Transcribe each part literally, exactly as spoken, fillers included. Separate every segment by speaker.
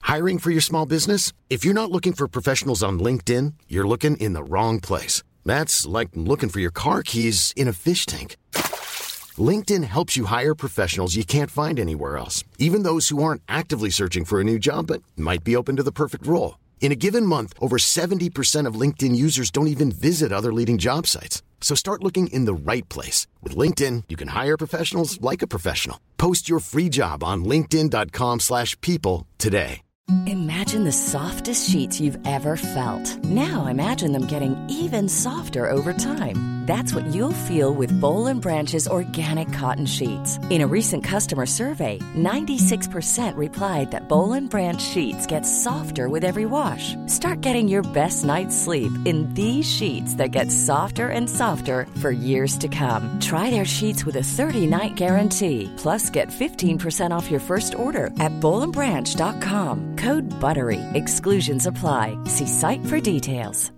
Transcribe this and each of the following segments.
Speaker 1: Hiring for your small business? If you're not looking for professionals on LinkedIn, you're looking in the wrong place. That's like looking for your car keys in a fish tank. LinkedIn helps you hire professionals you can't find anywhere else, even those who aren't actively searching for a new job but might be open to the perfect role. In a given month, over seventy percent of LinkedIn users don't even visit other leading job sites. So start looking in the right place. With LinkedIn, you can hire professionals like a professional. Post your free job on linkedin dot com slash people today.
Speaker 2: Imagine the softest sheets you've ever felt. Now imagine them getting even softer over time. That's what you'll feel with Boll and Branch's organic cotton sheets. In a recent customer survey, ninety-six percent replied that Boll and Branch sheets get softer with every wash. Start getting your best night's sleep in these sheets that get softer and softer for years to come. Try their sheets with a thirty-night guarantee. Plus, get fifteen percent off your first order at boll and branch dot com. Code BUTTERY. Exclusions apply. See site for details.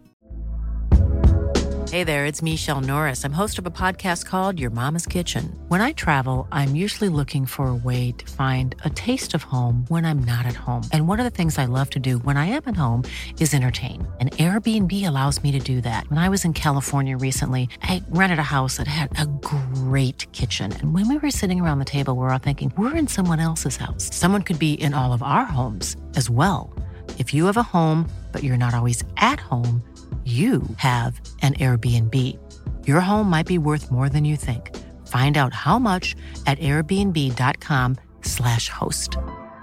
Speaker 3: Hey there, it's Michelle Norris. I'm host of a podcast called Your Mama's Kitchen. When I travel, I'm usually looking for a way to find a taste of home when I'm not at home. And one of the things I love to do when I am at home is entertain. And Airbnb allows me to do that. When I was in California recently, I rented a house that had a great kitchen. And when we were sitting around the table, we were all thinking, we're in someone else's house. Someone could be in all of our homes as well. If you have a home, but you're not always at home, you have an Airbnb. Your home might be worth more than you think. Find out how much at airbnb dot com slash host.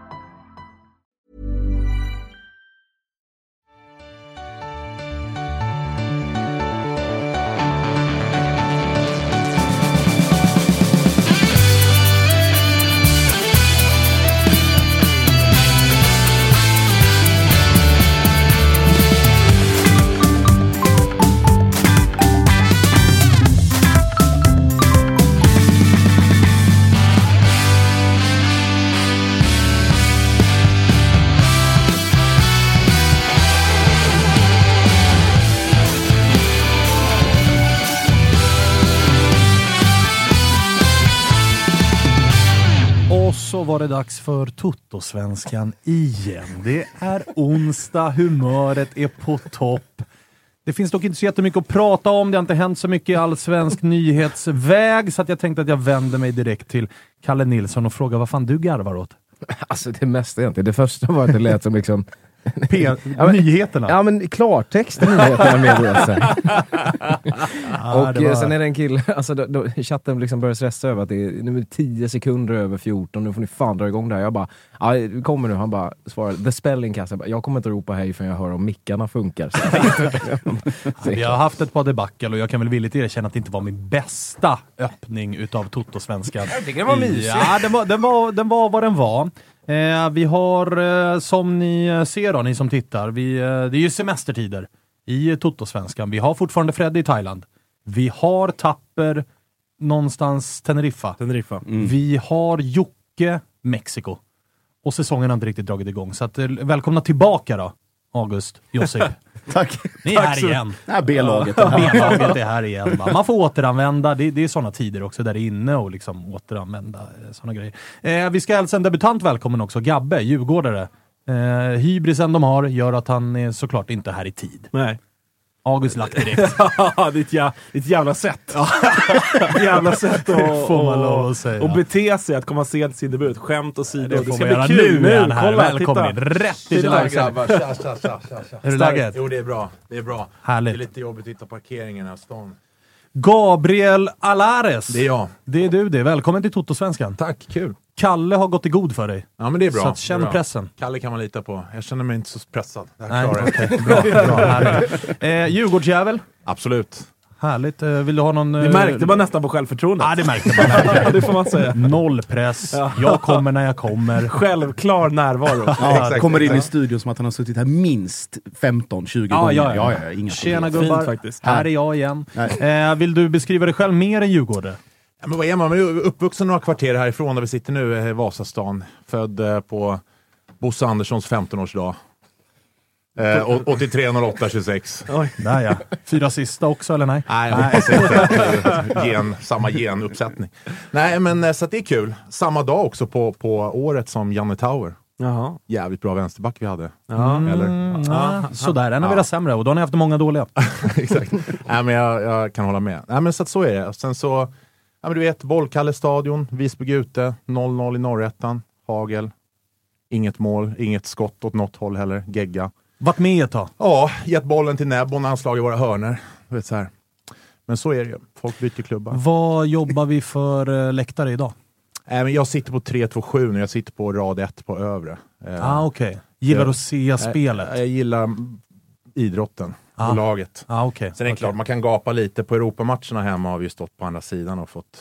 Speaker 4: Så var det dags för Toto-svenskan igen. Det är onsdag, humöret är på topp. Det finns dock inte så jättemycket att prata om. Det har inte hänt så mycket i allsvensk nyhetsväg. Så att jag tänkte att jag vänder mig direkt till Kalle Nilsson och frågar vad fan du garvar åt.
Speaker 5: Alltså det mesta egentligen. Det första var att det lät som liksom...
Speaker 4: P- ja, men, nyheterna.
Speaker 5: Ja men klartexten nyheterna med det sen.
Speaker 4: Ja,
Speaker 5: och
Speaker 4: var...
Speaker 5: sen är det en kille, alltså då, då, chatten liksom börjar stressa över att det är nu tio sekunder över fjorton, nu får ni fan dra igång där. Jag bara, ja kommer nu, han bara svarar, the spelling cast, jag, bara, jag kommer inte ropa hej för jag hör om mickarna funkar. Så,
Speaker 4: ja, vi har haft ett par debacle och jag kan väl villigt erkänna att det inte var min bästa öppning utav Toto-svenskan.
Speaker 5: Jag tycker det var mysigt.
Speaker 4: Ja, den var, den var, den var vad den var. Eh, vi har, eh, som ni ser då, ni som tittar, vi, eh, det är ju semestertider i Toto-svenskan. Vi har fortfarande Fred i Thailand. Vi har Tapper någonstans Teneriffa.
Speaker 6: Teneriffa.
Speaker 4: Mm. Vi har Jocke Mexiko. Och säsongen har inte riktigt dragit igång. Så att, eh, välkomna tillbaka då, August, Josip.
Speaker 6: Tack.
Speaker 4: Ni är
Speaker 6: Tack
Speaker 4: här
Speaker 6: så.
Speaker 4: igen.
Speaker 6: Nej, B-laget.
Speaker 4: B-laget är här igen. Va? Man får återanvända. Det, det är sådana tider också där det är inne och liksom återanvända sådana grejer. Eh, vi ska hälsa en debutant välkommen också. Gabbe, djurgårdare. Eh, hybrisen de har gör att han är såklart inte här i tid.
Speaker 6: Nej.
Speaker 4: August lagt direkt.
Speaker 6: Ja, ditt, jä- ditt jävla sätt. Ditt jävla sätt att
Speaker 4: får man lov att säga.
Speaker 6: Och bete sig, att komma sent sin debut. Skämt och sidor.
Speaker 4: Det,
Speaker 6: det
Speaker 4: får
Speaker 6: ska
Speaker 4: man
Speaker 6: bli
Speaker 4: göra
Speaker 6: kul
Speaker 4: nu.
Speaker 6: nu.
Speaker 4: Nu här.
Speaker 6: Kolla,
Speaker 4: Välkommen
Speaker 6: titta.
Speaker 4: in. Rätt i
Speaker 7: Tja
Speaker 4: det.
Speaker 7: grabbar, tja, tja, tja, tja, tja.
Speaker 4: Hur är läget?
Speaker 7: Jo, det är bra. Det är bra.
Speaker 4: Härligt.
Speaker 7: Det är lite jobbigt att hitta parkeringen här i stan.
Speaker 4: Gabriel Alares.
Speaker 7: Det är jag.
Speaker 4: Det är du det. Välkommen till Toto-svenskan.
Speaker 7: Tack, kul.
Speaker 4: Kalle har gått i god för dig.
Speaker 7: Ja, men det är bra.
Speaker 4: Så att känn
Speaker 7: Det är bra.
Speaker 4: pressen.
Speaker 7: Kalle kan man lita på. Jag känner mig inte så pressad. Det här
Speaker 4: Nej,
Speaker 7: klarar jag.
Speaker 4: okay. Bra, bra. Härligt. Eh, Djurgårdsjävel.
Speaker 7: Absolut.
Speaker 4: Härligt. Eh, vill du ha någon...
Speaker 6: Det
Speaker 4: eh,
Speaker 6: märkte man nästan på självförtroendet.
Speaker 4: Ja, det märkte man. verkligen.
Speaker 6: Det får man säga.
Speaker 4: Noll press. Jag kommer när jag kommer.
Speaker 6: Självklar närvaro.
Speaker 8: Ja,
Speaker 7: exakt,
Speaker 8: kommer in
Speaker 7: exakt.
Speaker 8: i studion som att han har suttit här minst femton tjugo
Speaker 4: Ja,
Speaker 8: gånger.
Speaker 4: ja, ja.
Speaker 8: ja, ja inga
Speaker 4: Tjena
Speaker 8: problem.
Speaker 4: gubbar.
Speaker 6: Fint faktiskt.
Speaker 4: Här är jag igen. Eh, vill du beskriva dig själv mer än Djurgårdare?
Speaker 7: Ja, men vad är man? Man är uppvuxen några kvarter härifrån där vi sitter nu, eh, Vasastan. Född eh, på Bosse Anderssons femtonårsdag. Eh, å- åttiotre noll åtta tjugosex.
Speaker 4: Oj. Där ja. Fyra sista också, eller nej?
Speaker 7: Nej, jag hoppas inte att det är gen, samma genuppsättning. Nej, men eh, så att det är kul. Samma dag också på, på året som Janne Tauer.
Speaker 6: Jaha.
Speaker 7: Jävligt bra vänsterback vi hade.
Speaker 6: Ja.
Speaker 4: Mm,
Speaker 7: Eller?
Speaker 4: ja, sådär, en av
Speaker 7: Ja.
Speaker 4: era sämre och då har ni haft många dåliga.
Speaker 7: Exakt. Nej, men jag, jag kan hålla med. Nej, men så att så är det. Och sen så, ja, men du vet, Bollkalle-stadion, Visby-Gute, noll noll i Norrättan, hagel. Inget mål, inget skott åt något håll heller, gegga.
Speaker 4: Varit med ett tag.
Speaker 7: Ja, gett bollen till Nebbo när han slagit våra hörner. Du vet, så här. Men så är det ju. Folk byter klubbar.
Speaker 4: Vad jobbar vi för eh, läktare idag?
Speaker 7: Äh, men jag sitter på tre två sju nu. Jag sitter på rad ett på övre. Eh,
Speaker 4: Ah, okej. Okay. Gillar
Speaker 7: jag,
Speaker 4: att se spelet?
Speaker 7: Jag, jag gillar idrotten
Speaker 4: ah.
Speaker 7: och laget.
Speaker 4: Ah, okay.
Speaker 7: Sen är det
Speaker 4: okay.
Speaker 7: klart, man kan gapa lite. På Europamatcherna hemma har vi ju stått på andra sidan och fått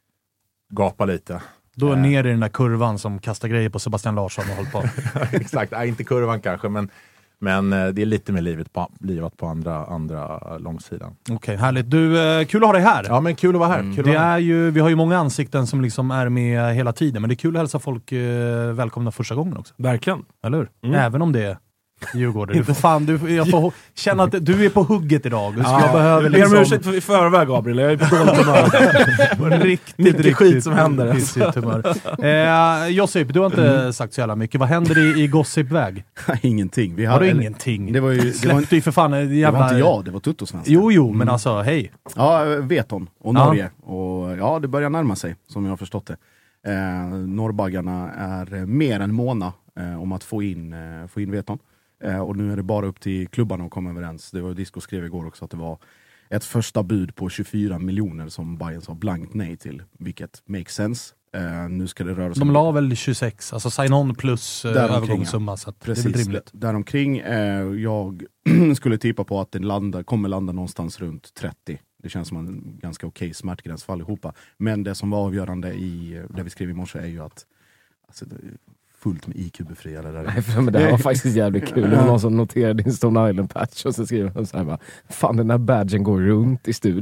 Speaker 7: gapa lite.
Speaker 4: Då är
Speaker 7: eh.
Speaker 4: ner i den där kurvan som kastar grejer på Sebastian Larsson och håller på.
Speaker 7: Exakt, äh, inte kurvan kanske, men Men eh, det är lite mer livet på, livet på andra, andra långsidan.
Speaker 4: Okej, okay, härligt. Du, eh, kul att ha dig här.
Speaker 7: Ja, men kul att vara här.
Speaker 4: Mm.
Speaker 7: Kul
Speaker 4: det
Speaker 7: vara här.
Speaker 4: är ju, vi har ju många ansikten som liksom är med hela tiden, men det är kul att hälsa folk eh, välkomna första gången också.
Speaker 6: Verkligen.
Speaker 4: Eller hur?
Speaker 6: Mm.
Speaker 4: Även om det är Djurgården. Du får fan, du, jag får känna att du är på hugget idag. Så
Speaker 6: ja,
Speaker 4: jag behöver
Speaker 6: jag
Speaker 4: liksom...
Speaker 6: ber om ursäkt för i förväg, Gabriel. Jag är på dåligt humör.
Speaker 4: riktigt,
Speaker 6: mycket
Speaker 4: riktigt
Speaker 6: skit som händer.
Speaker 4: Riktigt humör. Eh, Josip, du har inte mm. sagt så jävla mycket. Vad händer i, i gossipväg?
Speaker 8: Ingenting. Vi
Speaker 4: har
Speaker 8: hade,
Speaker 4: du ingenting?
Speaker 8: Det var ju...
Speaker 4: Släppte
Speaker 8: det var,
Speaker 4: ju för fan jävla...
Speaker 8: Det var inte jag, det var Tuttosvenskan.
Speaker 4: Jo, jo, men
Speaker 8: mm.
Speaker 4: alltså, hej.
Speaker 8: Ja, Veton och Norge. Ja. Och ja, det börjar närma sig, som jag har förstått det. Eh, Norrbaggarna är mer än måna eh, om att få in, eh, få in Veton. Eh, och nu är det bara upp till klubbarna att komma överens. Det var Disco skrev igår också att det var ett första bud på tjugofyra miljoner som Bayern sa blankt nej till. Vilket makes sense. Eh, nu ska det röra sig.
Speaker 4: De la väl tjugosex, alltså sign-on plus eh, övergångssumma. Så att
Speaker 8: precis,
Speaker 4: det är väl rimligt.
Speaker 8: Däromkring. Eh, jag skulle tippa på att den landa, kommer landa någonstans runt trettio. Det känns som en ganska okej smärtgräns för allihopa. Men det som var avgörande i det vi skrev i morse är ju att alltså, fullt med I Q-befriade där.
Speaker 5: Nej, för, men det här var faktiskt jävligt kul. Det var någon som noterade din Stone Island-patch och så skriver han så här bara, fan den där badgen går runt i studion.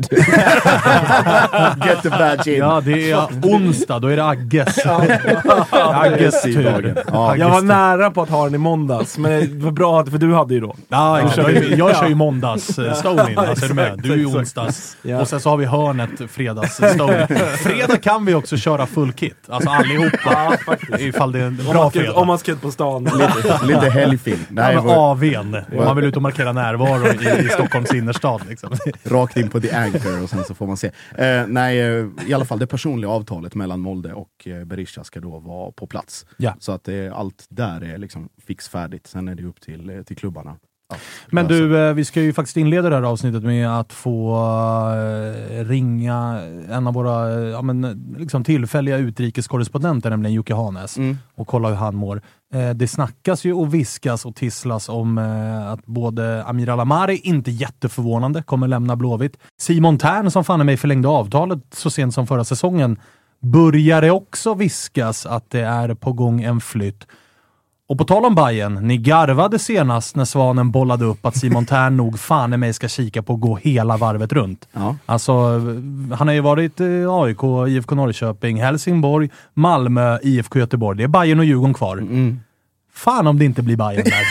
Speaker 8: Get the badge in.
Speaker 4: Ja, det är onsdag, då är det Agges. Agges tur.
Speaker 6: Ja, jag var nära på att ha den i måndags, men det var bra för du hade ju då.
Speaker 4: Ja, jag kör ju, jag kör ju måndags Stone in, alltså är du med? Du är ju onsdags. Ja. Och sen så har vi hörnet fredags Stone. Fredag kan vi också köra full kit. Alltså allihopa. Ifall det är en bra fredag.
Speaker 6: Om man ska ut på stan.
Speaker 8: Lite, lite helgfilm.
Speaker 4: Nej, ja, var... A V:n. Om man vill ut och markera närvaro i, i Stockholms innerstad. Liksom.
Speaker 8: Rakt in på The Anchor och sen så får man se. Eh, nej, i alla fall det personliga avtalet mellan Molde och eh, Berisha ska då vara på plats.
Speaker 4: Ja.
Speaker 8: Så att eh, allt där är liksom fixfärdigt. Sen är det upp till, eh, till klubbarna. Ja,
Speaker 4: men du, eh, vi ska ju faktiskt inleda det här avsnittet med att få eh, ringa en av våra eh, ja, men, liksom tillfälliga utrikeskorrespondenter, nämligen Jocke Hanes, mm. och kolla hur han mår. Eh, det snackas ju och viskas och tisslas om eh, att både Amir Al-Amari, inte jätteförvånande, kommer lämna Blåvitt. Simon Tern, som fan i mig förlängde avtalet så sent som förra säsongen, börjar det också viskas att det är på gång en flytt. Och på tal om Bayern, ni garvade senast när Svanen bollade upp att Simon Tern nog fan i mig ska kika på att gå hela varvet runt.
Speaker 8: Ja.
Speaker 4: Alltså, han har ju varit A I K, I F K Norrköping, Helsingborg, Malmö, I F K Göteborg. Det är Bayern och Djurgården kvar. Mm. Fan om det inte blir Bayern där.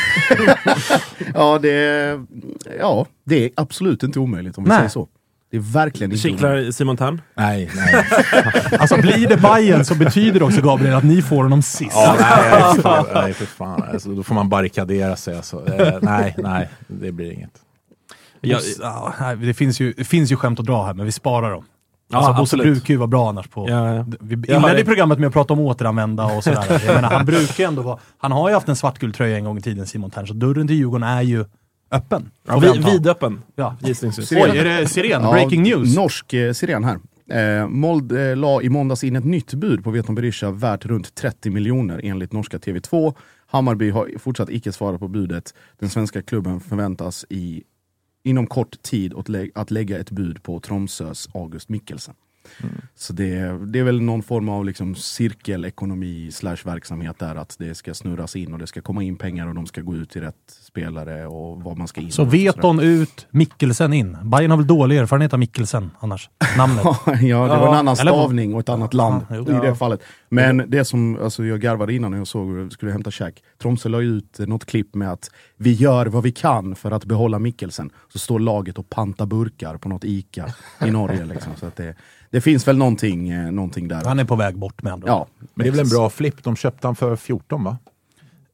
Speaker 8: ja, det är, ja, det är absolut inte omöjligt om vi
Speaker 4: Nej.
Speaker 8: säger så. Det är verkligen inte
Speaker 6: Kittlar Simon Tern?
Speaker 7: Nej, nej.
Speaker 4: Alltså blir det Bayern så betyder det också, Gabriel, att ni får honom sist.
Speaker 7: Ja, nej, för, nej, för fan. Alltså, då får man barrikadera sig. Alltså. Eh, nej, nej, det blir inget.
Speaker 4: Jag, ja, det, finns ju, det finns ju skämt att dra här, men vi sparar dem. Alltså, ja, Bosse brukar ju vara bra annars på...
Speaker 6: Ja, ja.
Speaker 4: Vi inledde i programmet med att prata om återanvända och sådär. Jag menar, han brukar ändå vara... Han har ju haft en svartgul tröja en gång i tiden, Simon Tern, så dörren till Djurgården är ju öppen.
Speaker 6: Ja, vid, vidöppen.
Speaker 4: Ja.
Speaker 6: Oj,
Speaker 4: är det siren? Ja, breaking news.
Speaker 8: Norsk eh, siren här. Eh, Molde eh, la i måndags in ett nytt bud på Veton Berisha värt runt trettio miljoner enligt norska T V två. Hammarby har fortsatt icke svarat på budet. Den svenska klubben förväntas i inom kort tid att, lä- att lägga ett bud på Tromsös August Mikkelsen. Mm. Så det, det är väl någon form av liksom cirkelekonomi slash verksamhet där, att det ska snurras in och det ska komma in pengar och de ska gå ut till rätt spelare och vad man ska in.
Speaker 4: Så Veton ut, Mikkelsen in. Bayern har väl dålig erfarenhet av Mikkelsen annars? Namnet.
Speaker 8: ja, det var
Speaker 4: ja,
Speaker 8: en annan stavning och ett annat land ja, i det fallet. Men det som alltså, jag garvade innan när jag såg skulle hämta käk. Tromsø la ut något klipp med att vi gör vad vi kan för att behålla Mikkelsen. Så står laget och pantar burkar på något Ica i Norge. Liksom. Så att det, det finns väl någonting, någonting där.
Speaker 4: Han är på väg bort med andra.
Speaker 8: Ja,
Speaker 7: men det är väl en bra flipp. De köpte han för fjorton, va?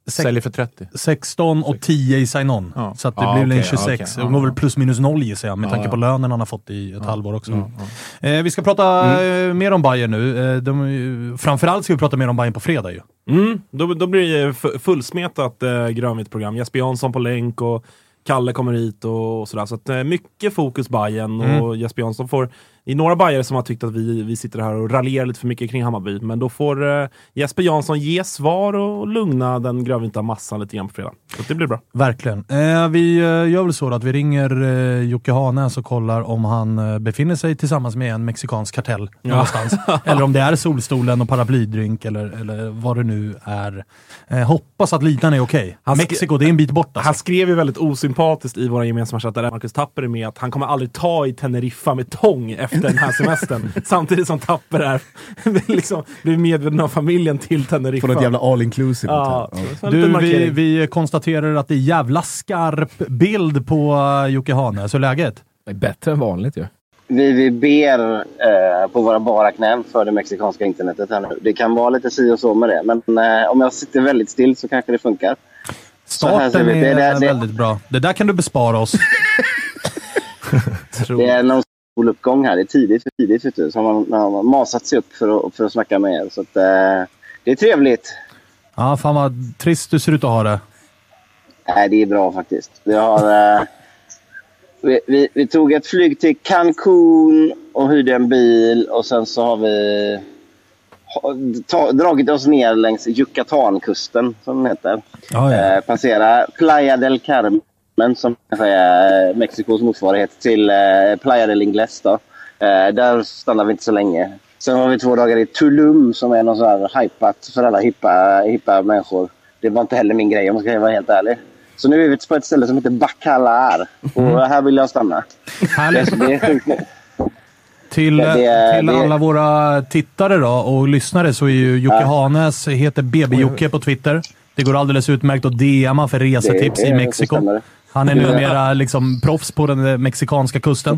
Speaker 7: Säljer för trettio.
Speaker 4: sexton och tio i sign-on. Ja. Så att det
Speaker 7: Ja,
Speaker 4: blir väl en
Speaker 7: okej,
Speaker 4: tjugosex.
Speaker 7: okej.
Speaker 4: Det går väl plus minus noll gissar jag, med
Speaker 7: Ja,
Speaker 4: tanke
Speaker 7: ja.
Speaker 4: på lönen han har fått i ett
Speaker 7: Ja.
Speaker 4: halvår också.
Speaker 7: Ja, ja.
Speaker 4: Eh, vi ska prata mm. eh, mer om Bayern nu. Eh, de, framförallt ska vi prata mer om Bayern på fredag ju.
Speaker 6: Mm, då, då blir det f- fullsmetat eh, grönvitt program. Jesper Jansson på länk och Kalle kommer hit och, och sådär. Så att, eh, mycket fokus Bayern
Speaker 4: Mm.
Speaker 6: och Jesper Jansson får... I några Bayern som har tyckt att vi, vi sitter här och raljerar lite för mycket kring Hammarby. Men då får eh, Jesper Jansson ge svar och lugna den grönvita massan lite grann på fredag. Så det blir bra.
Speaker 4: Verkligen. Eh, vi eh, gör väl så att vi ringer eh, Jocke Hanäs och kollar om han eh, befinner sig tillsammans med en mexikansk kartell
Speaker 6: Ja.
Speaker 4: någonstans. Eller om det är solstolen och paraplydrink eller, eller vad det nu är. Eh, hoppas att linan är okej.
Speaker 6: Han sk-
Speaker 4: Mexiko, det är en bit bort alltså.
Speaker 6: Han skrev ju väldigt osympatiskt i våra gemensamma chattar där Marcus Tapper är med att han kommer aldrig ta i Teneriffa med tång efter den här semestern. Samtidigt som Tapper är liksom, blir medveten av familjen till Teneriffa.
Speaker 8: Från ett jävla all inclusive
Speaker 6: Ja,
Speaker 8: hotell. Ja.
Speaker 6: så en liten
Speaker 4: Du, vi,
Speaker 6: markering.
Speaker 4: vi konstaterar att det är jävla skarp bild på uh, Jocke Hanäs. Så läget?
Speaker 5: Det är bättre än vanligt ju.
Speaker 9: Vi, vi ber eh, på våra bara knän för det mexikanska internetet här nu. Det kan vara lite si och så med det. Men eh, om jag sitter väldigt still så kanske det funkar.
Speaker 4: Starten
Speaker 9: vi.
Speaker 4: är
Speaker 9: Det- det- det-
Speaker 4: väldigt bra. Det där kan du bespara oss.
Speaker 9: Det är någon soluppgång här. Det är tidigt för tidigt. Vet du. Så man, man har masat sig upp för att, för att snacka med er. Så att, eh, det är trevligt.
Speaker 4: Ja, fan vad trist du ser ut att ha det.
Speaker 9: Nej, det är bra faktiskt. Vi, har, eh, vi, vi, vi tog ett flyg till Cancun och hyrde en bil. Och sen så har vi ha, ta, dragit oss ner längs Yucatankusten, som den heter.
Speaker 4: Ja, ja.
Speaker 9: Eh, passera Playa del Carmen, som kanske är Mexikos motsvarighet till eh, Playa del Ingles. Då. Eh, där stannar vi inte så länge. Sen har vi två dagar i Tulum som är någon sån här hypat för alla hippa, hippa människor. Det var inte heller min grej om jag ska vara helt ärlig. Så nu är vi på ett ställe som heter Bacalar. Och här vill jag stanna.
Speaker 4: Härligt.
Speaker 9: Det, det är sjukt.
Speaker 4: Till,
Speaker 9: Det- det-
Speaker 4: till
Speaker 9: det-
Speaker 4: alla våra tittare då och lyssnare så är ju Jocke
Speaker 9: Ja.
Speaker 4: Hanäs, heter B B-Jocke på Twitter. Det går alldeles utmärkt att D Ma för resetips
Speaker 9: Det- det-
Speaker 4: i
Speaker 9: det
Speaker 4: Mexiko.
Speaker 9: stämmer.
Speaker 4: Han är numera liksom proffs på den mexikanska kusten.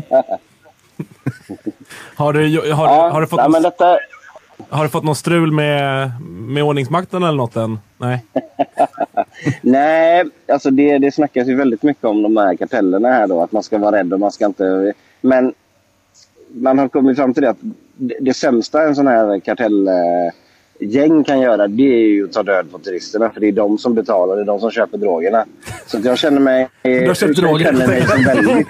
Speaker 6: Har du, har,
Speaker 9: Ja,
Speaker 6: har, du fått
Speaker 9: nej,
Speaker 6: någon,
Speaker 9: men detta...
Speaker 6: har du fått någon strul med, med ordningsmakten eller något än? Nej.
Speaker 9: Nej, alltså det, det snackas ju väldigt mycket om de här kartellerna här då. Att man ska vara rädd och man ska inte... Men man har kommit fram till det att det, det sämsta en sån här kartellgäng kan göra, det är ju att ta död på turisterna. För det är de som betalar, det är de som köper drogerna. Så att jag känner mig...
Speaker 6: Du har köpt
Speaker 9: jag
Speaker 6: droger.
Speaker 9: känner mig som väldigt...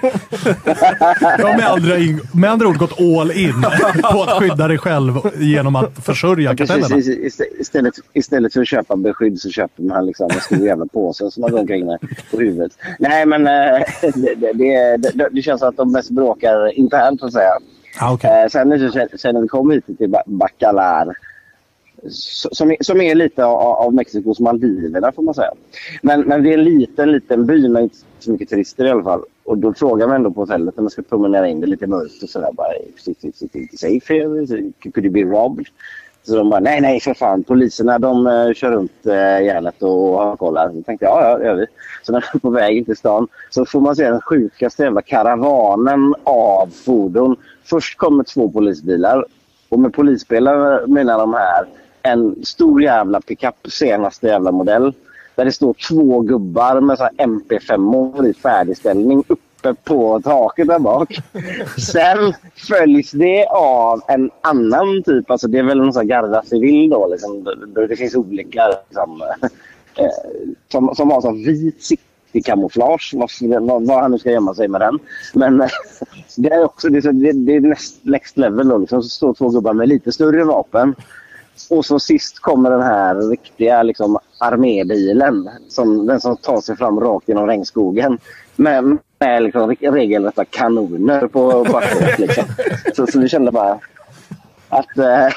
Speaker 4: De har med andra, in, med andra ord gått all in på att skydda dig själv genom att försörja kartellerna.
Speaker 9: Precis, ist- istället, istället för att köpa beskydd så köper man liksom en stor jävla påse som man går omkring med på huvudet. Nej, men eh, det, det, det, det, det känns som att de mest bråkar internt så att säga.
Speaker 4: Ah, okay.
Speaker 9: Eh, sen, nu så- sen när vi kom hit till Ba- Bacalar, så- som, är- som är lite av, av Mexikos Maldiverna får man säga. Men, men det är en liten, liten by med inte så mycket turister i alla fall. Och då frågar man ändå på hotellet när man ska promenera in, det är lite mörkt och sådär. Bara, is it, is it, is it safe here? Could you be robbed? Så de bara, nej, nej, för fan. Poliserna, de uh, kör runt uh, järnet och, och har kollat. Så tänkte jag, ja, ja, det gör vi. Så när jag är på väg in till stan så får man se den sjukaste jävla karavanen av fordon. Först kommer två polisbilar. Och med polisbilar menar de här en stor jävla pickup, senaste jävla modell. Där det står två gubbar med så här M P fem-or i färdigställning uppe på taket där bak. Sen följs det av en annan typ, alltså det är väl en sån här Garda Civil då, liksom, det, det finns olika liksom, eh, som, som har så vit city-kamouflage, vad, vad, vad han nu ska gömma sig med den. Men eh, det är också det, det, det är next, next level då, liksom, så står två gubbar med lite större vapen. Och så sist kommer den här riktiga liksom, armébilen, som, den som tar sig fram rakt genom regnskogen. Med, med liksom, regelrätta kanoner på bakåt. Liksom. Så, så vi kände bara att eh,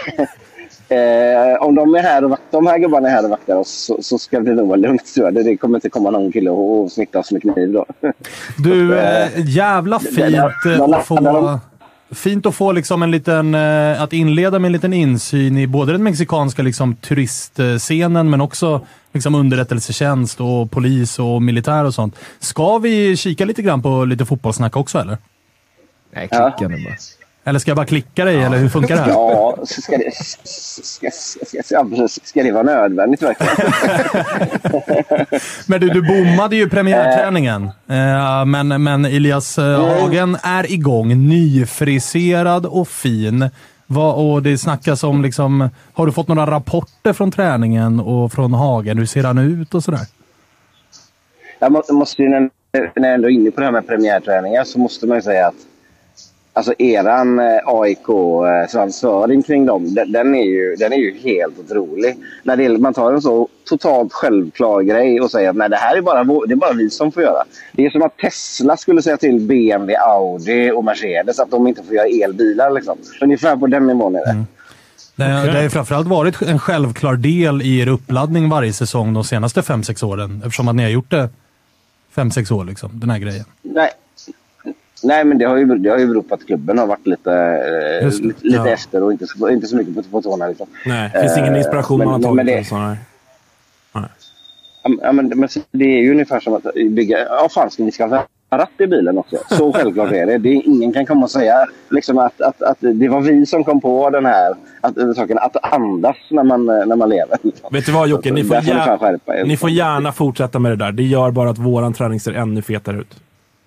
Speaker 9: eh, om de är här och vaktar, de här gubbarna är här och vaktar oss, så, så ska det nog vara lugnt. Så det, det kommer inte komma någon kille och, och snitta oss med kniv då.
Speaker 4: Du,
Speaker 9: Så, eh,
Speaker 4: eh, jävla fint
Speaker 9: det- det-
Speaker 4: eh,
Speaker 9: det-
Speaker 4: att få... Fint att få liksom en liten, eh, att inleda med en liten insyn i både den mexikanska liksom, turistscenen men också liksom, underrättelsetjänst och polis och militär och sånt. Ska vi kika lite grann på lite fotbollssnack också eller?
Speaker 5: Nej, klicka nu bara.
Speaker 4: Eller ska jag bara klicka dig, ja. Eller hur funkar det här?
Speaker 9: Ja, ska det, ska, ska, ska, ska det vara nödvändigt verkligen?
Speaker 4: Men du, du bommade ju premiärträningen. Uh, men, men Elias uh, Hagen är igång, nyfriserad och fin. Va, och det snackas om, liksom, har du fått några rapporter från träningen och från Hagen? Hur ser han ut och sådär?
Speaker 9: Jag må, måste ju, när, när jag ändå är inne på det här med premiärträningar, så måste man ju säga att alltså eran A I K-transferring kring dem, den, den, är ju, den är ju helt otrolig. När det, man tar en så totalt självklar grej och säger att nej, det här är bara, det är bara vi som får göra. Det är som att Tesla skulle säga till B M W, Audi och Mercedes att de inte får göra elbilar. Liksom. Ungefär på den nivån är det. Mm.
Speaker 4: Det, okay. det har ju framförallt varit en självklar del i er uppladdning varje säsong de senaste fem sex åren. Eftersom att ni har gjort det fem sex år, liksom, den här grejen.
Speaker 9: Nej. Nej, men det har ju, det har ju berott på att klubben har varit lite, eh, lite, lite ja. efter och inte så, inte så mycket på, på tårna. Liksom.
Speaker 6: Nej, det finns ingen inspiration
Speaker 9: men,
Speaker 6: man har tagit.
Speaker 9: Men det,
Speaker 6: sådana. Nej.
Speaker 9: Ja, men, men det är ju ungefär som att bygga... Ja, fan, ska vi ska ha ratt i bilen också. Så självklart är det. det är, ingen kan komma och säga liksom, att, att, att det var vi som kom på den här att, saken, att andas när man, när man lever. Liksom.
Speaker 6: Vet du vad, Jocke? Ni får, gär, ni får gärna fortsätta med det där. Det gör bara att våran träning ser ännu fetare ut.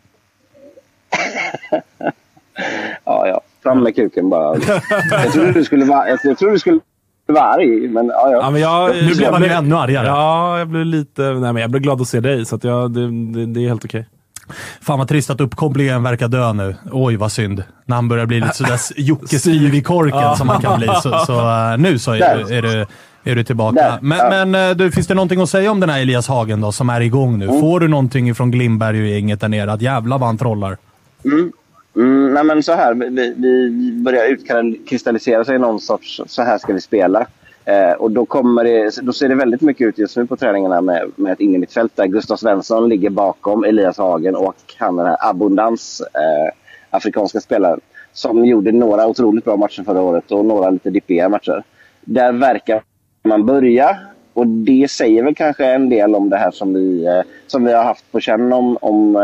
Speaker 9: ja, ja. Fram med kuken bara. Jag trodde du skulle vara, jag trodde du skulle vara arg, men ja, ja.
Speaker 6: ja men jag,
Speaker 4: nu blev han ju ännu argare.
Speaker 6: Ja, jag blev lite, nej men jag blev glad att se dig, så att jag, det, det, det är helt okej.
Speaker 4: Fan vad trist att uppkopplingen verkar dö nu. Oj vad synd. När han börjar bli lite sådär Jocke-styv i korken ja. som man kan bli. Så, så uh, nu så är, är, du, är du tillbaka. Där. Men, ja. men uh, du, finns det någonting att säga om den här Elias Hagen då, som är igång nu? Mm. Får du någonting från Glimberg och gänget där nere? Att jävla vad han trollar.
Speaker 9: Mm. Mm, nej men så här, vi, vi börjar utkristallisera sig i någon sorts, så här ska vi spela. Eh, och då, kommer det, då ser det väldigt mycket ut just nu på träningarna med, med ett innermittfält där Gustav Svensson ligger bakom Elias Hagen och han, den här Abundans, eh, afrikanska spelaren, som gjorde några otroligt bra matcher förra året och några lite dippiga matcher. Där verkar man börja, och det säger väl kanske en del om det här som vi, eh, som vi har haft på känn om, om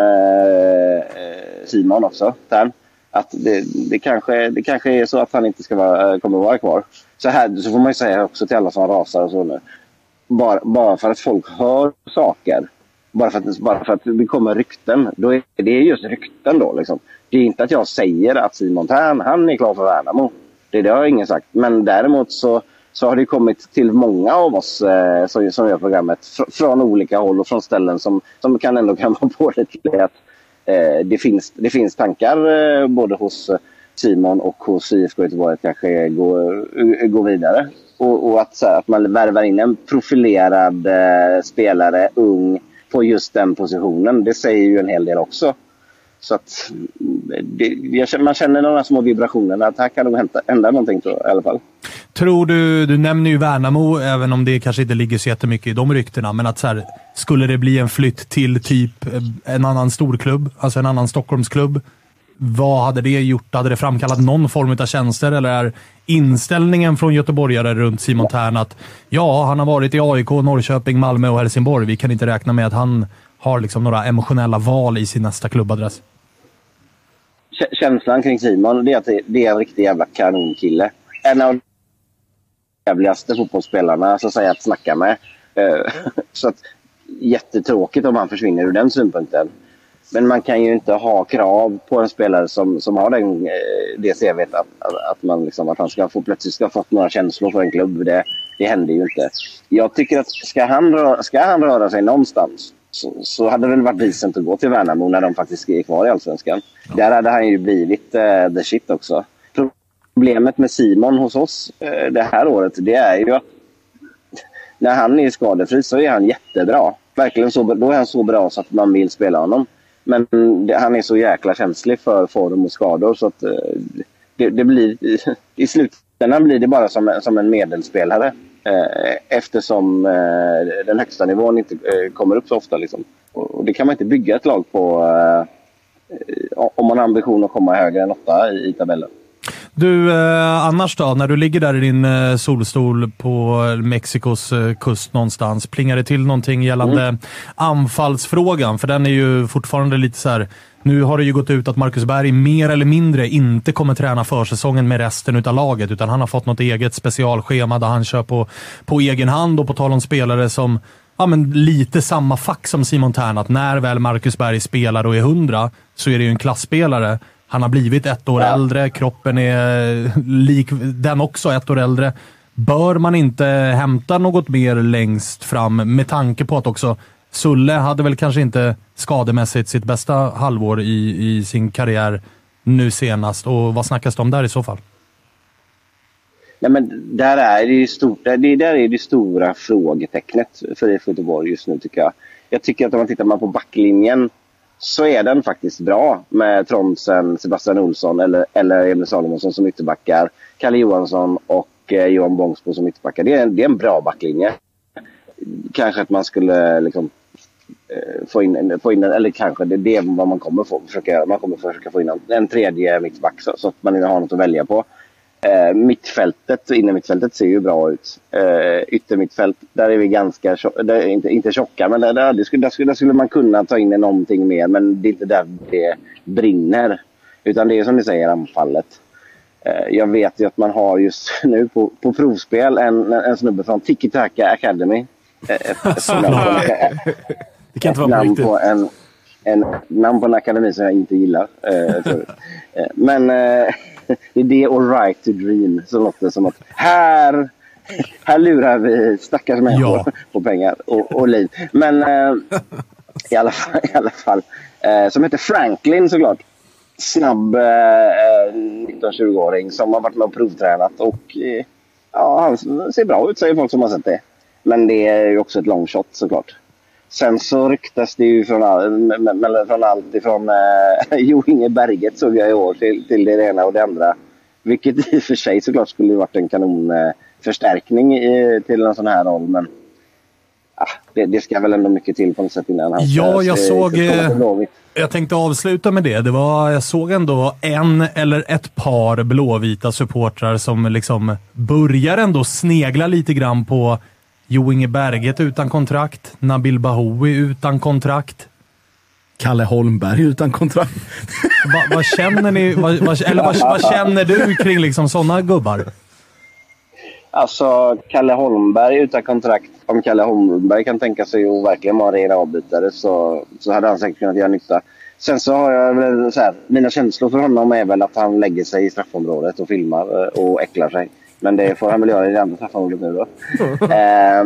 Speaker 9: eh, Simon också. Där. Att det, det, kanske, det kanske är så att han inte ska vara, kommer att vara kvar. Så här så får man ju säga också till alla som rasar och så nu. Bara, bara för att folk hör saker, bara för att, bara för att det kommer rykten, då är det just rykten då. Liksom. Det är inte att jag säger att Simon Tern, han är klar för Värnamo. Det, det har ingen sagt. Men däremot så, så har det kommit till många av oss eh, som, som gör programmet fr- från olika håll och från ställen som, som kan ändå kan vara på det till att eh, det, finns, det finns tankar eh, både hos Simon och hos I F K Göteborg att kanske gå, gå vidare. Och, och att, så här, att man värvar in en profilerad eh, spelare, ung, på just den positionen. Det säger ju en hel del också. Så att det, man känner de här små vibrationerna att här kan nog hända, hända någonting tror jag, i alla fall.
Speaker 4: Tror du, du nämner ju Värnamo, även om det kanske inte ligger så jättemycket i de ryktena, men att så här, skulle det bli en flytt till typ en annan storklubb, alltså en annan Stockholmsklubb, vad hade det gjort? Hade det framkallat någon form av tjänster, eller är inställningen från göteborgare runt Simon Tern att ja, han har varit i A I K, Norrköping, Malmö och Helsingborg, vi kan inte räkna med att han har liksom några emotionella val i sin nästa klubbadress?
Speaker 9: Känslan kring Simon, det är att det är en riktig jävla kanonkille. En av de jävligaste fotbollsspelarna så att säga att snacka med. Så att jättetråkigt om han försvinner ur den synpunkten. Men man kan ju inte ha krav på en spelare som, som har den, det C V:t att, att, man liksom, att han ska få, plötsligt ska ha fått några känslor för en klubb. Det, det händer ju inte. Jag tycker att ska han röra, ska han röra sig någonstans så, så hade det väl varit decent att gå till Värnamo när de faktiskt är kvar i Allsvenskan. Ja. Där hade han ju blivit uh, the shit också. Problemet med Simon hos oss uh, det här året, det är ju att när han är skadefri så är han jättebra. Verkligen så, då är han så bra så att man vill spela honom. Men det, han är så jäkla känslig för form och skador så att uh, det, det blir i, i slutändan blir det bara som, som en medelspelare. Uh, eftersom uh, den högsta nivån inte uh, kommer upp så ofta liksom. Och, och det kan man inte bygga ett lag på uh, om man har ambition att komma högre än åtta i, i tabellen.
Speaker 4: Du, eh, annars då, när du ligger där i din eh, solstol på Mexikos eh, kust någonstans, plingar det till någonting gällande mm. anfallsfrågan? För den är ju fortfarande lite så här Nu har det ju gått ut att Marcus Berg mer eller mindre inte kommer träna försäsongen med resten utav laget, utan han har fått något eget specialschema där han kör på, på egen hand, och på tal om spelare som ja, men lite samma fack som Simon Tern, att när väl Marcus Berg spelar och är hundra så är det ju en klassspelare. Han har blivit ett år ja. äldre, kroppen är lik den också, ett år äldre. Bör man inte hämta något mer längst fram med tanke på att också Sulle hade väl kanske inte skademässigt sitt bästa halvår i, i sin karriär nu senast, och vad snackas det om där i så fall?
Speaker 9: Nej, men där är det ju stort, det där är det stora frågetecknet för I F K Göteborg just nu, tycker jag. Jag tycker att om man tittar man på backlinjen så är den faktiskt bra med Trondsen, Sebastian Olsson eller, eller Emil Salomonsson som ytterbackar, Kalle Johansson och eh, Johan Bångsbo som ytterbackar. Det är, en, det är en bra backlinje. Kanske att man skulle liksom, eh, få in, få in eller kanske det, det är vad man kommer få, försöka göra. Man kommer försöka få in en, en tredje mittback så, så att man har något att välja på. Eh, mittfältet, inne mittfältet ser ju bra ut. Eh, yttermittfält, där är vi ganska tjocka, där är inte, inte tjocka, men där, där, där, skulle, där, skulle, där skulle man kunna ta in någonting mer, men det är inte där det brinner. Utan det är som ni säger, anfallet. Eh, jag vet ju att man har just nu på, på provspel en, en snubbe från Tiki Taka Academy. Ett, ett, ett, namn på en,
Speaker 6: det kan inte vara
Speaker 9: namn på en, en namn på en akademi som jag inte gillar. Eh, förut. Eh, men eh, det är det och Right to Dream som låter som att här, här lurar vi stackars människor ja. på pengar och, och liv. Men eh, i alla fall, i alla fall eh, som heter Franklin såklart. Snabb eh, nitton-tjugo-åring som har varit med och provtränat och eh, ja, han ser bra ut, säger folk som har sett det. Men det är ju också ett long shot såklart. Sen så ryktas det ju från, all, från allt ifrån eh, Jo Inge Berget såg jag i år till, till det ena och det andra. Vilket i och för sig såklart skulle varit en kanonförstärkning eh, till en sån här roll. Men ah, det, det ska väl ändå mycket till på något sätt innan han
Speaker 4: Ja, jag
Speaker 9: eh,
Speaker 4: såg... Eh, jag tänkte avsluta med det. det var, jag såg ändå en eller ett par blåvita supportrar som liksom börjar ändå snegla lite grann på Jo Inge Berget utan kontrakt, Nabil Bahoui utan kontrakt,
Speaker 8: Kalle Holmberg utan kontrakt.
Speaker 4: Va, vad känner ni, va, va, eller vad, vad känner du kring liksom sådana gubbar?
Speaker 9: Alltså, Kalle Holmberg utan kontrakt, om Kalle Holmberg kan tänka sig att verkligen vara en ren avbytare så, så hade han säkert kunnat göra nytta. Sen så har jag väl så här, mina känslor för honom är väl att han lägger sig i straffområdet och filmar och äcklar sig. Men det får han väl göra i det andra straffområdet nu då. eh,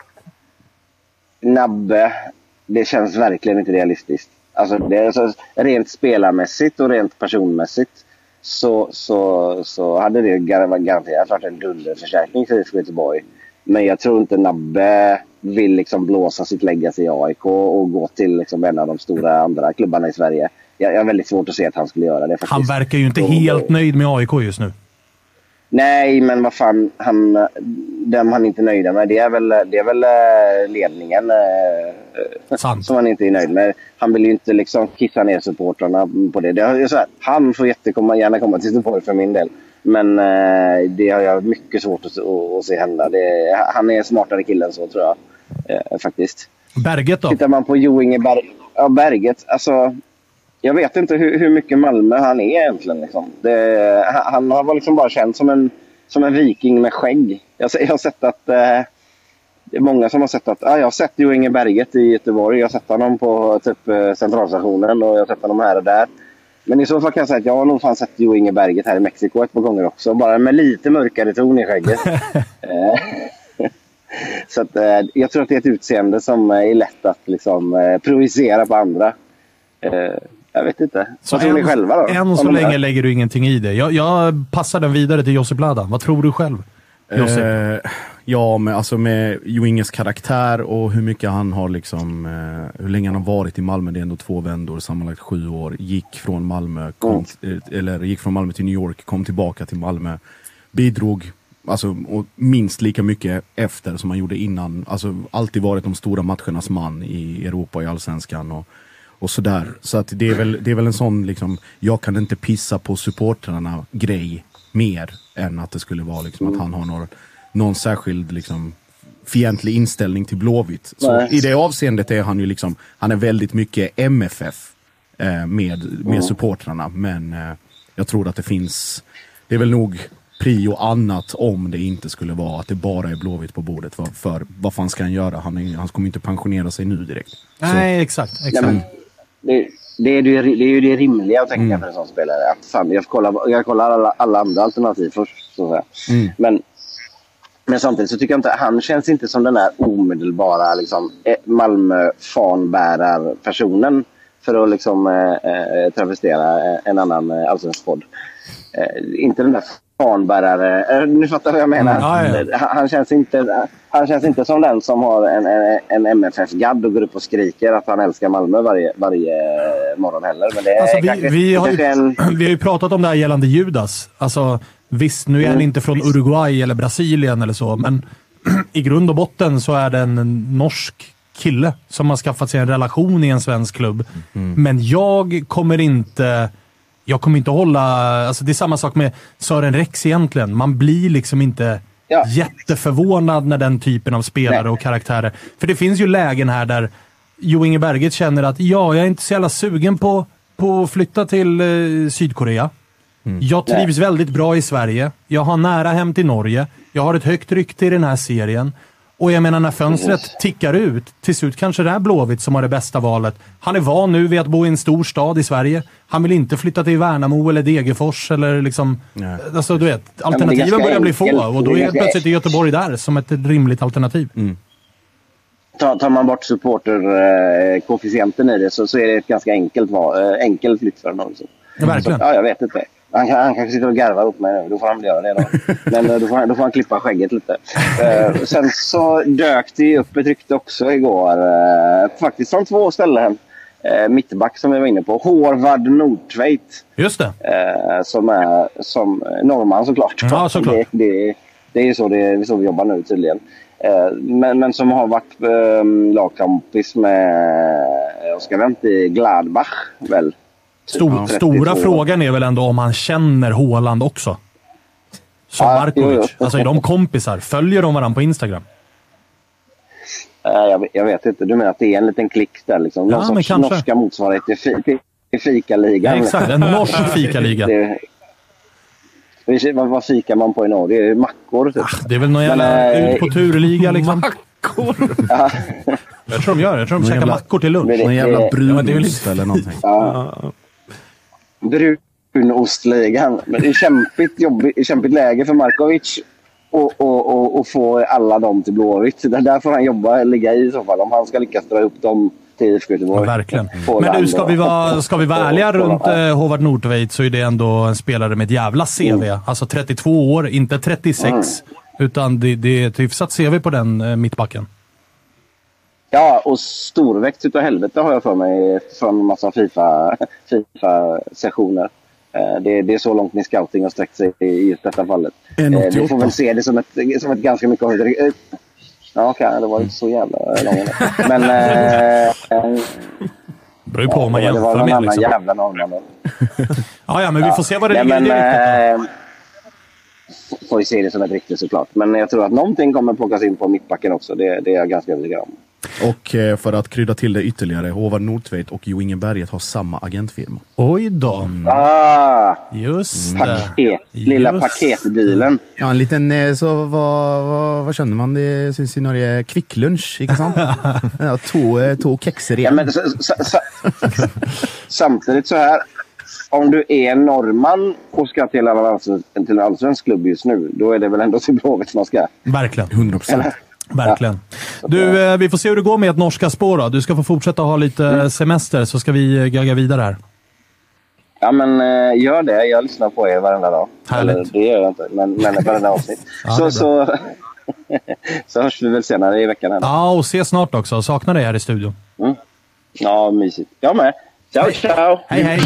Speaker 9: Nabbe, det känns verkligen inte realistiskt. Alltså, det är så, rent spelarmässigt och rent personmässigt så, så, så hade det garanterat varit en dunderförstärkning till I F K Göteborg. Men jag tror inte Nabbe vill liksom blåsa sitt legacy i A I K och gå till liksom en av de stora andra klubbarna i Sverige. Jag, jag har väldigt svårt att se att han skulle göra det faktiskt.
Speaker 4: Han verkar ju inte helt nöjd med A I K just nu.
Speaker 9: Nej, men vad fan, han, dem han inte är nöjda med, det är väl, det är väl ledningen eh, som han inte är nöjd med. Han vill ju inte liksom kissa ner supportrarna på det. det är så här, han får jättekomma, gärna komma till Göteborg för min del. Men eh, det har jag mycket svårt att, att, att se hända. Det, han är smartare killen så, tror jag. Eh, faktiskt.
Speaker 4: Berget då?
Speaker 9: Tittar man på Jo Inge Berg, ja, Berget, alltså... Jag vet inte hur, hur mycket Malmö han är egentligen. Liksom. Det, han har liksom bara känt som en, som en viking med skägg. Jag, jag har sett att... Eh, det är många som har sett att... Ah, jag har sett Jo Inge Berget i Göteborg. Jag har sett honom på typ, centralstationen och jag har sett honom här och där. Men i så fall kan jag säga att jag har nog fan sett Jo Inge Berget här i Mexiko ett par gånger också. Bara med lite mörkare ton i skägget. Så att, eh, jag tror att det är ett utseende som är lätt att liksom, eh, projicera på andra. Eh, Jag vet inte.
Speaker 4: Så
Speaker 9: vad tror ni själva då?
Speaker 4: Än så länge här? Lägger du ingenting i det. Jag, jag passar den vidare till Josip Lada. Vad tror du själv, Josip?
Speaker 8: Eh, ja, men alltså med Jo Inges karaktär och hur mycket han har liksom, eh, hur länge han har varit i Malmö. Det är ändå två vändor, sammanlagt sju år. Gick från Malmö, kom, mm. eller gick från Malmö till New York, kom tillbaka till Malmö. Bidrog alltså, och minst lika mycket efter som han gjorde innan. Alltså alltid varit de stora matchernas man i Europa, i Allsvenskan och Och sådär. Så att det är väl, det är väl en sån liksom, jag kan inte pissa på supportrarna grej mer än att det skulle vara liksom att han har någon, någon särskild liksom fientlig inställning till Blåvitt. Så
Speaker 9: Nej.
Speaker 8: i det avseendet är han ju liksom, han är väldigt mycket M F F eh, med, med supportrarna. Men eh, jag tror att det finns, det är väl nog prio annat om det inte skulle vara att det bara är Blåvitt på bordet. För, för vad fan ska han göra? Han, är, han kommer inte pensionera sig nu direkt.
Speaker 4: Nej, exakt. exakt.
Speaker 9: Ja, men, det, det, är det, det är ju det rimliga att tänka mm. för en sån spelare. Att fan, jag kollar, jag kollar alla, alla andra alternativ först. Så att säga. Mm. Men, men samtidigt så tycker jag inte, han känns inte som den där omedelbara liksom, Malmö-fanbärar-personen. För att liksom, eh, travestera en annan eh, allsvensk podd. Eh, inte den där fanbärare. Nu fattar vad jag menar. Mm, ja, ja. Han, känns inte, han känns inte som den som har en, en, en M F F-gadd och går upp och skriker att han älskar Malmö varje, varje morgon heller. Men det
Speaker 4: alltså,
Speaker 9: är
Speaker 4: vi,
Speaker 9: kanske,
Speaker 4: vi, har ju,
Speaker 9: en...
Speaker 4: vi har ju pratat om det här gällande Judas. Alltså, visst, nu är han mm. inte från Uruguay eller Brasilien eller så, men i grund och botten så är det en norsk kille som har skaffat sig en relation i en svensk klubb. Mm. Men jag kommer inte... Jag kommer inte hålla... Alltså det är samma sak med Sören Rex egentligen. Man blir liksom inte ja. jätteförvånad när den typen av spelare Nej. och karaktärer... För det finns ju lägen här där Jo Inge Berget känner att ja, jag är inte så jävla sugen på, på att flytta till eh, Sydkorea. Mm. Jag trivs Nej. väldigt bra i Sverige. Jag har nära hem till Norge. Jag har ett högt rykte i den här serien. Och jag menar, när fönstret mm. tickar ut, till slut kanske det är Blåvitt som har det bästa valet. Han är van nu vid att bo i en stor stad i Sverige. Han vill inte flytta till Värnamo eller Degerfors eller liksom... Nej. Alltså, du vet, alternativen börjar bli få. Och då är plötsligt i Göteborg där som ett rimligt alternativ. Mm.
Speaker 9: Tar, tar man bort supporter-koefficienten i det så, så är det ett ganska enkelt, enkelt flytt för honom.
Speaker 4: Ja, verkligen.
Speaker 9: Så, ja, jag vet inte. Han, han kanske sitter och garvar upp mig nu. Då får han göra det då. Men då får, han, då får han klippa skägget lite. Uh, sen så dök det upp ett rykte också igår. Uh, faktiskt från två ställen. Uh, mittback som vi var inne på. Håvard Nordtveit.
Speaker 4: Just det.
Speaker 9: Uh, som är som norrman såklart.
Speaker 4: Ja, såklart.
Speaker 9: Det, det, det är ju så, det är så vi jobbar nu tydligen. Uh, men, men som har varit uh, lagkompis med Oskar Wendt i Gladbach väl.
Speaker 4: Stor, stora frågan är väl ändå om han känner Haaland också. Som ja, Markovic. Jo, jo. Alltså är de kompisar? Följer de varandra på Instagram?
Speaker 9: Uh, jag, jag vet inte. Du menar att det är en liten klick där liksom. Någon ja, sorts norska motsvarighet till, till, till fikaligan.
Speaker 4: Ja, exakt, en norsk fikaliga.
Speaker 9: det, det, vad, vad fikar man på i Norge? Det är mackor typ.
Speaker 4: Ah, det är väl någon jävla Men, äh, ut på turliga liksom. Mackor?
Speaker 9: Ja.
Speaker 4: Jag tror de gör det. Jag tror de käkar
Speaker 8: jävla,
Speaker 4: mackor till lunch.
Speaker 8: Någon jävla brunost ja, eller någonting.
Speaker 9: Ja. Brunostligan. Men det är kämpigt, jobbigt, kämpigt läge för Markovic och, och, och, och få alla dem till Blåvitt. Där får han jobba, ligga i så fall om han ska lyckas dra upp dem till I F K Göteborg.
Speaker 4: Ja, verkligen. Men du, ska vi vara, ska vi vara ärliga runt eh, Håvard Nordtveit så är det ändå en spelare med ett jävla C V. Mm. Alltså trettiotvå år, inte trettiosex. Mm. Utan det, det är ett hyfsat C V på den eh, mittbacken.
Speaker 9: Ja, och storväxt utav helvete har jag för mig från en massa FIFA, FIFA-sessioner. Det, det är så långt min scouting har sträckt sig i just detta fallet. Vi får väl se det som ett, som ett ganska mycket... Ja, okej, okay, det var inte så jävla långt. Men... Eh,
Speaker 4: beror ju på om man jämför med.
Speaker 9: Det var en annan
Speaker 4: liksom.
Speaker 9: jävla norrman.
Speaker 4: Ja, ja, men vi får se vad det
Speaker 9: ligger
Speaker 4: i det riktigt.
Speaker 9: Får vi se det som ett riktigt såklart. Men jag tror att någonting kommer plockas in på mittbacken också. Det, det är jag ganska övertygad om.
Speaker 8: Och eh, för att krydda till det ytterligare, Håvard Nordtveit och Jo Inge Berget har samma agentfirma.
Speaker 4: Oj då.
Speaker 9: Mm. Ah,
Speaker 4: just
Speaker 9: det. Paket, lilla just paketbilen.
Speaker 8: Ja, en liten, eh, så vad, vad, vad känner man? Det syns i Norge kvicklunch, inte sant? Ja, två, två kexer igen.
Speaker 9: Ja, men, så, så, så, samtidigt så här, om du är norrman och ska till en, till en allsvensk klubb just nu, då är det väl ändå till Blåvitt man ska.
Speaker 4: Verkligen.
Speaker 8: hundra procent.
Speaker 4: Verkligen. Du, eh, vi får se hur det går med ett norska spår då. Du ska få fortsätta ha lite mm. semester så ska vi gagga vidare här.
Speaker 9: Ja, men eh, gör det. Jag lyssnar på er varenda dag.
Speaker 4: Härligt.
Speaker 9: Eller, det gör jag inte, men, men varenda avsnitt. Ja, så, så, så hörs vi väl senare i veckan. Här.
Speaker 4: Ja, och se snart också. Saknar dig här i studion.
Speaker 9: Mm. Ja, mysigt. Jag med. Ciao, hej. Ciao.
Speaker 4: Hej, hej.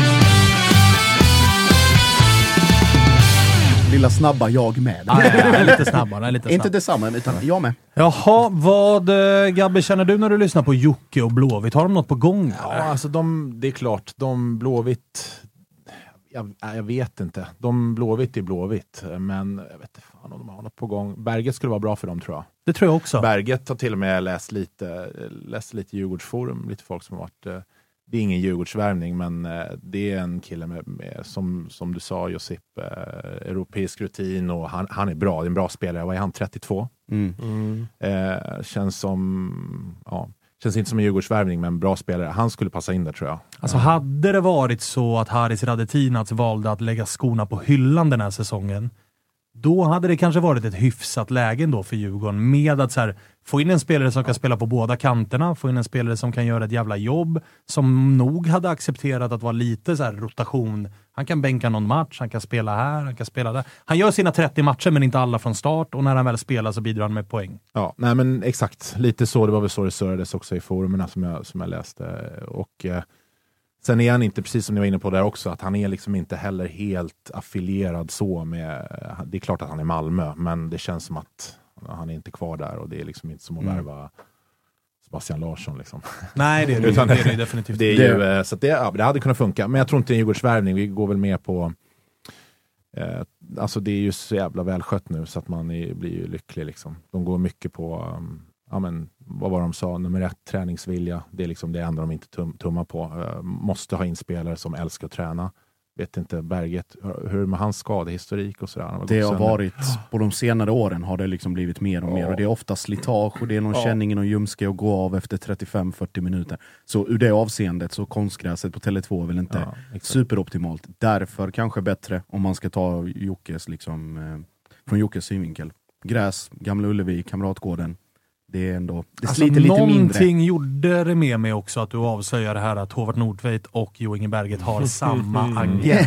Speaker 8: Lilla snabba jag med.
Speaker 4: Ah, ja, ja, lite snabbare. Lite snabb.
Speaker 8: Inte detsamma, utan jag med.
Speaker 4: Jaha, vad Gabbe känner du när du lyssnar på Jocke och Blåvitt? Har de något på gång?
Speaker 7: Ja, alltså de, det är klart. De Blåvitt... Jag, jag vet inte. De Blåvitt är Blåvitt. Men jag vet inte fan om de har något på gång. Berget skulle vara bra för dem, tror jag.
Speaker 4: Det tror jag också.
Speaker 7: Berget har till och med läst lite, läst lite Djurgårdsforum. Lite folk som har varit det är ingen Djurgårdsvärvning, men eh, det är en kille med, med som, som du sa Josip, eh, europeisk rutin och han, han är bra, det är en bra spelare. Vad är han, trettiotvå?
Speaker 8: Mm.
Speaker 7: Mm. Eh, känns som, ja, känns inte som en Djurgårdsvärvning, men bra spelare. Han skulle passa in där tror jag.
Speaker 4: Alltså hade det varit så att Haris Radetinac valde att lägga skorna på hyllan den här säsongen, då hade det kanske varit ett hyfsat läge då för Djurgården med att så här, få in en spelare som kan spela på båda kanterna, få in en spelare som kan göra ett jävla jobb, som nog hade accepterat att vara lite så här rotation. Han kan bänka någon match, han kan spela här, han kan spela där. Han gör sina trettio matcher men inte alla från start, och när han väl spelar så bidrar han med poäng.
Speaker 7: Ja, nej men exakt. Lite så, det var väl så det surrades också i forumerna som jag, som jag läste. Och eh, sen är han inte, precis som ni var inne på där också, att han är liksom inte heller helt affilierad så med, det är klart att han är Malmö, men det känns som att han är inte kvar där och det är liksom inte som att värva mm. Sebastian Larsson liksom.
Speaker 4: Nej, det är det,
Speaker 7: Utan,
Speaker 4: det, är det definitivt.
Speaker 7: Det, är ju, det. Så att det, ja, det hade kunnat funka, men jag tror inte det är en Djurgårdsvärvning. Vi går väl med på eh, alltså det är ju så jävla välskött nu så att man är, blir ju lycklig liksom. De går mycket på um, ja men, vad var de sa, nummer ett, träningsvilja. Det är liksom det enda de inte tum, tummar på. Uh, måste ha in spelare som älskar att träna. Vet inte, Berget, hur med hans skadehistorik och sådär. Han
Speaker 8: det har varit, på de senare åren har det liksom blivit mer och ja. mer. Och det är ofta slitage och det är någon ja. känning i någon ljumske och gå av efter trettiofem fyrtio minuter. Så ur det avseendet så konstgräset på Tele två är väl inte ja, superoptimalt. Därför kanske bättre om man ska ta Jockes liksom, eh, från Jockes synvinkel. Gräs, Gamla Ullevi, Kamratgården. Det är ändå, det
Speaker 4: alltså
Speaker 8: sliter lite mindre.
Speaker 4: Någonting gjorde det med mig också att du avslöjar det här att Håvard Nordtveit och Jo Inge Berget har samma agent.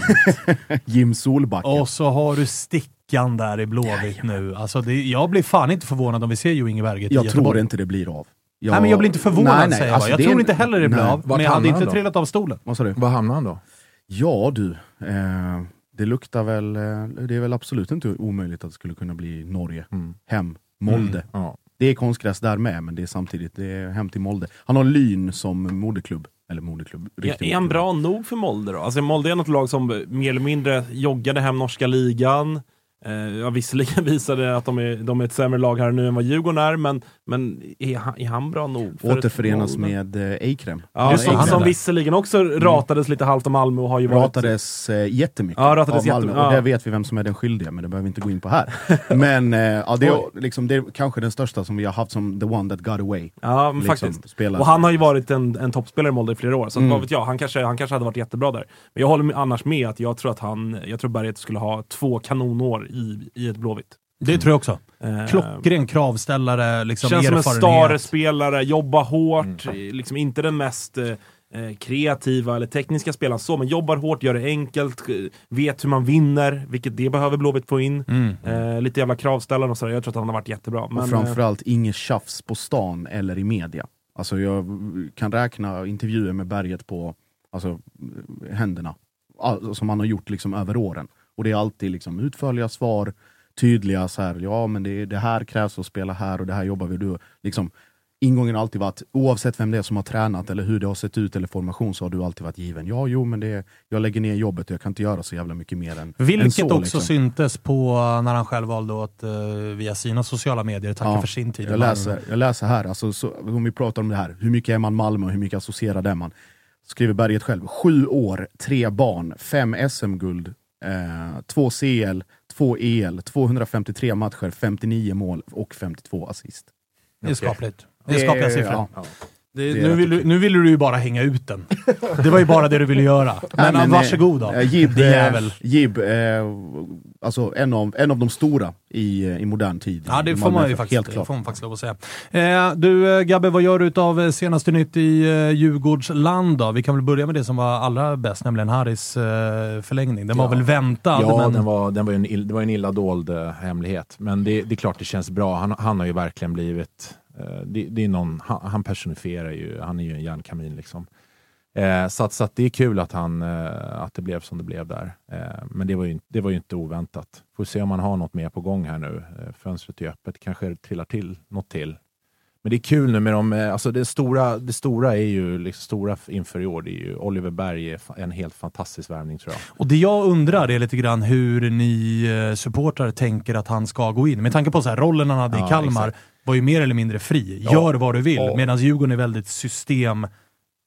Speaker 8: Jim Solbacka.
Speaker 4: Och så har du Stickan där i Blåvitt nu. Alltså det, jag blir fan inte förvånad om vi ser Jo Inge Berget
Speaker 8: jag
Speaker 4: i Göteborg.
Speaker 8: Jag tror inte det blir av. Jag...
Speaker 4: Nej, men jag blir inte förvånad, nej, nej, säger jag. Alltså, jag tror är... inte heller det blir nej. av.
Speaker 7: Vart
Speaker 4: men jag hade inte
Speaker 7: då?
Speaker 4: trillat av stolen.
Speaker 8: Vad sa du?
Speaker 7: Vad hamnar han då?
Speaker 8: Ja du, eh, det luktar väl, eh, det är väl absolut inte omöjligt att det skulle kunna bli Norge. Mm. Hem, Molde. Mm. Ja. Det är konstgräs där med, men det är samtidigt det är hem till Molde. Han har Lyn som moderklubb. Eller moderklubb.
Speaker 6: Ja, är han bra nog för Molde då? Alltså Molde är något lag som mer eller mindre joggade hem norska ligan. Eh, ja, visserligen visade att de är, de är ett sämre lag här nu än vad Djurgården är, men, men är, han, är han bra nog? För
Speaker 8: återförenas med eh, Eikrem.
Speaker 6: Ja, just som, som visserligen också ratades mm. lite halvt av Malmö och har ju varit...
Speaker 8: Ratades eh, jättemycket
Speaker 6: ja, ratades
Speaker 8: av Malmö.
Speaker 6: Jättemycket.
Speaker 8: Och det vet vi vem som är den skyldiga, men det behöver vi inte gå in på här. men eh, ja, det, är, liksom, det är kanske den största som vi har haft som the one that got away.
Speaker 6: Ja, men liksom, faktiskt. Spelar. Och han har ju varit en, en toppspelare i Molde i flera år, så mm. vad vet jag, han kanske, han kanske hade varit jättebra där. Men jag håller annars med att jag tror att han, jag tror Berget skulle ha två kanonår i, i ett Blåvitt.
Speaker 4: Det tror jag också. Klockren kravställare, liksom
Speaker 6: känns
Speaker 4: erfarenhet.
Speaker 6: som en star-spelare, jobba hårt, mm. liksom inte den mest eh, kreativa eller tekniska spelaren så, men jobbar hårt, gör det enkelt, vet hur man vinner, vilket det behöver Blåvitt få in. Mm. Eh, lite jävla kravställare och sådär. Jag tror att han har varit jättebra. Men,
Speaker 8: och framförallt eh, inget tjafs på stan eller i media. Alltså jag kan räkna intervjuer med Berget på alltså, händerna. All, som han har gjort liksom över åren. Och det är alltid liksom utförliga svar, tydliga så här, ja men det, det här krävs att spela här och det här jobbar vi du liksom, ingången har alltid varit, oavsett vem det är som har tränat eller hur det har sett ut eller formation, så har du alltid varit given. Ja, jo men det, jag lägger ner jobbet och jag kan inte göra så jävla mycket mer än
Speaker 4: vilket
Speaker 8: än så,
Speaker 4: också
Speaker 8: liksom.
Speaker 4: Syntes på när han själv valde att uh, via sina sociala medier tacka ja, för sin tid.
Speaker 8: Jag läser, jag läser här, alltså, så, om vi pratar om det här, hur mycket är man Malmö och hur mycket associerad är man? Skriver Berget själv, sju år, tre barn, fem S M-guld, eh, två C L, två E L, tvåhundrafemtiotre matcher, femtionio mål och femtiotvå assist.
Speaker 4: Det är skapligt. Det är skapliga siffror. Ja.
Speaker 8: Ja.
Speaker 4: Det, det nu, vill du, nu ville du ju bara hänga ut den. Det var ju bara det du ville göra. Men, Nej, men varsågod då.
Speaker 8: Äh, Jib, Jib äh, alltså en av, en av de stora i, i modern tid.
Speaker 4: Ja, det får man ju faktiskt, helt får man faktiskt lov att säga. Eh, du Gabbe, vad gör du av senaste nytt i eh, Djurgårdsland då? Vi kan väl börja med det som var allra bäst, nämligen Haris eh, förlängning. Den ja. var väl väntad?
Speaker 7: Ja,
Speaker 4: men...
Speaker 7: den var, den var ju en, det var en illa dold eh, hemlighet. Men det, det är klart det känns bra. Han, han har ju verkligen blivit... Det, det är någon, han, han personifierar ju, han är ju en järnkamin liksom. Eh, så att, så att det är kul att, han, eh, att det blev som det blev där. Eh, men det var, ju, det var ju inte oväntat. Får se om man har något mer på gång här nu. Eh, fönstret är öppet, kanske det trillar till något till. Men det är kul nu med dem, eh, alltså det stora, det stora är ju, liksom, stora inför i år, det är ju Oliver Berg, är en helt fantastisk värvning tror jag.
Speaker 4: Och det jag undrar är lite grann hur ni eh, supportrar tänker att han ska gå in. Med tanke på så här, rollen han hade ja, i Kalmar, exakt. Var ju mer eller mindre fri. Gör ja. vad du vill. Ja. Medan Djurgården är väldigt system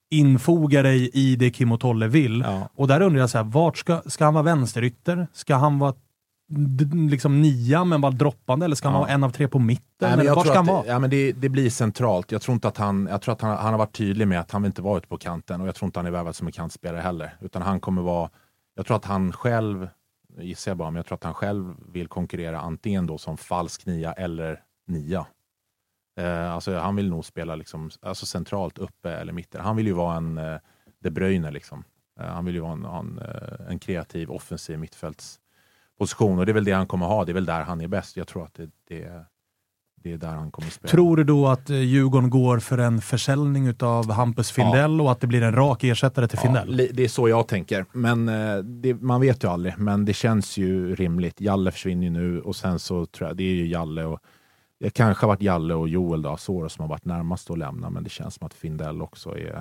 Speaker 4: infoga dig i det Kim och Tolle vill.
Speaker 7: Ja.
Speaker 4: Och där undrar jag så här, vart ska, ska han vara vänsterytter? Ska han vara d- liksom nia men vara droppande? Eller ska han
Speaker 7: Ja.
Speaker 4: vara en av tre på mitten?
Speaker 7: Nej, men
Speaker 4: eller
Speaker 7: jag
Speaker 4: vart
Speaker 7: tror
Speaker 4: ska han
Speaker 7: att
Speaker 4: vara?
Speaker 7: det, ja, men det, det blir centralt. Jag tror inte att han, jag tror att han, han har varit tydlig med att han vill inte vara ute på kanten, och jag tror inte han är värvad som en kantspelare heller. Utan han kommer vara, jag tror att han själv, gissar jag bara, men jag tror att han själv vill konkurrera antingen då som falsk nia eller nia. Eh, alltså han vill nog spela liksom, alltså centralt uppe eller mitten. Han vill ju vara en eh, De Bruyne liksom. Eh, han vill ju vara en, en, en kreativ, offensiv mittfältsposition, och det är väl det han kommer ha. Det är väl där han är bäst. Jag tror att det, det, det är där han kommer spela.
Speaker 4: Tror du då att Djurgården går för en försäljning av Hampus Findell, ja, och att det blir en rak ersättare till Findell?
Speaker 7: Ja, det är så jag tänker. Men eh, det, man vet ju aldrig. Men det känns ju rimligt. Jalle försvinner ju nu, och sen så tror jag det är ju Jalle och det kanske har varit Jalle och Joel då, Asoro, som har varit närmast att lämna, men det känns som att Findell också är...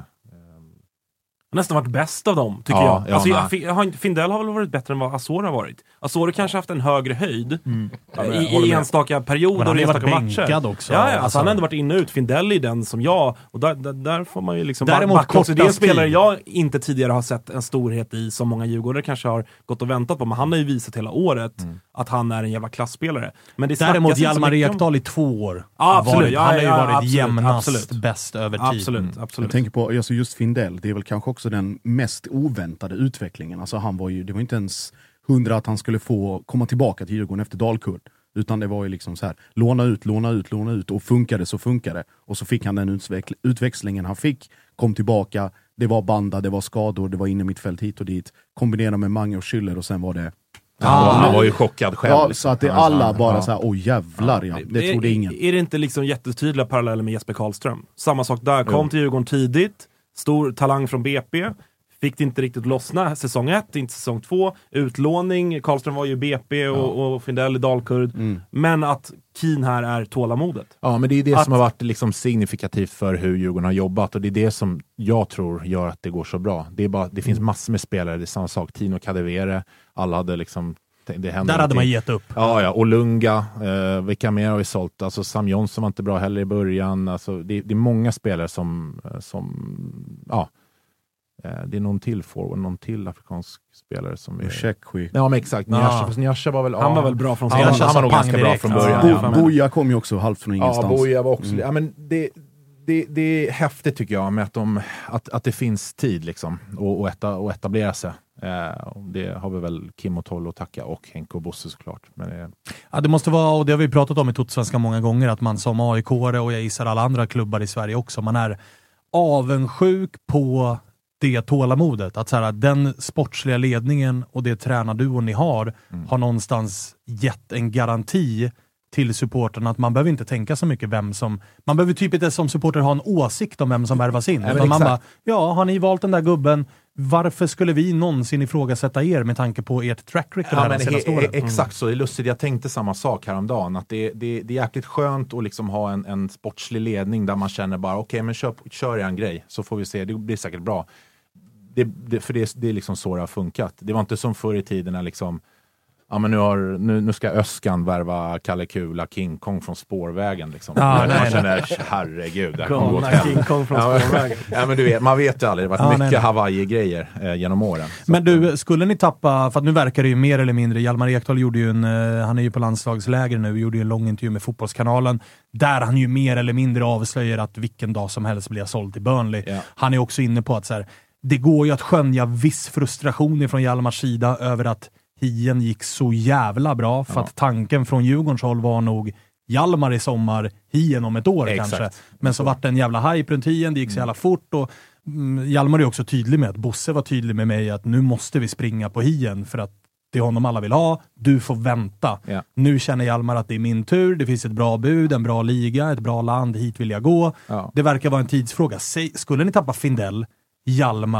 Speaker 6: Nästan varit bäst av dem, tycker
Speaker 7: Ja,
Speaker 6: jag. Alltså,
Speaker 7: ja,
Speaker 6: jag, jag Findell har väl varit bättre än vad Asoro har varit. Asoro kanske haft en högre höjd
Speaker 4: Mm.
Speaker 6: i, i enstaka perioder och enstaka matcher.
Speaker 4: Också.
Speaker 6: Ja, ja, alltså,
Speaker 4: alltså,
Speaker 6: han har ändå varit inne och ut. Findell är den som jag, och där, där, där får man ju liksom...
Speaker 4: Däremot
Speaker 6: backa också. Det är en spelare
Speaker 4: tid.
Speaker 6: jag inte tidigare har sett en storhet i, som många Djurgårdare kanske har gått och väntat på, men han har ju visat hela året mm. att han är en jävla klassspelare. Men det
Speaker 4: Däremot Hjalmar Ekdal i två år.
Speaker 6: Ja, absolut.
Speaker 4: Varit,
Speaker 6: Ja,
Speaker 4: han har ju
Speaker 6: ja,
Speaker 4: varit
Speaker 6: absolut,
Speaker 4: jämnast
Speaker 6: absolut.
Speaker 4: bäst över tid.
Speaker 6: Absolut,
Speaker 4: Mm.
Speaker 6: absolut.
Speaker 8: Jag tänker på alltså just Findell, det är väl kanske också den mest oväntade utvecklingen. Alltså han var ju, det var inte ens hundra att han skulle få komma tillbaka till Djurgården efter Dalkurd. Utan det var ju liksom så här, låna ut, låna ut, låna ut, och funkade så funkade. Och så fick han den utveck- utväxlingen han fick, kom tillbaka, det var banda, det var skador, det var inne mitt fält hit och dit. Kombinera med Mange och Schüller, och sen var det...
Speaker 7: Ah, han var ju chockad själv.
Speaker 8: Ja,
Speaker 7: liksom.
Speaker 8: så att det alla bara ja. så här, åh jävlar ja, det
Speaker 6: är,
Speaker 8: trodde ingen.
Speaker 6: Är det inte liksom jättetydliga paralleller med Jesper Karlström? Samma sak där, kom
Speaker 7: Jo.
Speaker 6: till Djurgården tidigt, stor talang från B P, fick det inte riktigt lossna säsong ett, inte säsong två, utlåning, Karlström var ju B P och, ja. och Findell i Dalkurd, mm. men att Keen här är tålamodet.
Speaker 7: Ja, men det är det
Speaker 6: att...
Speaker 7: som har varit liksom signifikativt för hur Djurgården har jobbat, och det är det som jag tror gör att det går så bra. Det, är bara, det finns massor med spelare, det är samma sak, Tino Kadewere, alla hade liksom det hände
Speaker 4: där hade man gett upp.
Speaker 7: Ja, ja. Och Lunga, eh, vilka mer har vi sålt? Alltså Sam Jonsson var inte bra heller i början. Alltså, det, det är många spelare som, som ja, eh, det är någon till forward, någon till afrikansk spelare som är...
Speaker 8: Checkwi.
Speaker 7: Ja, men exakt.
Speaker 6: Ja.
Speaker 7: Njasha var väl...
Speaker 6: Han var väl bra från
Speaker 7: ja, han, han var nog ganska bra från början.
Speaker 8: Bo,
Speaker 7: ja, men...
Speaker 8: Boja kom ju också halvt från ingenstans.
Speaker 7: Ja, Boja var också...
Speaker 8: Mm.
Speaker 7: Ja, men det... Det, det är häftigt tycker jag med att, de, att, att det finns tid liksom och, och, etta, och etablera sig. Eh, och det har vi väl Kim och Toll att tacka, och Henke och Bosse såklart. Men det...
Speaker 4: Ja, det måste vara, och det har vi pratat om i Totosvenska många gånger, att man som A I K-are, och jag gissar alla andra klubbar i Sverige också, man är avundsjuk på det tålamodet. Att så här, den sportsliga ledningen och det tränarduon ni har mm. har någonstans gett en garanti till supporterna att man behöver inte tänka så mycket vem som... Man behöver typ inte som supporter ha en åsikt om vem som värvas in.
Speaker 7: Ja,
Speaker 4: utan man bara, ja, har ni valt den där gubben, varför skulle vi någonsin ifrågasätta er med tanke på ert track record
Speaker 7: ja,
Speaker 4: här
Speaker 7: men
Speaker 4: de senaste
Speaker 7: he-
Speaker 4: åren?
Speaker 7: he- Exakt så, det är lustigt. Jag tänkte samma sak häromdagen. Att det, det, det är jäkligt skönt att liksom ha en, en sportslig ledning där man känner bara, okej, okay, men kör, kör en grej så får vi se, det blir säkert bra. Det, det, för det, det är liksom så det har funkat. Det var inte som förr i tiden när liksom ja, men nu, har, nu, nu ska Öskan värva Kalle Kula King Kong från spårvägen. Liksom.
Speaker 4: Ja,
Speaker 7: man
Speaker 4: nej,
Speaker 7: känner, herregud, det här kommer gå åt
Speaker 6: King Kong från
Speaker 7: ja,
Speaker 6: spårvägen.
Speaker 7: Ja, men du vet, man vet ju aldrig. Det har varit
Speaker 4: ja,
Speaker 7: mycket
Speaker 4: nej.
Speaker 7: Hawaii-grejer eh, genom åren. Så
Speaker 4: Men
Speaker 7: att,
Speaker 4: du, skulle ni tappa, för att nu verkar det ju mer eller mindre, Hjalmar Ekdal gjorde ju en, uh, han är ju på landslagsläger nu, gjorde ju en lång intervju med Fotbollskanalen, där han ju mer eller mindre avslöjar att vilken dag som helst blir jag såld till Burnley.
Speaker 7: Ja.
Speaker 4: Han är också inne på att så här, det går ju att skönja viss frustration från Hjalmars sida över att Hien gick så jävla bra, för
Speaker 7: Ja.
Speaker 4: att tanken från Djurgårdens håll var nog Hjalmar i sommar, Hien om ett år
Speaker 7: Exakt.
Speaker 4: kanske. Men så vart det en jävla hype runt Hien, det gick så jävla fort, och mm, Hjalmar är också tydlig med att Bosse var tydlig med mig att nu måste vi springa på Hien för att det är honom alla vill ha, du får vänta.
Speaker 7: Ja.
Speaker 4: Nu känner Hjalmar att det är min tur, det finns ett bra bud, en bra liga, ett bra land, hit vill jag gå.
Speaker 7: Ja.
Speaker 4: Det verkar vara en tidsfråga. Säg, skulle ni tappa Findell, Hjalmar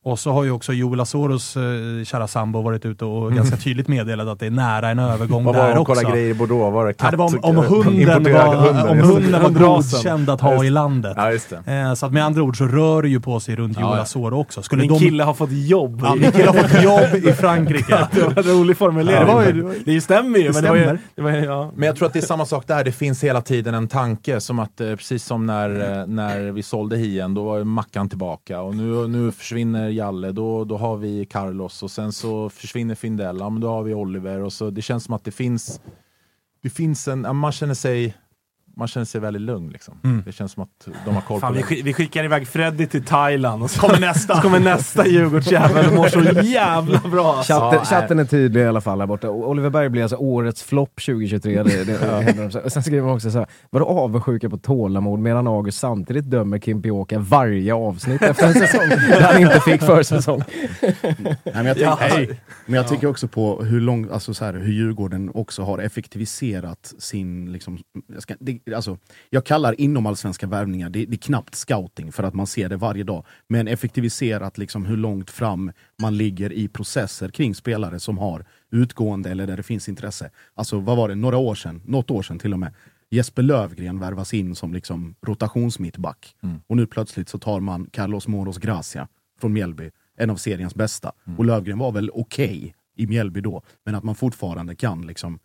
Speaker 4: Och så har ju också Joel Asoros eh, kära sambo varit ute och mm. ganska tydligt meddelat att det är nära en övergång
Speaker 7: vad
Speaker 4: där
Speaker 7: var
Speaker 4: också.
Speaker 7: Kolla grejer i Bordeaux, var det katt?
Speaker 4: Ja, det var om, om hunden var, om hunden var godkänd att ha i landet.
Speaker 7: Ja, just det.
Speaker 4: Eh, så att med andra ord så rör det ju på sig runt Joel Asoro också. Skulle
Speaker 6: min
Speaker 4: de...
Speaker 6: kille har fått jobb.
Speaker 4: Ja, min kille har fått jobb i Frankrike.
Speaker 6: Det var en rolig formulering.
Speaker 4: Ja, det, var ju,
Speaker 6: det stämmer ju.
Speaker 4: Det
Speaker 6: men,
Speaker 4: stämmer.
Speaker 6: Det var ju, det var ju, ja.
Speaker 7: Men jag tror att det är samma sak där. Det finns hela tiden en tanke som att eh, precis som när, eh, när vi sålde Hien, då var Mackan tillbaka och nu, nu försvinner Jalle, då, då har vi Carlos och sen så försvinner Findell, ja, men då har vi Oliver och så det känns som att det finns det finns en, man känner sig man känner sig väldigt lugn liksom. Mm. Det känns som att de har koll
Speaker 6: Fan,
Speaker 7: på
Speaker 6: vi,
Speaker 7: det.
Speaker 6: vi skickar iväg Freddy till Thailand och så kommer nästa, så kommer nästa Djurgårdsjävel och mår så jävla bra.
Speaker 5: Chatten, ja, chatten är tydlig i alla fall här borta. Oliver Berg blir alltså årets flopp tjugohundratjugotre. Det, det, det händer. Och sen skriver man också så här: var du avundsjuka på tålamod medan August samtidigt dömer Kim Pioka varje avsnitt efter en säsong där han inte fick för säsong.
Speaker 8: Nej, men jag, tänk,
Speaker 6: Ja.
Speaker 8: hey, men jag tänker också på hur lång, alltså så här, hur Djurgården också har effektiviserat sin liksom, jag, ska, det, alltså, jag kallar inom allsvenska värvningar, det, det är knappt scouting för att man ser det varje dag, men effektiviserat liksom hur långt fram man ligger i processer kring spelare som har utgående eller där det finns intresse. Alltså vad var det, några år sedan, något år sedan till och med, Jesper Lövgren värvas in som liksom rotationsmittback. Mm. Och nu plötsligt så tar man Carlos Moros Gracia från Mjällby, en av seriens bästa. Mm. Och Lövgren var väl okej okay i Mjällby då, men att man fortfarande kan liksom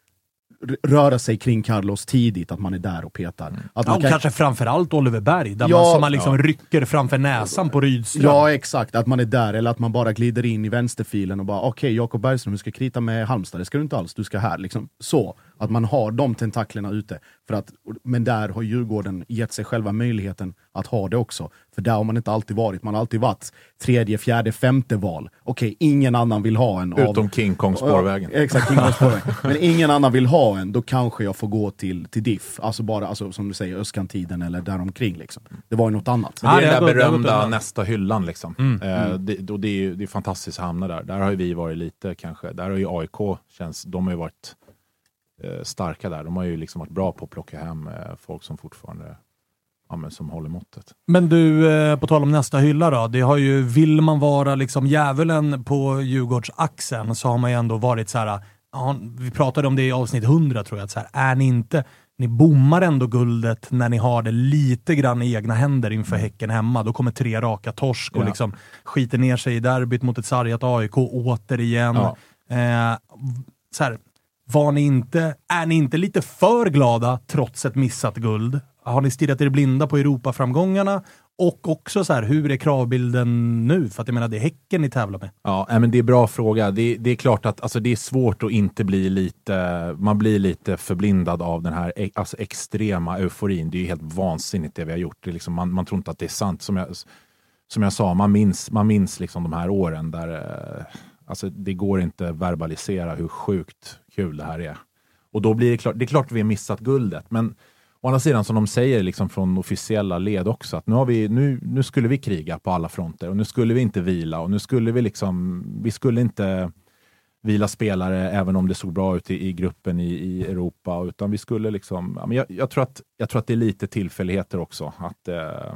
Speaker 8: röra sig kring Carlos tidigt, att man är där och petar.
Speaker 4: Mm.
Speaker 8: Att man
Speaker 4: ja,
Speaker 8: kan...
Speaker 4: Kanske framförallt Oliver Berg, där
Speaker 8: ja,
Speaker 4: man, som man liksom
Speaker 8: ja.
Speaker 4: rycker framför näsan på Rydström.
Speaker 8: Ja, exakt. Att man är där, eller att man bara glider in i vänsterfilen och bara, okej, okay, Jakob Bergström, du ska krita med Halmstad, det ska du inte alls, du ska här. Liksom. Så, att man har de tentaklerna ute. För att, men där har Djurgården gett sig själva möjligheten att ha det också. För där har man inte alltid varit. Man har alltid varit tredje, fjärde, femte val. Okej, okay, ingen annan vill ha en.
Speaker 7: Utom
Speaker 8: av...
Speaker 7: King Kong spårvägen.
Speaker 8: Ja, exakt, King Kong spårvägen. Men ingen annan vill ha en, då kanske jag får gå till, till diff. Alltså bara, alltså, som du säger, Öskan-tiden eller däromkring. Liksom. Det var ju något annat.
Speaker 7: Men det är
Speaker 4: ja,
Speaker 7: den där
Speaker 4: det
Speaker 7: berömda
Speaker 4: det
Speaker 7: nästa hyllan. Liksom. Mm. Eh, det, och det, är, det är fantastiskt att hamna där. Där har ju vi varit lite kanske. Där har ju A I K känns, de har ju varit eh, starka där. De har ju liksom varit bra på att plocka hem eh, folk som fortfarande ja, men som håller måttet.
Speaker 4: Men du, eh, på tal om nästa hylla då. Det har ju, vill man vara liksom djävulen på Djurgårdsaxeln, så har man ju ändå varit så här. Ja, vi pratade om det i avsnitt hundra tror jag. Att så här, är ni inte, ni bommar ändå guldet när ni har det lite grann i egna händer inför Häcken hemma. Då kommer tre raka torsk och
Speaker 7: ja.
Speaker 4: liksom skiter ner sig i derbyt mot ett sargat A I K återigen. Ja. Eh, så här, var ni inte, är ni inte lite för glada trots ett missat guld? Har ni stirrat er blinda på Europa-framgångarna? Och också så här, hur är kravbilden nu? För att jag menar, det är Häcken ni tävlar med.
Speaker 7: Ja, men det är en bra fråga. Det, det är klart att alltså, det är svårt att inte bli lite, man blir lite förblindad av den här alltså, extrema euforin. Det är ju helt vansinnigt det vi har gjort. Det är liksom, man, man tror inte att det är sant. Som jag, som jag sa, man minns, man minns liksom de här åren där alltså, det går inte verbalisera hur sjukt kul det här är. Och då blir det klart, det är klart att vi har missat guldet, men å andra sidan som de säger liksom från officiella led också, att nu, har vi, nu, nu skulle vi kriga på alla fronter och nu skulle vi inte vila och nu skulle vi liksom, vi skulle inte vila spelare även om det såg bra ut i, i gruppen i, i Europa, utan vi skulle liksom, ja, men jag, jag, tror att, jag tror att det är lite tillfälligheter också, att eh,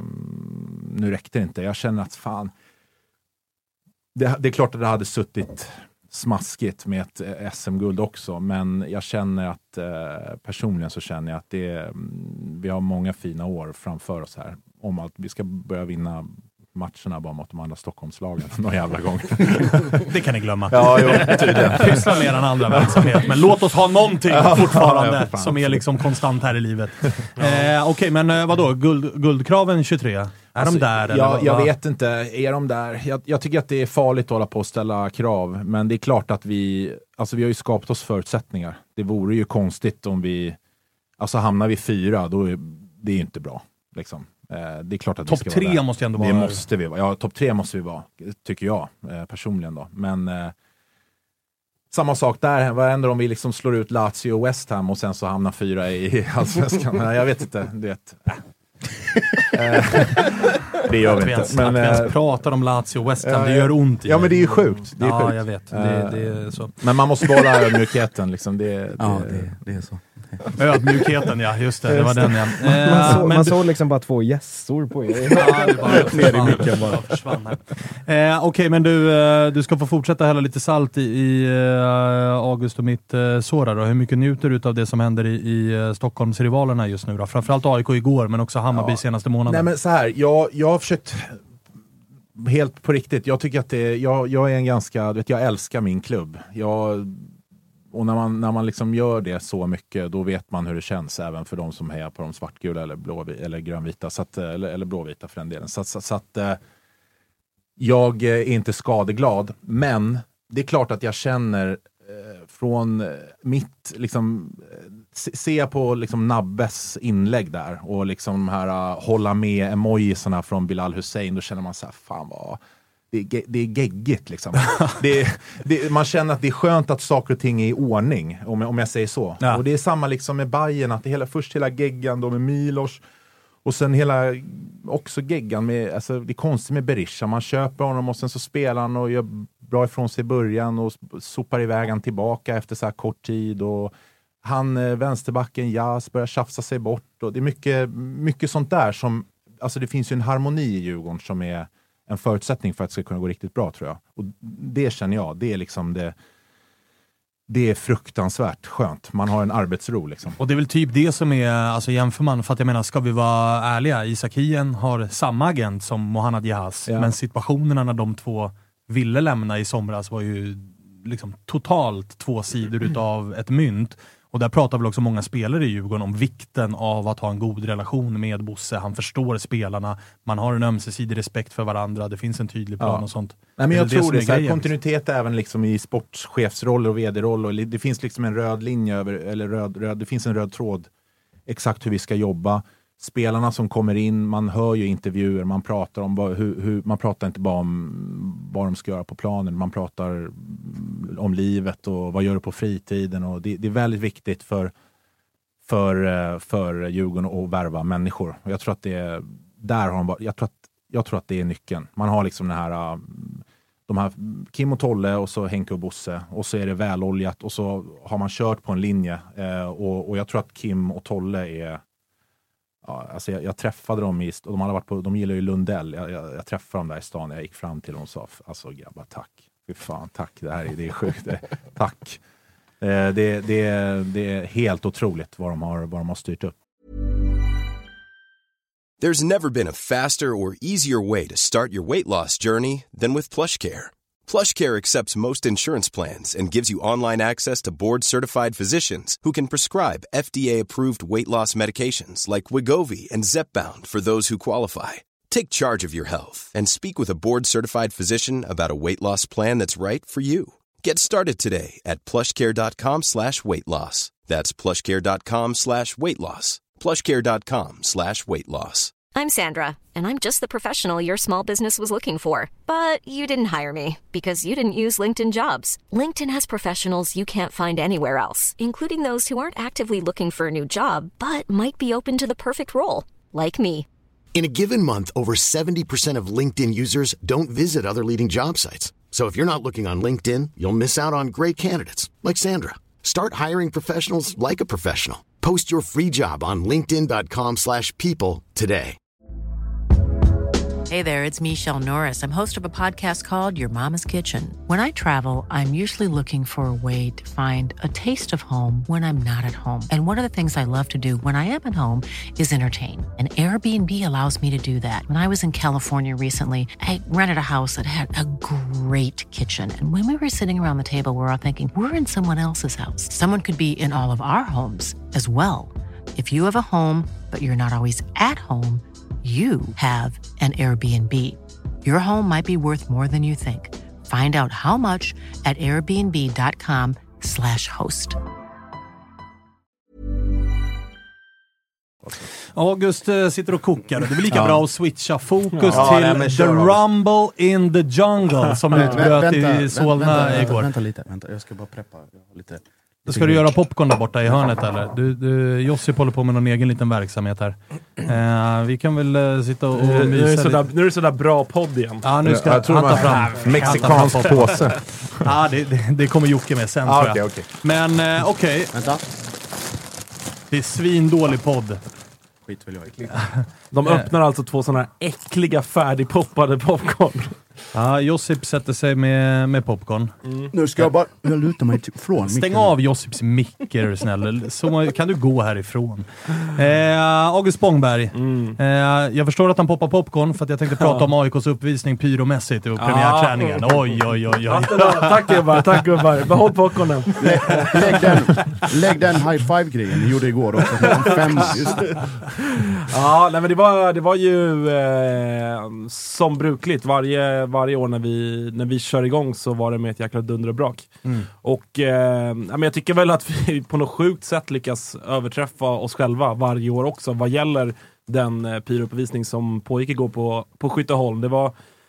Speaker 7: nu räckte det inte. Jag känner att fan, det, det är klart att det hade suttit smaskigt med ett S M-guld också, men jag känner att eh, personligen så känner jag att det, vi har många fina år framför oss här, om att vi ska börja vinna matcherna bara mot de andra Stockholmslagen någon jävla gång.
Speaker 4: Det kan ni glömma.
Speaker 7: Ja, jo, tydligen.
Speaker 4: Pyssla mer än andra verksamhet, men låt oss ha någonting fortfarande
Speaker 7: ja, fan,
Speaker 4: som är liksom konstant här i livet. Eh, Okej, okay, men eh, vadå? Guld, guldkraven tjugotre? Är
Speaker 7: alltså,
Speaker 4: de där? Eller
Speaker 7: jag,
Speaker 4: vad?
Speaker 7: jag vet inte. Är de där? Jag, jag tycker att det är farligt att hålla på och ställa krav, men det är klart att vi, alltså vi har ju skapat oss förutsättningar. Det vore ju konstigt om vi, alltså hamnar vi fyra, då är det är ju inte bra. Liksom. Eh, det är klart att
Speaker 4: topp
Speaker 7: vi ska
Speaker 4: tre
Speaker 7: vara där.
Speaker 4: Måste ändå vara.
Speaker 7: Det måste vi vara. Ja, topp tre måste vi vara, tycker jag eh, personligen då. Men eh, samma sak där. Vad händer om vi liksom slår ut Lazio och West Ham och sen så hamnar fyra i Allsvenskan? Jag vet inte. Det, äh. Det gör vi
Speaker 4: att vi
Speaker 7: inte.
Speaker 4: ens,
Speaker 7: Men,
Speaker 4: att vi ens
Speaker 7: äh,
Speaker 4: pratar om Lazio och West Ham,
Speaker 7: ja,
Speaker 4: det gör ont i
Speaker 7: Ja, men det är ju sjukt. Det är
Speaker 4: ja,
Speaker 7: sjukt.
Speaker 4: jag vet. Det, det är så.
Speaker 7: Men man måste behålla ödmjukheten. Liksom. Det, det,
Speaker 8: Ja, det, det är så.
Speaker 4: Ödmjukheten, ja. Just det, det var den, ja.
Speaker 5: Man, så,
Speaker 4: men
Speaker 5: man
Speaker 4: du-
Speaker 5: såg liksom bara två gässor på er.
Speaker 4: Ja, det bara
Speaker 5: Ner i
Speaker 4: försvann.
Speaker 5: micken bara.
Speaker 4: Det försvann här. Eh, Okej, men du, eh, du ska få fortsätta hälla lite salt i, i eh, August och mitt eh, såra då. Hur mycket njuter du av det som händer i, i eh, Stockholmsrivalerna just nu då? Framförallt A I K igår, men också Hammarby
Speaker 7: Ja.
Speaker 4: senaste månaden.
Speaker 7: Nej, men så här, jag, jag har försökt helt på riktigt. Jag tycker att det, jag, jag är en ganska, du vet, jag älskar min klubb. Jag, och när man, när man liksom gör det så mycket, då vet man hur det känns även för de som hejar på de svartgula eller, blå, eller grönvita, så att, eller, eller blåvita för den delen. Så, så, så att eh, jag är inte skadeglad, men det är klart att jag känner eh, från mitt, liksom, se, se på liksom Nabbes inlägg där och liksom de här uh, hålla med emojisarna från Bilal Hussein, då känner man så här, fan vad det är, ge- det är geggigt liksom. det, det, man känner att det är skönt att saker och ting är i ordning, om jag, om jag säger så.
Speaker 4: Ja.
Speaker 7: Och det är samma liksom med Bayern, att det hela, först hela geggan då med Milos, och sen hela också geggan med, alltså det är konstigt med Berisha, man köper honom och sen så spelar han och gör bra ifrån sig i början och sopar iväg han tillbaka efter så här kort tid, och han eh, vänsterbacken Jas börjar tjafsa sig bort, och det är mycket, mycket sånt där som, alltså det finns ju en harmoni i Djurgården som är en förutsättning för att det ska kunna gå riktigt bra, tror jag. Och det känner jag, det är liksom det, det är fruktansvärt skönt. Man har en arbetsro liksom.
Speaker 4: Och det är väl typ det som är, alltså jämför man, för att jag menar, ska vi vara ärliga, Isak Hien har samma agent som Mohanad Jahas,
Speaker 7: Ja.
Speaker 4: men situationerna när de två ville lämna i somras var ju liksom totalt två sidor utav ett mynt. Och där pratar väl också många spelare i Djurgården om vikten av att ha en god relation med Bosse. Han förstår spelarna, man har en ömsesidig respekt för varandra, det finns en tydlig plan
Speaker 7: Ja.
Speaker 4: och sånt.
Speaker 7: Nej, men
Speaker 4: Det är
Speaker 7: jag
Speaker 4: väl det
Speaker 7: tror
Speaker 4: som
Speaker 7: det,
Speaker 4: är
Speaker 7: så här,
Speaker 4: grejen.
Speaker 7: kontinuitet även liksom i sportchefsroller och vd-roller. Och det finns liksom en röd linje över, eller röd, röd, det finns en röd tråd exakt hur vi ska jobba. Spelarna som kommer in, man hör ju intervjuer, man pratar om vad, hur, hur, man pratar inte bara om vad de ska göra på planen, man pratar om livet och vad gör du på fritiden, och det, det är väldigt viktigt för för, för Djurgården att värva människor. Och jag tror att det är där har de bara, jag tror att jag tror att det är nyckeln. Man har liksom den här de här Kim och Tolle och så Henke och Bosse, och så är det väloljat, och så har man kört på en linje, eh, och, och jag tror att Kim och Tolle är, ja, alltså jag, jag träffade dem i, och de hade varit på, de gillar ju Lundell, jag, jag, jag träffade dem där i stan, jag gick fram till dem och sa, alltså grabbar, tack, fy fan, tack, det här är, det är sjukt, det, tack. Eh, det, det, det är helt otroligt vad de har, vad de har styrt upp.
Speaker 10: There's never been a faster or easier way to start your weight loss journey than with PlushCare. PlushCare accepts most insurance plans and gives you online access to board-certified physicians who can prescribe F D A-approved weight loss medications like Wegovy and Zepbound for those who qualify. Take charge of your health and speak with a board-certified physician about a weight loss plan that's right for you. Get started today at plushcare.com slash weight loss. That's plushcare.com slash weight loss. plushcare.com slash weight loss.
Speaker 11: I'm Sandra, and I'm just the professional your small business was looking for. But you didn't hire me because you didn't use LinkedIn Jobs. LinkedIn has professionals you can't find anywhere else, including those who aren't actively looking for a new job, but might be open to the perfect role, like me.
Speaker 1: In a given month, over seventy percent of LinkedIn users don't visit other leading job sites. So if you're not looking on LinkedIn, you'll miss out on great candidates like Sandra. Start hiring professionals like a professional. Post your free job on linkedin.com slash people today.
Speaker 3: Hey there, it's Michelle Norris. I'm host of a podcast called Your Mama's Kitchen. When I travel, I'm usually looking for a way to find a taste of home when I'm not at home. And one of the things I love to do when I am at home is entertain. And Airbnb allows me to do that. When I was in California recently, I rented a house that had a great kitchen. And when we were sitting around the table, we were all thinking, we're in someone else's house. Someone could be in all of our homes as well. If you have a home, but you're not always at home, you have an Airbnb. Your home might be worth more than you think. Find out how much at airbnb.com slash host.
Speaker 4: August äh, sitter och kokar. Det är väl lika
Speaker 7: Ja.
Speaker 4: bra att switcha fokus
Speaker 7: Ja,
Speaker 4: till
Speaker 7: nej, men
Speaker 4: The
Speaker 7: kör, August.
Speaker 4: Rumble in the Jungle som utbröt i Solna
Speaker 8: vänta,
Speaker 4: igår.
Speaker 8: Vänta lite, vänta. Jag ska bara preppa. Jag har lite,
Speaker 4: Ska du göra popcorn där borta i hörnet eller? Du, du, Josip håller på med någon egen liten verksamhet här. Uh, vi kan väl uh, sitta och, och mysa
Speaker 6: nu, är det sådär,
Speaker 4: lite.
Speaker 6: nu är det sådär bra podd igen.
Speaker 4: Ja, nu ska
Speaker 7: jag tror
Speaker 4: han ta
Speaker 7: man,
Speaker 4: fram
Speaker 7: mexikansk påse.
Speaker 4: Ja, det, det, det kommer Jocke med sen
Speaker 7: ah,
Speaker 4: tror jag.
Speaker 7: Okay, okay.
Speaker 4: Men uh, okej. Okay.
Speaker 8: Vänta.
Speaker 4: Det är svindålig podd.
Speaker 8: Skit väl jag i.
Speaker 6: De öppnar alltså två sådana här äckliga färdigpoppade popcorn.
Speaker 4: Ja, Josip sätter sig med, med popcorn.
Speaker 8: Mm. Nu ska jag bara jag luta mig till, från
Speaker 4: Stäng
Speaker 8: micken.
Speaker 4: av Josips micker snälla. Så kan du gå härifrån. Eh, August Spångberg. Mm. Eh, jag förstår att han poppar popcorn för att jag tänkte prata ja. om A I K:s uppvisning pyromässigt och premiärträningen.
Speaker 6: Ah.
Speaker 4: Oj, oj, oj, oj.
Speaker 6: Tack gubbar, tack gubbar. Behåll popcornen.
Speaker 8: Lägg, lägg, den, lägg den high five-grejen ni gjorde igår också. Fem, just det.
Speaker 6: Ja, nej, men det var, det var ju eh, som brukligt. Varje, varje år när vi, när vi kör igång så var det med ett jäkla dunder och brak. Mm. Och eh, men jag tycker väl att vi på något sjukt sätt lyckas överträffa oss själva varje år också vad gäller den eh, pyrouppvisning som pågick igår på, på Skytteholm. Det var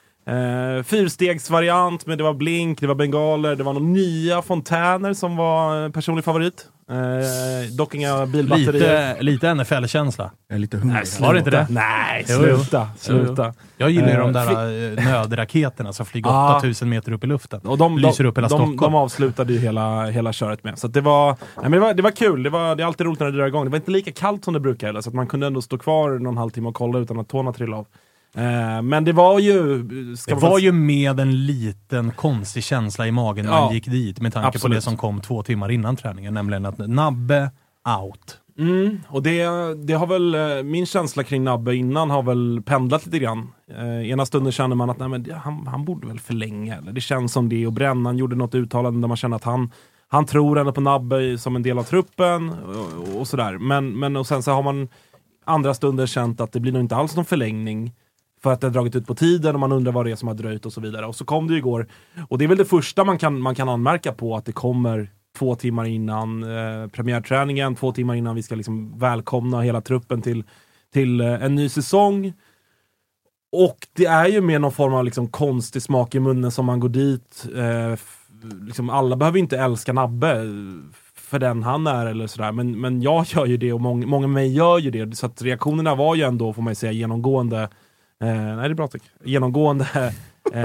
Speaker 6: eh, fyrstegsvariant, men det var blink, det var bengaler, det var några nya fontäner som var personlig favorit. Eh, dock inga bilbatterier.
Speaker 4: Lite, lite N F L-känsla.
Speaker 8: Jag är lite hungrig.
Speaker 4: Nej, var det inte det?
Speaker 6: Nej, sluta. sluta.
Speaker 4: Jag gillar ju
Speaker 6: eh,
Speaker 4: de där f- nödraketerna som flyger
Speaker 6: ah,
Speaker 4: åtta tusen meter upp i luften.
Speaker 6: Och de
Speaker 4: lyser upp hela
Speaker 6: de,
Speaker 4: Stockholm.
Speaker 6: De avslutade ju hela, hela köret med. Så att det var, nej, men det var, det var kul. Det, var, det är alltid roligt när det drar igång. Det var inte lika kallt som det brukar heller, så att man kunde ändå stå kvar någon halvtimme och kolla utan att tårna trilla av. Eh, men det var ju...
Speaker 4: Det var ju med en liten konstig känsla i magen när
Speaker 6: ja,
Speaker 4: man gick dit med tanke
Speaker 6: absolut.
Speaker 4: på det som kom två timmar innan träningen, nämligen att Nabbe out.
Speaker 6: Mm, och det, det har väl, min känsla kring Nabbe innan har väl pendlat lite grann. Eh, ena stunden känner man att nej, men han, han borde väl förlänga, eller det känns som det, och Brännan gjorde något uttalande där man känner att han, han tror ändå på Nabbe som en del av truppen och, och sådär. Men, men och sen så har man andra stunder känt att det blir nog inte alls någon förlängning för att det har dragit ut på tiden och man undrar vad det är som har dröjt och så vidare. Och så kom det ju igår. Och det är väl det första man kan, man kan anmärka på, att det kommer två timmar innan eh, premiärträningen, två timmar innan vi ska liksom välkomna hela truppen till, till eh, en ny säsong. Och det är ju med någon form av liksom konstig smak i munnen som man går dit. Eh, f- liksom alla behöver inte älska Nabbe för den han är eller sådär, men, men jag gör ju det och många, många med mig gör ju det. Så att reaktionerna var ju ändå, får man säga, genomgående Eh, nej, det är bra, tack. Genomgående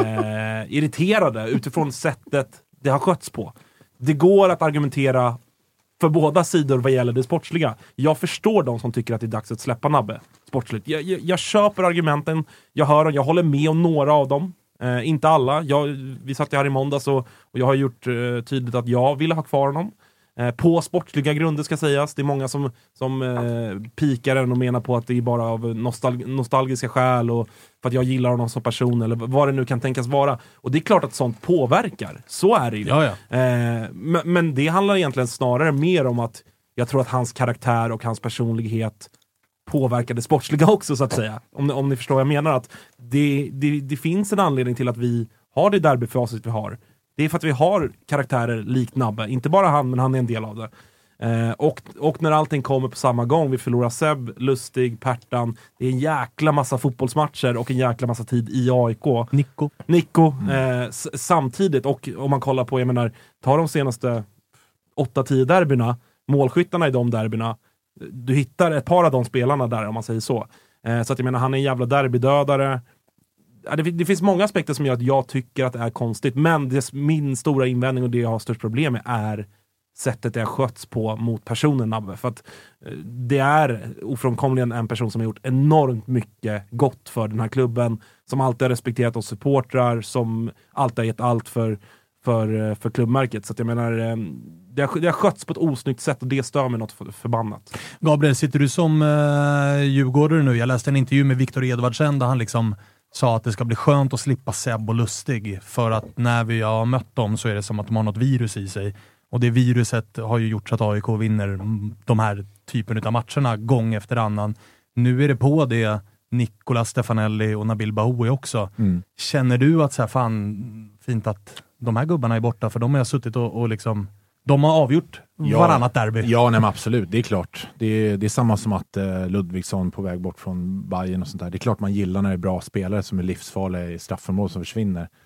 Speaker 6: eh, irriterade utifrån sättet det har skötts på. Det går att argumentera för båda sidor vad gäller det sportsliga. Jag förstår de som tycker att det är dags att släppa Nabbe sportsligt. Jag, jag, jag köper argumenten, jag hör dem, jag håller med om några av dem. Eh, inte alla. Jag, vi satt här i måndags och, och jag har gjort eh, tydligt att jag ville ha kvar honom. Eh, på sportsliga grunder ska sägas. Det är många som, som eh, pikar den och menar på att det är bara av nostal- nostalgiska skäl och för att jag gillar honom som person eller vad det nu kan tänkas vara. Och det är klart att sånt påverkar. Så är det ju.
Speaker 4: Ja, ja.
Speaker 6: Eh, men, men det handlar egentligen snarare mer om att jag tror att hans karaktär och hans personlighet påverkar det sportsliga också, så att säga. Om, om ni förstår vad jag menar. Att det, det, det finns en anledning till att vi har det derbyfacit vi har. Det är för att vi har karaktärer likt Nabbe. Inte bara han, men han är en del av det. Eh, och, och när allting kommer på samma gång, vi förlorar Seb, Lustig, Pertan. Det är en jäkla massa fotbollsmatcher och en jäkla massa tid i A I K.
Speaker 4: Nico.
Speaker 6: Nico. Mm. Eh, s- samtidigt, och om man kollar på, jag menar, ta de senaste åtta tio derbyna, målskyttarna i de derbyna. Du hittar ett par av de spelarna där, om man säger så. Eh, så att jag menar, han är en jävla derbydödare. Det, det finns många aspekter som gör att jag tycker att det är konstigt, men det, min stora invändning och det jag har störst problem med är sättet det har skötts på mot personen Nabbe. För att det är ofrånkomligen en person som har gjort enormt mycket gott för den här klubben, som alltid har respekterat oss supportrar, som alltid har gett allt för, för, för klubbmärket. Så att jag menar, det har, det har skötts på ett osnyggt sätt och det stör mig något förbannat.
Speaker 4: Gabriel, sitter du som uh, djurgårdare nu? Jag läste en intervju med Viktor Edvardsen där han liksom sa att det ska bli skönt att slippa Seb och Lustig, för att när vi har mött dem så är det som att de har något virus i sig. Och det viruset har ju gjort så att A I K vinner de här typen av matcherna gång efter annan. Nu är det på det Nicolas Stefanelli och Nabil Bahoui också. Mm. Känner du att så här, fan, fint att de här gubbarna är borta, för de har suttit och, och liksom, de har avgjort ja, varannat derby.
Speaker 7: Ja, nej, men absolut. Det är klart. Det är, det är samma som att eh, Ludvigsson på väg bort från Bayern och sånt där. Det är klart man gillar när det är bra spelare som är livsfarliga i straffområdet som försvinner.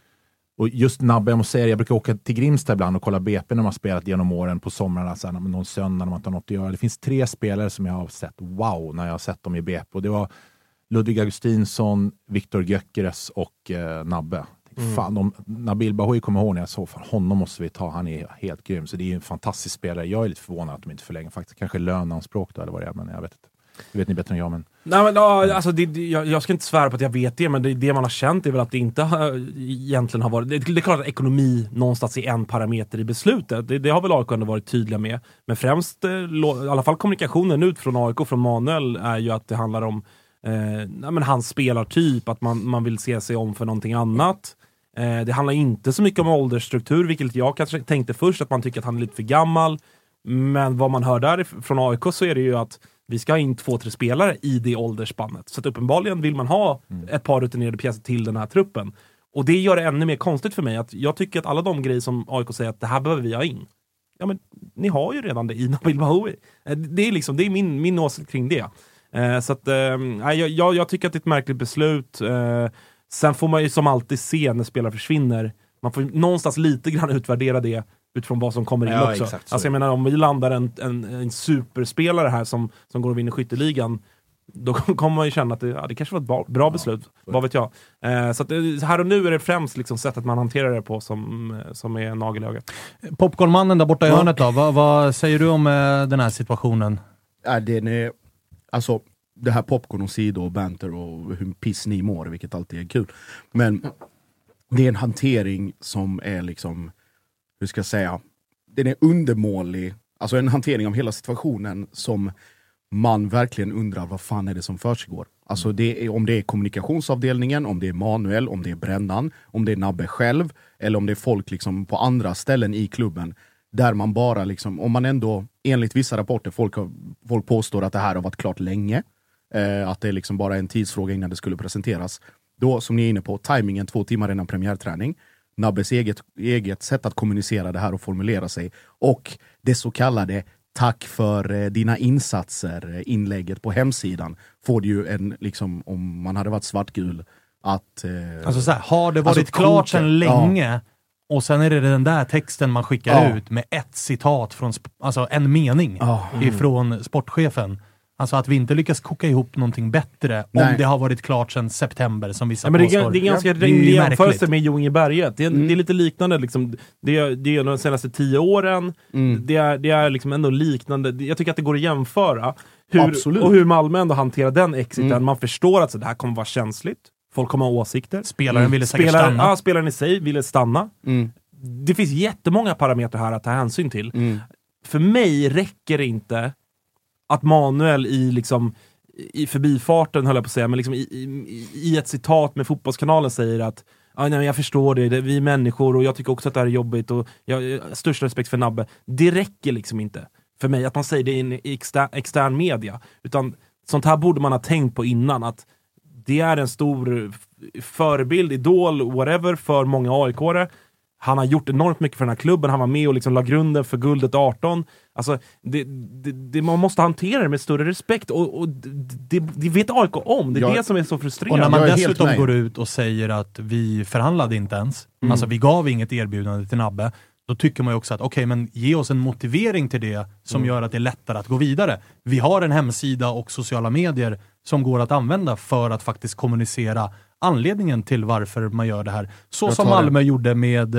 Speaker 7: Och just Nabbe, jag måste säga, jag brukar åka till Grimsta ibland och kolla B P när man spelat genom åren på somrarna, så här, någon söndag när man inte har något att göra. Det finns tre spelare som jag har sett, wow, när jag har sett dem i B P. Och det var Ludvig Augustinsson, Viktor Gyökeres och eh, Nabbe. Mm. Fan, de, Nabil Bahoui kommer ihåg när jag såg, fan, honom måste vi ta, han är helt grym. Så det är ju en fantastisk spelare. Jag är lite förvånad att de inte förlänger faktiskt. Kanske löneanspråk då, eller vad det är, men jag vet inte. Det vet ni bättre än jag, men...
Speaker 6: Nej, men ja, alltså, det, det, jag, jag ska inte svära på att jag vet det, men det, det man har känt är väl att det inte har, egentligen har varit... Det, det är klart att ekonomi någonstans är en parameter i beslutet. Det, det har väl A I K ändå varit tydliga med. Men främst, eh, lo, i alla fall kommunikationen ut från A I K, från Manuel, är ju att det handlar om eh, nej, men hans spelartyp, att man, man vill se sig om för någonting annat. Eh, det handlar inte så mycket om åldersstruktur, vilket jag kanske tänkte först, att man tycker att han är lite för gammal. Men vad man hör där från A I K så är det ju att vi ska ha in två, tre spelare i det åldersspannet. Så att uppenbarligen vill man ha mm. ett par rutinerade pjäser till den här truppen. Och det gör det ännu mer konstigt för mig. Att jag tycker att alla de grejer som A I K säger att det här behöver vi ha in. Ja, men ni har ju redan det i Nabil Bahoui. Det är, liksom, det är min, min åsikt kring det. Eh, så att, eh, jag, jag tycker att det är ett märkligt beslut. Eh, sen får man ju som alltid se när spelare försvinner. Man får någonstans lite grann utvärdera det utifrån vad som kommer in ja, också. Exakt, alltså jag menar, om vi landar en, en, en superspelare här som, som går och vinner skytteligan, då kommer man ju känna att det, ja, det kanske var ett bra, bra beslut. Ja, vad vet jag. Eh, så att här och nu är det främst liksom sättet man hanterar det på som, som är nagel i ögat.
Speaker 4: Popcornmannen där borta i ja. hörnet då, vad, vad säger du om eh, den här situationen?
Speaker 8: Ja, den är, alltså det här popcorn och sidor och banter och hur piss ni mår, vilket alltid är kul. Men det är en hantering som är liksom, hur ska jag säga, den är undermålig. Alltså en hantering av hela situationen som man verkligen undrar vad fan är det som försiggår. Alltså det är, om det är kommunikationsavdelningen, om det är Manuel, om det är Brännan, om det är Nabbe själv, eller om det är folk liksom på andra ställen i klubben där man bara liksom, om man ändå, enligt vissa rapporter, folk, har, folk påstår att det här har varit klart länge, eh, att det är liksom bara en tidsfråga innan det skulle presenteras. Då, som ni är inne på, timingen två timmar innan premiärträning, Nabbes eget, eget sätt att kommunicera det här och formulera sig, och det så kallade tack för eh, dina insatser, inlägget på hemsidan, får det ju en, liksom, om man hade varit svartgul, att... Eh,
Speaker 4: alltså så här, har det varit alltså, klart sedan länge, ja. Och sen är det den där texten man skickar ja. ut med ett citat från, alltså en mening ja. mm. ifrån sportchefen. Alltså att vi inte lyckas koka ihop någonting bättre. Nej. Om det har varit klart sedan september som vissa
Speaker 6: ja, men det, är,
Speaker 4: påstår.
Speaker 6: Det är ganska ja, rimlig jämförelse med Ljungberget. Det är, mm. det är lite liknande. Liksom, det, är, det är de senaste tio åren. Mm. Det är, det är liksom ändå liknande. Jag tycker att det går att jämföra. Hur, och hur Malmö ändå hanterar den exiten. Mm. Man förstår att så, det här kommer vara känsligt. Folk kommer ha åsikter.
Speaker 4: Spelaren mm. ville säkert
Speaker 6: spelaren,
Speaker 4: stanna.
Speaker 6: Ja, spelaren i sig ville stanna.
Speaker 8: Mm.
Speaker 6: Det finns jättemånga parametrar här att ta hänsyn till. Mm. För mig räcker det inte att Manuel i liksom i förbifarten, höll jag på att säga, men liksom i, i, i ett citat med Fotbollskanalen säger att ah, nej, jag förstår det, det är vi är människor och jag tycker också att det här är jobbigt och jag har största respekt för Nabbe. Det räcker liksom inte för mig att man säger det i en extern, extern media, utan sånt här borde man ha tänkt på innan, att det är en stor förebild, idol, whatever, för många A I K-are. Han har gjort enormt mycket för den här klubben. Han var med och liksom la grunden för guldet arton. Alltså, det, det, det, man måste hantera det med större respekt. Och, och det, det vet A I K om. Det är jag, det som är så frustrerande.
Speaker 4: Och när man dessutom går ut och säger att vi förhandlade inte ens. Mm. Alltså vi gav inget erbjudande till Nabbe. Då tycker man ju också att okej, okay, men ge oss en motivering till det som mm. gör att det är lättare att gå vidare. Vi har en hemsida och sociala medier som går att använda för att faktiskt kommunicera anledningen till varför man gör det här. Så som Malmö det. gjorde med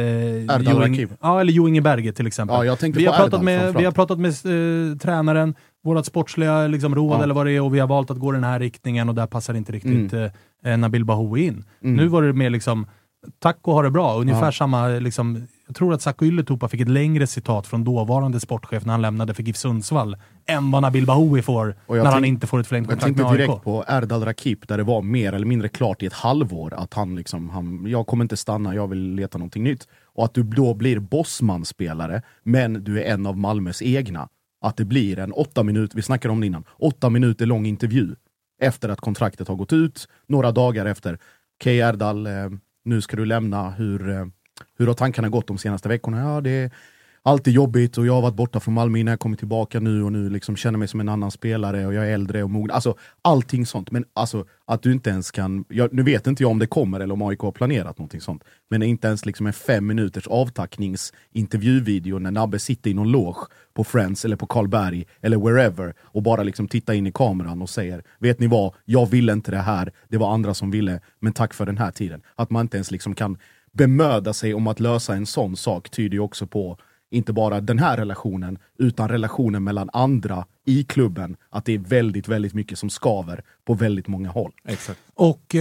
Speaker 4: eh, Joing, ja, eller Ljungberget till exempel.
Speaker 8: Ja, jag
Speaker 4: vi, har pratat med, vi har pratat med eh, tränaren, vårat sportsliga liksom, råd ja. eller vad det är, och vi har valt att gå den här riktningen och där passar inte riktigt mm. eh, Nabil Bahoui in. Mm. Nu var det mer liksom tack och ha det bra. Ungefär ja. samma liksom, jag tror att Sacco Ylletupa fick ett längre citat från dåvarande sportchef när han lämnade för GIF Sundsvall än vad Nabil Bahoui får när tänk, han inte får ett förlängt kontrakt med A I K.
Speaker 8: Jag tänkte direkt på Erdal Rakip där det var mer eller mindre klart i ett halvår att han liksom, han, jag kommer inte stanna, jag vill leta någonting nytt. Och att du då blir bossmanspelare, men du är en av Malmös egna. Att det blir en åtta minuter, vi snackade om det innan, åtta minuter lång intervju efter att kontraktet har gått ut, några dagar efter. Okej Erdal, eh, nu ska du lämna, hur... Eh, Hur har tankarna gått de senaste veckorna? Ja, det, Alltid jobbigt och jag har varit borta från Malmö innan jag kommer tillbaka nu och nu liksom känner mig som en annan spelare och jag är äldre och mogen. Alltså allting sånt. Men alltså att du inte ens kan, jag, nu vet inte jag om det kommer eller om A I K har planerat någonting sånt. Men inte ens liksom en fem minuters avtackningsintervjuvideo när Nabbe sitter i någon loge på Friends eller på Karlberg eller wherever och bara liksom tittar in i kameran och säger, vet ni vad, jag ville inte det här, det var andra som ville, men tack för den här tiden. Att man inte ens liksom kan bemöda sig om att lösa en sån sak tyder ju också på inte bara den här relationen, utan relationen mellan andra i klubben. Att det är väldigt, väldigt mycket som skaver på väldigt många håll.
Speaker 7: Exakt.
Speaker 4: Och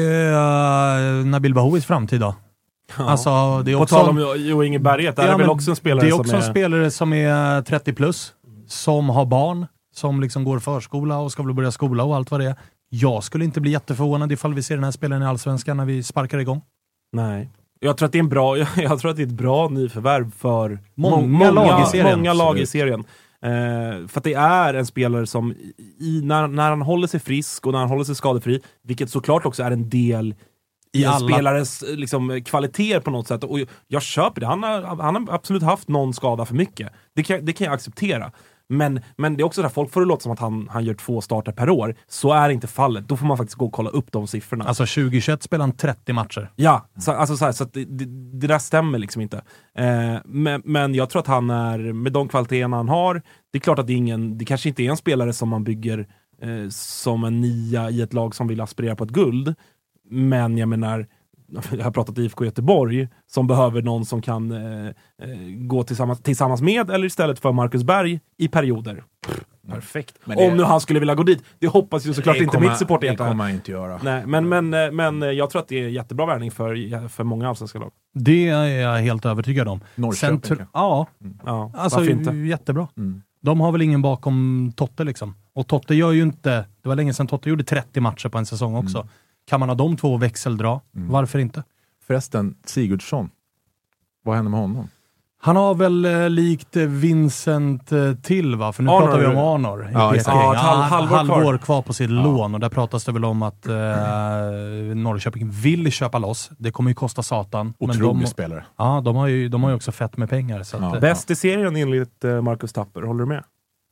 Speaker 4: eh, Nabil Bahouis framtid då?
Speaker 6: Ja.
Speaker 4: Alltså, det är
Speaker 6: på
Speaker 4: också,
Speaker 6: tal om Jo Inge Berget, där
Speaker 4: ja,
Speaker 6: är väl också en spelare
Speaker 4: det är också
Speaker 6: som
Speaker 4: en
Speaker 6: är...
Speaker 4: spelare som är trettio plus, som har barn, som liksom går förskola och ska väl börja skola och allt vad det är. Jag skulle inte bli jätteförvånad ifall vi ser den här spelaren i Allsvenskan när vi sparkar igång.
Speaker 6: Nej. Jag tror att det är en bra jag tror att det är ett bra nyförvärv för
Speaker 4: många,
Speaker 6: många
Speaker 4: lag i serien.
Speaker 6: Många lag i serien. Eh, för att det är en spelare som i, när, när han håller sig frisk och när han håller sig skadefri, vilket såklart också är en del i, i en alla... spelares liksom, kvaliteter på något sätt. Och jag, jag köper det. Han har, han har absolut haft någon skada för mycket. Det kan, det kan jag acceptera. Men, men det är också där folk får det låta som att han, han gör två starter per år. Så är inte fallet. Då får man faktiskt gå och kolla upp de siffrorna.
Speaker 4: Alltså tjugo tjugoett spelar han trettio matcher.
Speaker 6: Ja, så, alltså så, här, så att det, det, det där stämmer liksom inte. Eh, men, men jag tror att han är, med de kvaliteterna han har, det är klart att det, är ingen, det kanske inte är en spelare som man bygger eh, som en nia i ett lag som vill aspirera på ett guld. Men jag menar, jag har pratat I F K Göteborg som behöver någon som kan eh, gå tillsammans, tillsammans med eller istället för Marcus Berg i perioder. Pff, perfekt. Men det, om nu han skulle vilja gå dit. Det hoppas ju såklart inte
Speaker 7: kommer,
Speaker 6: mitt supporthjärta.
Speaker 7: Det kommer man inte göra.
Speaker 6: Nej, men, men, men jag tror att det är jättebra värvning för, för många allsvenska lag.
Speaker 4: Det är jag helt övertygad om.
Speaker 7: Norrköping.
Speaker 4: Sen, ja,
Speaker 6: mm. ja,
Speaker 4: alltså
Speaker 6: inte?
Speaker 4: jättebra.
Speaker 7: Mm.
Speaker 4: De har väl ingen bakom Totte liksom. Och Totte gör ju inte, det var länge sedan Totte gjorde trettio matcher på en säsong också. Mm. Kan man ha de två växeldra? Mm. Varför inte?
Speaker 7: Förresten, Sigurdsson. Vad händer med honom?
Speaker 4: Han har väl eh, likt Vincent eh, till va? För nu
Speaker 6: Arnor.
Speaker 4: pratar vi om Arnor.
Speaker 6: Ja,
Speaker 4: ja,
Speaker 6: ja, ett halv,
Speaker 4: halvår,
Speaker 6: halvår
Speaker 4: kvar. kvar på sitt ja. lån. Och där pratas det väl om att eh, Norrköping vill köpa loss. Det kommer ju kosta satan.
Speaker 7: Otrolig
Speaker 4: men de,
Speaker 7: spelare.
Speaker 4: Ja, de har, ju, de har ju också fett med pengar. Så
Speaker 7: ja.
Speaker 4: att,
Speaker 6: Bäst i serien enligt eh, Marcus Tapper. Håller du med?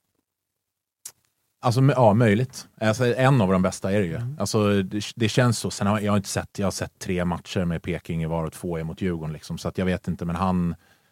Speaker 7: Alltså, ja, möjligt. Alltså, en av de bästa är det ju. Mm. Alltså, det, det känns så. Sen har jag inte sett, jag har sett tre matcher med Peking i var och två emot Djurgården liksom, så att jag vet inte, men han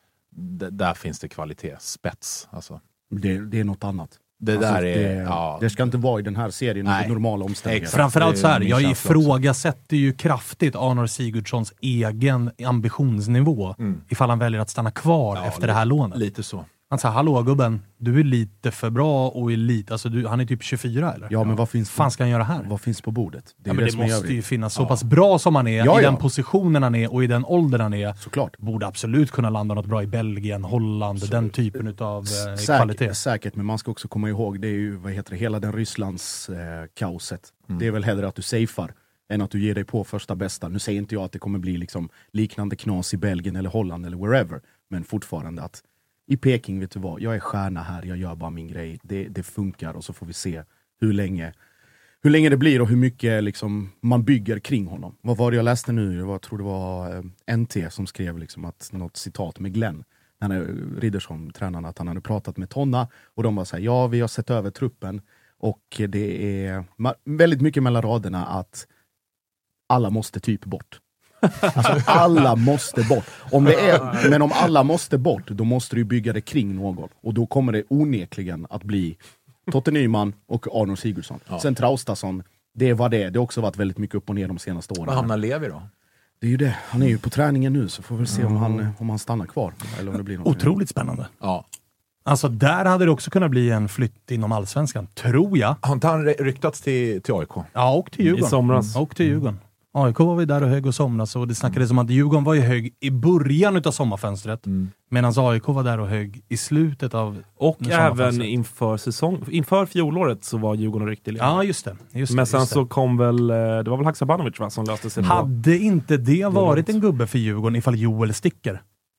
Speaker 7: d- där finns det kvalitet, spets alltså.
Speaker 8: Det, det är något annat.
Speaker 7: Det
Speaker 8: alltså,
Speaker 7: där är,
Speaker 8: det,
Speaker 7: ja.
Speaker 8: det ska inte vara i den här serien under normala omständigheter.
Speaker 4: Framförallt så här, jag ifrågasätter ju kraftigt Arnor Sigurdssons egen ambitionsnivå mm. ifall han väljer att stanna kvar ja, efter
Speaker 7: lite,
Speaker 4: det här lånet.
Speaker 7: Lite så.
Speaker 4: Han sa, hallå gubben, du är lite för bra och är lite, alltså du, han är typ tjugofyra eller?
Speaker 8: Ja, men vad finns
Speaker 4: fan ska han göra här?
Speaker 8: Vad finns på bordet?
Speaker 4: Det, ja, men det, det måste ju finnas så ja. pass bra som han är, ja, i ja. den positionen han är och i den åldern han är.
Speaker 8: Såklart.
Speaker 4: Borde absolut kunna landa något bra i Belgien, Holland, så den typen av eh,
Speaker 8: Säker,
Speaker 4: kvalitet.
Speaker 8: Säkert, men man ska också komma ihåg, det är ju, vad heter det, hela den Rysslands eh, kaoset. Mm. Det är väl hellre att du safear än att du ger dig på första bästa. Nu säger inte jag att det kommer bli liksom liknande knas i Belgien eller Holland eller wherever, men fortfarande att i Peking, vet du vad, jag är stjärna här, jag gör bara min grej, det, det funkar och så får vi se hur länge, hur länge det blir och hur mycket liksom, man bygger kring honom. Vad var det jag läste nu? Jag tror det var eh, N T som skrev liksom att, något citat med Glenn, han är Riddersholm, tränaren, att han hade pratat med Tonna och de var så här, ja vi har sett över truppen och det är ma- väldigt mycket mellan raderna att alla måste typ bort. Alltså alla måste bort. Om det är, men om alla måste bort, då måste du bygga det kring någon. Och då kommer det onekligen att bli Totte Nyman och Arnor Sigurdsson. Ja. Sen Traustason, det var det. Det har också varit väldigt mycket upp och ner de senaste åren.
Speaker 7: Vad hamnar Levi då?
Speaker 8: Det är ju det. Han är ju på träningen nu, så får vi se mm. om, han, om han stannar kvar. Eller om det blir något.
Speaker 4: Otroligt spännande.
Speaker 7: Ja.
Speaker 4: Alltså där hade det också kunnat bli en flytt inom Allsvenskan, tror jag.
Speaker 7: Har inte han ryktats till, till A I K?
Speaker 4: Ja, och till Djurgården.
Speaker 6: I somras.
Speaker 4: Mm. Och till Djurgården. A I K var vi där och hög och somras och det snackades mm. om att Djurgården var ju hög i början av sommarfönstret mm. medan A I K var där och hög i slutet av
Speaker 6: och även inför säsong inför fjolåret så var Djurgården riktigt.
Speaker 4: Ja, just det. Just
Speaker 6: Men
Speaker 4: det,
Speaker 6: sen
Speaker 4: just
Speaker 6: så
Speaker 4: det.
Speaker 6: kom väl det var väl Haksabanovic va, som löste sig.
Speaker 4: Hade inte det varit en gubbe för Djurgården ifall Joel sticker?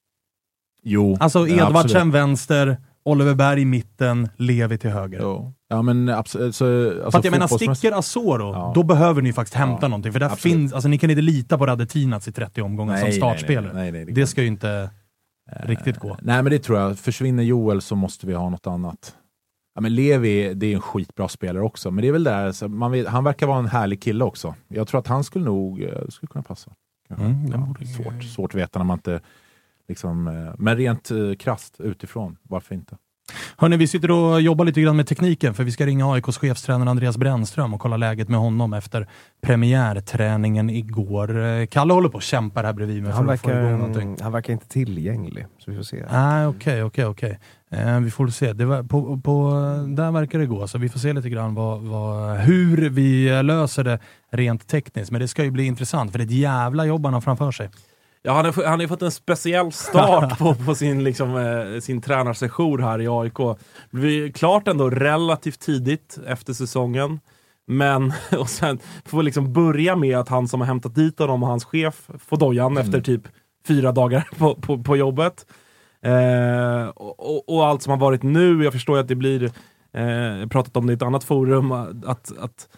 Speaker 7: Jo.
Speaker 4: Alltså Edvardsen vänster, Oliver Berg i mitten, Levi till höger.
Speaker 7: Jo. Ja, men absolut. Så, alltså,
Speaker 4: för att jag menar, sticker Asoro, ja. då behöver ni faktiskt hämta ja, någonting. För där finns, alltså ni kan inte lita på Radetinac i trettio omgångar nej, som startspelare.
Speaker 7: Nej, nej, nej, nej, det,
Speaker 4: det ska ju inte... riktigt gå.
Speaker 7: Eh, nej, men det tror jag. Försvinner Joel så måste vi ha något annat. Ja, men Levi, det är en skitbra spelare också. Men det är väl där, så man vet, han verkar vara en härlig kille också. Jag tror att han skulle nog uh, skulle kunna passa.
Speaker 4: Mm,
Speaker 7: ja, svårt, svårt att veta när man inte liksom, uh, men rent uh, krasst utifrån, varför inte?
Speaker 4: Hörrni, vi sitter och jobbar lite grann med tekniken för vi ska ringa A I K:s chefstränare Andreas Brännström och kolla läget med honom efter premiärträningen igår. Kalle håller på att kämpa här bredvid mig.
Speaker 5: Han
Speaker 4: för att få igång
Speaker 5: verkar,
Speaker 4: någonting.
Speaker 5: han verkar inte tillgänglig, så vi får se.
Speaker 4: Nej, okej, okej, okej. Vi får se. Det var, på, på, där verkar det gå, så vi får se lite grann vad, vad, hur vi löser det rent tekniskt. Men det ska ju bli intressant, för det är ett jävla jobb han har framför sig.
Speaker 6: Ja, han har, han har fått en speciell start på, på sin, liksom, eh, sin tränarsession här i A I K. Det blev klart ändå relativt tidigt efter säsongen. Men, och sen får liksom börja med att han som har hämtat dit honom och hans chef får dojan mm. efter typ fyra dagar på, på, på jobbet. Eh, och, och, och allt som har varit nu, jag förstår att det blir, eh, jag har pratat om det i ett annat forum, att, att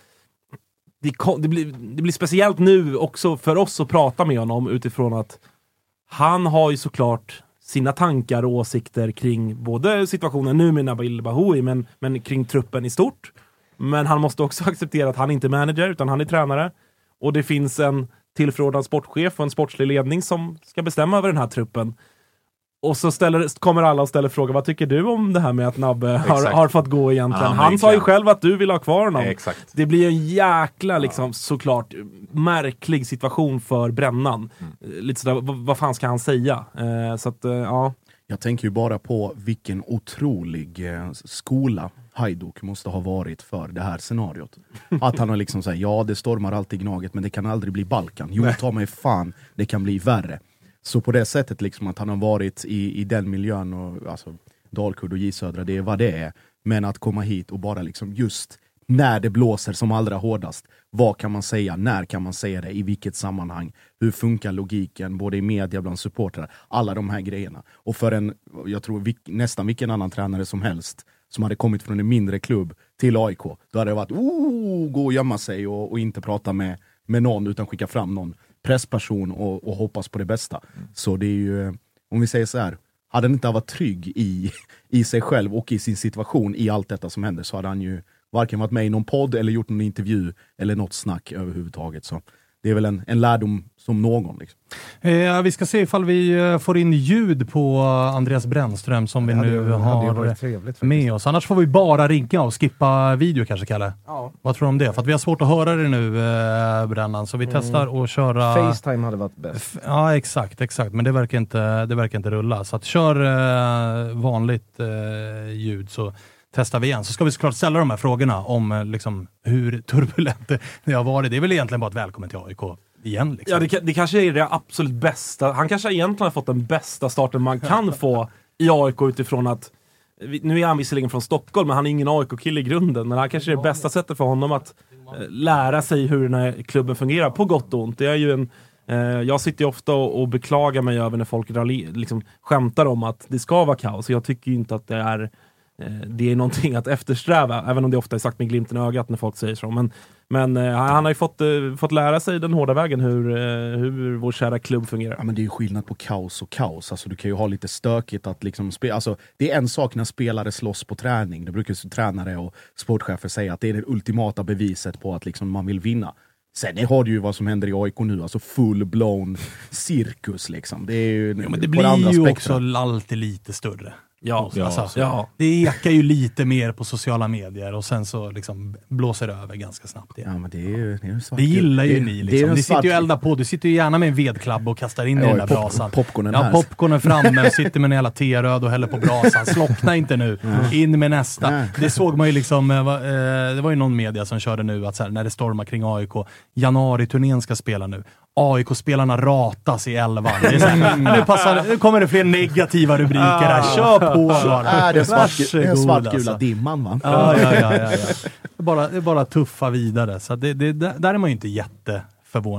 Speaker 6: Det, det, blir, det blir speciellt nu också för oss att prata med honom utifrån att han har ju såklart sina tankar och åsikter kring både situationen nu med Nabil Bahoui men, men kring truppen i stort. Men han måste också acceptera att han inte är manager utan han är tränare. Och det finns en tillförordnad sportchef och en sportslig ledning som ska bestämma över den här truppen. Och så ställer, kommer alla och ställer frågor, vad tycker du om det här med att Nabbe har, har fått gå egentligen? Ja, han sa ju själv att du vill ha kvar honom.
Speaker 7: Exakt.
Speaker 6: Det blir en jäkla, liksom, såklart, märklig situation för Brännan. Mm. Lite sådär, vad, vad fan ska han säga? Eh, så att, eh, ja.
Speaker 8: Jag tänker ju bara på vilken otrolig eh, skola Hajduk måste ha varit för det här scenariot. Att han har liksom sagt, ja det stormar alltid Gnaget men det kan aldrig bli Balkan. Jo, ta mig fan, det kan bli värre. Så på det sättet liksom att han har varit i, i den miljön och alltså Dalkurd och J Södra, det är vad det är. Men att komma hit och bara liksom just när det blåser som allra hårdast, vad kan man säga, när kan man säga det, i vilket sammanhang, hur funkar logiken både i media bland supportrar, alla de här grejerna. Och för en, jag tror vilk, nästan vilken annan tränare som helst som hade kommit från en mindre klubb till A I K, då hade det varit oh, gå och gömma sig och, och inte prata med, med någon utan skicka fram någon pressperson och, och hoppas på det bästa. Mm. Så det är ju, om vi säger så här, hade han inte varit trygg i, i sig själv och i sin situation i allt detta som händer, så hade han ju varken varit med i någon podd eller gjort någon intervju eller något snack överhuvudtaget. Så det är väl en, en lärdom som någon. Liksom.
Speaker 4: Eh, vi ska se ifall vi får in ljud på Andreas Brännström som vi nu
Speaker 5: hade,
Speaker 4: har
Speaker 5: hade
Speaker 4: med oss. Annars får vi bara ringa och skippa video kanske, Kalle.
Speaker 5: Ja.
Speaker 4: Vad tror du om det? För att vi har svårt att höra det nu, eh, Brännan. Så vi mm. testar att köra...
Speaker 5: FaceTime hade varit bäst.
Speaker 4: F- ja, exakt, exakt. Men det verkar inte, det verkar inte rulla. Så att kör eh, vanligt eh, ljud så testar vi igen. Så ska vi såklart ställa de här frågorna om liksom, hur turbulent det har varit. Det är väl egentligen bara ett välkommen till A I K igen. Liksom.
Speaker 6: Ja, det, det kanske är det absolut bästa. Han kanske egentligen har fått den bästa starten man kan få i A I K utifrån att, nu är han visserligen från Stockholm, men han är ingen A I K-kille i grunden. Men det här kanske är det bästa sättet för honom att eh, lära sig hur den här klubben fungerar, på gott och ont. Det är ju en, eh, jag sitter ju ofta och, och beklagar mig över när folk rally, liksom, skämtar om att det ska vara kaos. Jag tycker ju inte att det är det är någonting att eftersträva, även om det ofta är sagt med glimten i ögat när folk säger så. Men, men eh, han har ju fått, eh, fått lära sig den hårda vägen hur, eh, hur vår kära klubb fungerar.
Speaker 8: Ja, men det är ju skillnad på kaos och kaos. Alltså, du kan ju ha lite stökigt att liksom spela. Alltså, det är en sak när spelare slåss på träning. Det brukar ju tränare och sportchefer säga att det är det ultimata beviset på att liksom, man vill vinna. Sen har du ju vad som händer i A I K nu, alltså full-blown cirkus liksom. Det är ju,
Speaker 4: jo, men det blir ju också alltid lite större.
Speaker 6: Ja,
Speaker 4: alltså,
Speaker 6: ja.
Speaker 4: Det ekar ju lite mer på sociala medier och sen så liksom blåser det över ganska snabbt igen.
Speaker 8: Ja, men det är ju, det är ju svart.
Speaker 4: Det gillar ju
Speaker 8: det,
Speaker 4: ni liksom. Ni sitter ju eldar på. Du sitter ju gärna med en vedklabb och kastar in ja, i den där pop- brasan.
Speaker 8: Popcornen
Speaker 4: ja,
Speaker 8: här.
Speaker 4: popcornen framme och sitter med en jävla teröd och häller på brasan. Slockna inte nu. In med nästa. Nej. Det såg man ju liksom, eh, det var ju någon media som körde nu att så här, när det stormar kring A I K, januari-turnén ska spela nu. A I K-spelarna ratas i elvan. Det är så här, nu, passar, nu kommer det fler negativa rubriker här. Kör på!
Speaker 8: Ah, det är svart, det är svartgula alltså. Dimman, va?
Speaker 4: Ja, ja, ja, ja, ja. Det, är bara, det är bara tuffa vidare. Så det, det, där är man ju inte jätteförvånad.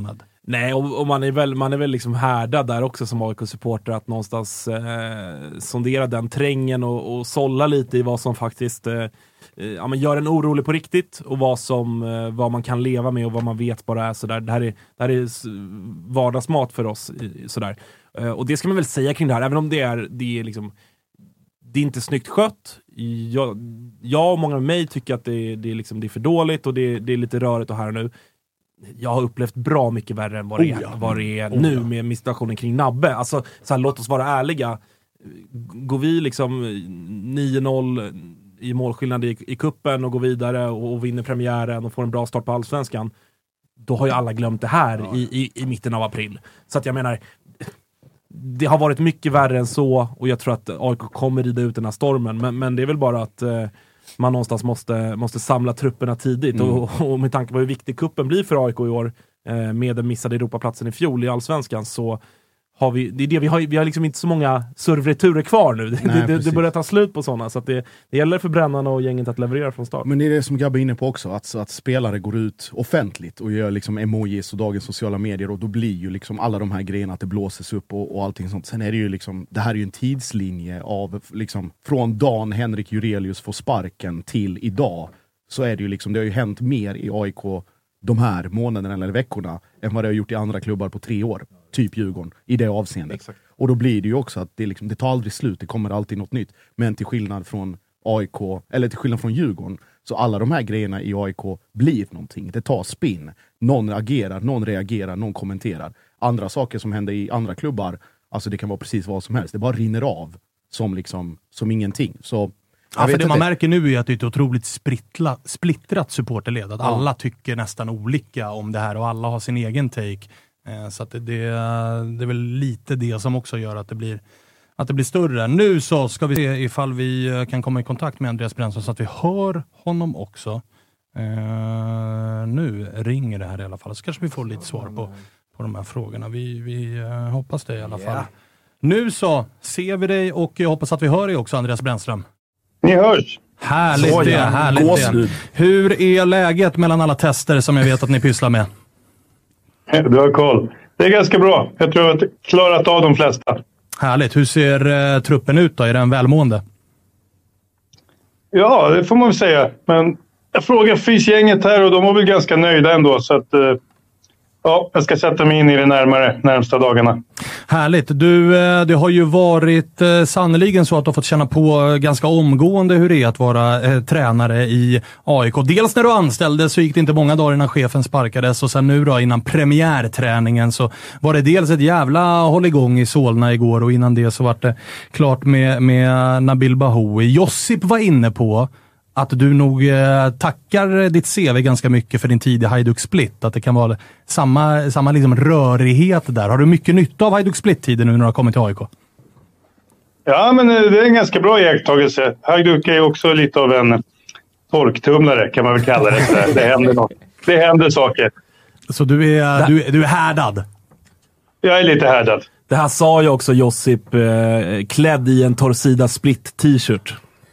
Speaker 6: Nej, och, och man är väl, man är väl liksom härdad där också som A I K-supporter att någonstans eh, sondera den trängen och, och sålla lite i vad som faktiskt eh, ja, men gör en orolig på riktigt och vad, som, eh, vad man kan leva med och vad man vet bara är sådär. Det här är, det här är vardagsmat för oss sådär. Eh, och det ska man väl säga kring det här, även om det är, det är liksom det är inte snyggt skött. Jag, jag och många med mig tycker att det, det, är, liksom, det är för dåligt och det, det är lite rörigt och här och nu. Jag har upplevt bra mycket värre än vad det är, oh ja. vad det är oh nu ja. med situationen kring Nabbe. Alltså, så här, låt oss vara ärliga. Går vi liksom nio noll i målskillnad i, i kuppen och går vidare och, och vinner premiären och får en bra start på Allsvenskan, då har ju alla glömt det här ja. i, i, i mitten av april. Så att jag menar, det har varit mycket värre än så och jag tror att A I K kommer rida ut den här stormen. Men, men det är väl bara att eh, man någonstans måste, måste samla trupperna tidigt. Mm. Och, och med tanke på hur viktig kuppen blir för A I K i år eh, med den missade Europaplatsen i fjol i Allsvenskan, så har vi, det är det, vi har, vi har liksom inte så många servreturer kvar nu. Nej, det, det, det börjar ta slut på sådana. Så att det, det gäller för Brännarna och gänget att leverera från start.
Speaker 8: Men det är det som Gabbe är inne på också. Att, att spelare går ut offentligt och gör liksom emojis och dagens sociala medier. Och då blir ju liksom alla de här grejerna att det blåses upp och, och allting sånt. Sen är det ju liksom, det här är ju en tidslinje av liksom, från dagen Henrik Jurelius får sparken till idag. Så är det ju liksom, det har ju hänt mer i A I K de här månaderna eller veckorna än vad det har gjort i andra klubbar på tre år. Typ Djurgården, i det avseendet. Exakt. Och då blir det ju också att det, liksom, det tar aldrig slut, det kommer alltid något nytt. Men till skillnad från A I K, eller till skillnad från Djurgården, så alla de här grejerna i A I K blir någonting. Det tar spinn. Någon agerar, någon reagerar, någon kommenterar. Andra saker som händer i andra klubbar, alltså det kan vara precis vad som helst. Det bara rinner av som, liksom, som ingenting. Så
Speaker 4: ja, för det man märker nu är att det är ett otroligt splittla, splittrat supporterled. Att ja. alla tycker nästan olika om det här och alla har sin egen take. Eh, så att det, det, det är väl lite det som också gör att det blir, att det blir större. Nu så ska vi se ifall vi kan komma i kontakt med Andreas Brännström så att vi hör honom också. Eh, nu ringer det här i alla fall. Så kanske vi får lite svar på, på de här frågorna. Vi, vi eh, hoppas det i alla fall. Yeah. Nu så ser vi dig och jag hoppas att vi hör dig också, Andreas Brännström.
Speaker 12: Ni hörs.
Speaker 4: Härligt så, det, ja. härligt det. Hur är läget mellan alla tester som jag vet att ni pysslar med?
Speaker 12: Du har koll. Det är ganska bra. Jag tror att jag klarat av de flesta.
Speaker 4: Härligt. Hur ser eh, truppen ut då? Är den välmående?
Speaker 12: Ja, det får man väl säga. Men jag frågar fysgänget här och de var väl ganska nöjda ändå. Så att... Eh, ja, jag ska sätta mig in i det närmare närmsta dagarna.
Speaker 4: Härligt. Du, det har ju varit eh, sannoliken så att du har fått känna på ganska omgående hur det är att vara eh, tränare i A I K. Dels när du anställdes så gick det inte många dagar innan chefen sparkades och sen nu då innan premiärträningen så var det dels ett jävla hålligång i Solna igår och innan det så var det klart med, med Nabil Bahoui. Josip var inne på att du nog eh, tackar ditt C V ganska mycket för din tid i Hajduk Split. Att det kan vara samma, samma liksom rörighet där. Har du mycket nytta av Hajduk Split-tiden nu när du har kommit till A I K?
Speaker 12: Ja, men det är en ganska bra iakttagelse. Hajduk är också lite av en torktumlare kan man väl kalla det. Det händer något. Det händer saker.
Speaker 4: Så du är, du, du är härdad?
Speaker 12: Jag är lite härdad.
Speaker 6: Det här sa ju också Josip eh, klädd i en Torsida Split-t-shirt.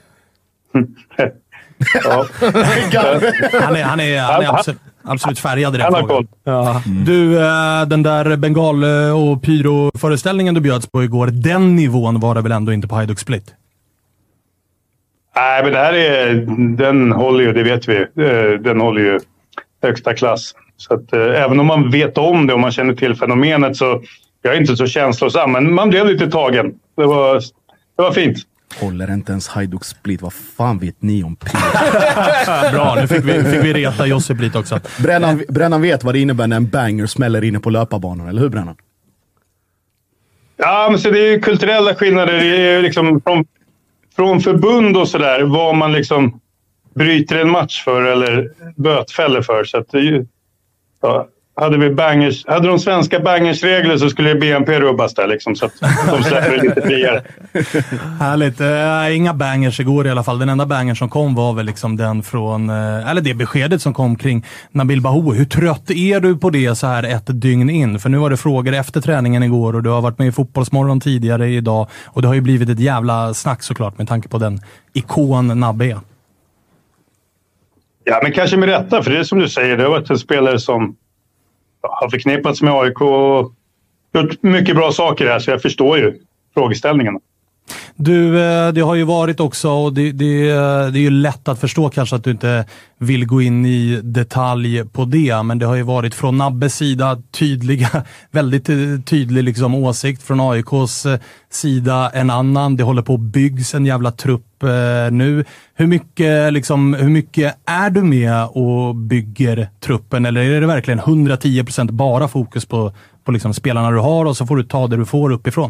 Speaker 12: Ja.
Speaker 4: han är, han är, han är absolut, absolut färgad i den frågan. Ja. Mm. Du, den där bengal- och pyro-föreställningen du bjöds på igår, den nivån var det väl ändå inte på Hajduk Split?
Speaker 12: Nej, men det här är, den håller ju, det vet vi, den håller ju högsta klass. Så att även om man vet om det och man känner till fenomenet så jag är inte så känslosam, men man blev lite tagen. Det var, det var fint.
Speaker 8: Håller inte ens Hajduk Split. Vad fan vet ni om pyro?
Speaker 4: Bra, nu fick vi, fick vi reta Josip lite också.
Speaker 8: Brännan, Brännan vet vad det innebär när en banger smäller inne på löparbanan, eller hur Brännan?
Speaker 12: Ja, men så det är ju kulturella skillnader. Det är liksom från, från förbund och sådär. Vad man liksom bryter en match för eller bötfäller för. Så att det är ju... Ja. Hade, vi bangers, hade de svenska bangersregler så skulle B N P rubbas där liksom, så att de släpper det lite friare.
Speaker 4: Härligt. Uh, inga bangers igår i alla fall. Den enda bangers som kom var väl liksom den från, uh, eller det beskedet som kom kring Nabil Bahoui. Hur trött är du på det så här ett dygn in? För nu var det frågor efter träningen igår och du har varit med i Fotbollsmorgon tidigare idag och det har ju blivit ett jävla snack såklart med tanke på den ikon Nabbe.
Speaker 12: Ja, men kanske med rätta, för det är som du säger, det har varit en spelare som har förknippats med A I K och gjort mycket bra saker här, så jag förstår ju frågeställningen.
Speaker 4: Du, det har ju varit också, och det, det, det är ju lätt att förstå kanske att du inte vill gå in i detalj på det, men det har ju varit från Nabbes sida tydliga, väldigt tydlig liksom åsikt, från A I K:s sida en annan. Det håller på att byggs en jävla trupp eh, nu. Hur mycket, liksom, hur mycket är du med och bygger truppen, eller är det verkligen hundratio procent bara fokus på, på liksom spelarna du har, och så får du ta det du får uppifrån?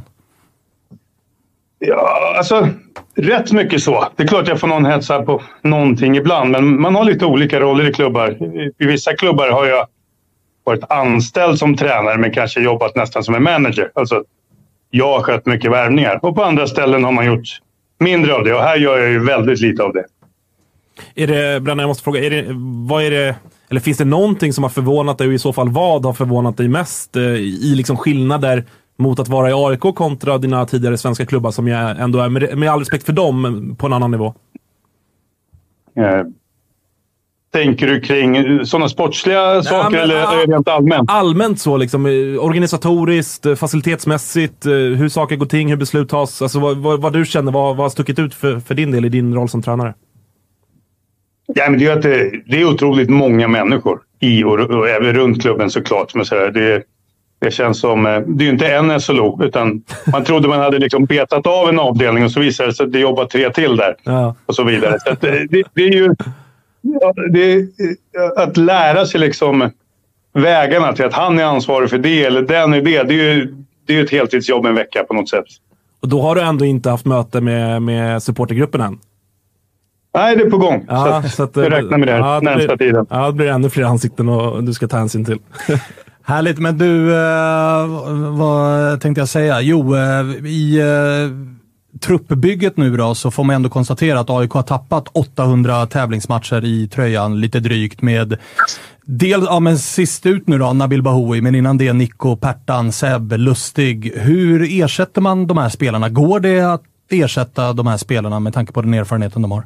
Speaker 12: Ja, alltså rätt mycket så. Det är klart jag får någon hetsa på någonting ibland, men man har lite olika roller i klubbar. I vissa klubbar har jag varit anställd som tränare, men kanske jobbat nästan som en manager. Alltså, jag har skött mycket värvningar. Och på andra ställen har man gjort mindre av det, och här gör jag ju väldigt lite av det.
Speaker 6: Är det, Bränna, jag måste fråga, är det, vad är det, eller finns det någonting som har förvånat dig, och i så fall vad har förvånat dig mest eh, i liksom skillnader mot att vara i A I K kontra dina tidigare svenska klubbar, som jag ändå är, med, med all respekt för dem, på en annan nivå?
Speaker 12: Eh, tänker du kring sådana sportsliga Nej, saker men, eller all, rent allmänt?
Speaker 6: Allmänt så, liksom, organisatoriskt, facilitetsmässigt, hur saker går ting, hur beslut tas. Alltså, vad, vad, vad du känner, vad, vad har stuckit ut för, för din del i din roll som tränare?
Speaker 12: Ja, men det, är att det, det är otroligt många människor i och, och även runt klubben såklart. Men så här, det Det känns som, det är ju inte en S L O, utan man trodde man hade liksom betat av en avdelning, och så visade det sig att det jobbar tre till där. Ja. Och så vidare. Så att det, det är ju det är, att lära sig liksom vägarna till att han är ansvarig för det eller den är det. Det är ju det är ett heltidsjobb en vecka på något sätt.
Speaker 6: Och då har du ändå inte haft möte med, med supportergruppen än?
Speaker 12: Nej, det är på gång. Ja, så, att, så att, jag räknar med det
Speaker 6: ja,
Speaker 12: närmsta
Speaker 6: blir,
Speaker 12: tiden.
Speaker 6: Ja, det blir ännu fler ansikten och du ska ta hänsyn till.
Speaker 4: Härligt, men du, eh, vad tänkte jag säga? Jo, eh, i eh, truppbygget nu då, så får man ändå konstatera att A I K har tappat åttahundra tävlingsmatcher i tröjan, lite drygt, med del, ja men sist ut nu då, Nabil Bahoui, men innan det Nico, Pertan, Seb, Lustig. Hur ersätter man de här spelarna? Går det att ersätta de här spelarna med tanke på den erfarenheten de har?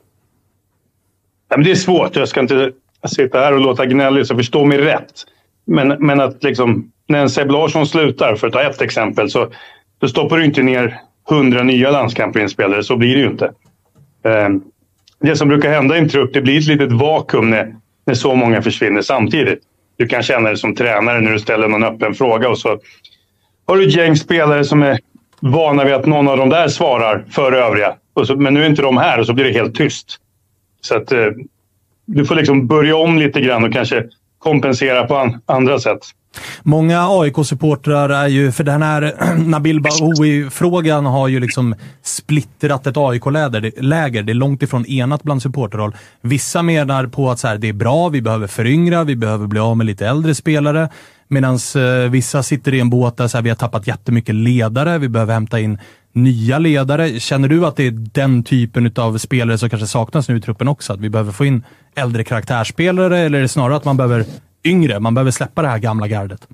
Speaker 12: Ja, men det är svårt, jag ska inte sitta här och låta gnällig, så förstå mig rätt. Men, men att liksom, när en Seb Larsson slutar, för att ta ett exempel, så, så stoppar du inte ner hundra nya landskamperspelare, så blir det ju inte. Eh, det som brukar hända i en trupp, det blir ett litet vakuum när, när så många försvinner samtidigt. Du kan känna det som tränare när du ställer någon öppen fråga, och så har du ett gäng spelare som är vana vid att någon av dem där svarar för övriga. Och så, men nu är inte de här, och så blir det helt tyst. Så att eh, du får liksom börja om lite grann och kanske kompensera på an- andra sätt.
Speaker 4: Många A I K-supportrar är ju, för den här Nabil Bahoui-frågan har ju liksom splittrat ett A I K-läger. Det är långt ifrån enat bland supporterroll. Vissa menar på att så här, det är bra, vi behöver föryngra, vi behöver bli av med lite äldre spelare. Medan eh, vissa sitter i en båt där så här, vi har tappat jättemycket ledare, vi behöver hämta in nya ledare. Känner du att det är den typen av spelare som kanske saknas nu i truppen också? Att vi behöver få in äldre karaktärsspelare, eller är det snarare att man behöver yngre? Man behöver släppa det här gamla gardet?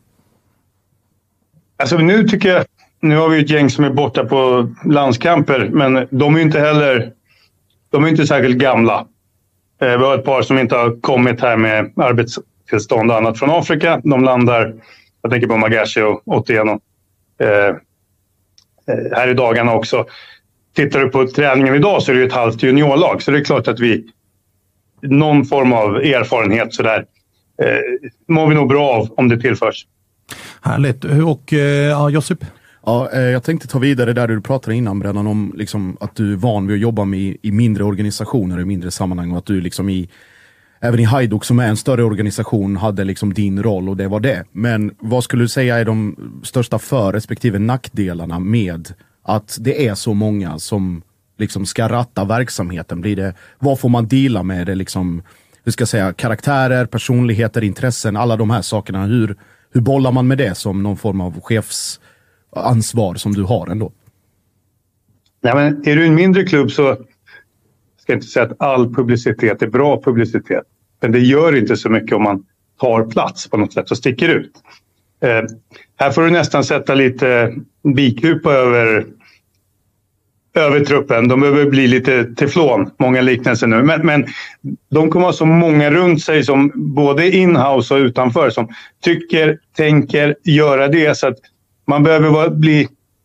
Speaker 12: Alltså nu tycker jag, nu har vi ett gäng som är borta på landskamper, men de är ju inte heller, de är inte särskilt gamla. Vi har ett par som inte har kommit här med arbetstillstånd och annat från Afrika. De landar, jag tänker på Magashi och Otieno. Eh, här i dagarna också. Tittar du på träningen idag så är det ju ett halvt juniorlag. Så det är klart att vi någon form av erfarenhet sådär eh, mår vi nog bra av om det tillförs.
Speaker 4: Härligt. Och eh, ja, Josip?
Speaker 8: Ja, eh, jag tänkte ta vidare där du pratade innan, Brännan, om liksom, att du är van vid att jobba med i mindre organisationer, i mindre sammanhang, och att du liksom i även i Hajduk, som är en större organisation, hade liksom din roll, och det var det. Men vad skulle du säga är de största för- respektive nackdelarna med att det är så många som liksom ska ratta verksamheten? Blir det, vad får man dela med det liksom, hur ska jag säga, karaktärer, personligheter, intressen, alla de här sakerna. Hur, hur bollar man med det som någon form av chefsansvar som du har ändå?
Speaker 12: Nej, men är du en mindre klubb så ska jag inte säga att all publicitet är bra publicitet. Men det gör inte så mycket om man tar plats på något sätt och sticker ut. Eh, här får du nästan sätta lite bikupa över, över truppen. De behöver bli lite teflon, många liknelser nu. Men, men de kommer ha så många runt sig, som både inhouse och utanför, som tycker, tänker, göra det. Så att man behöver vara, bli...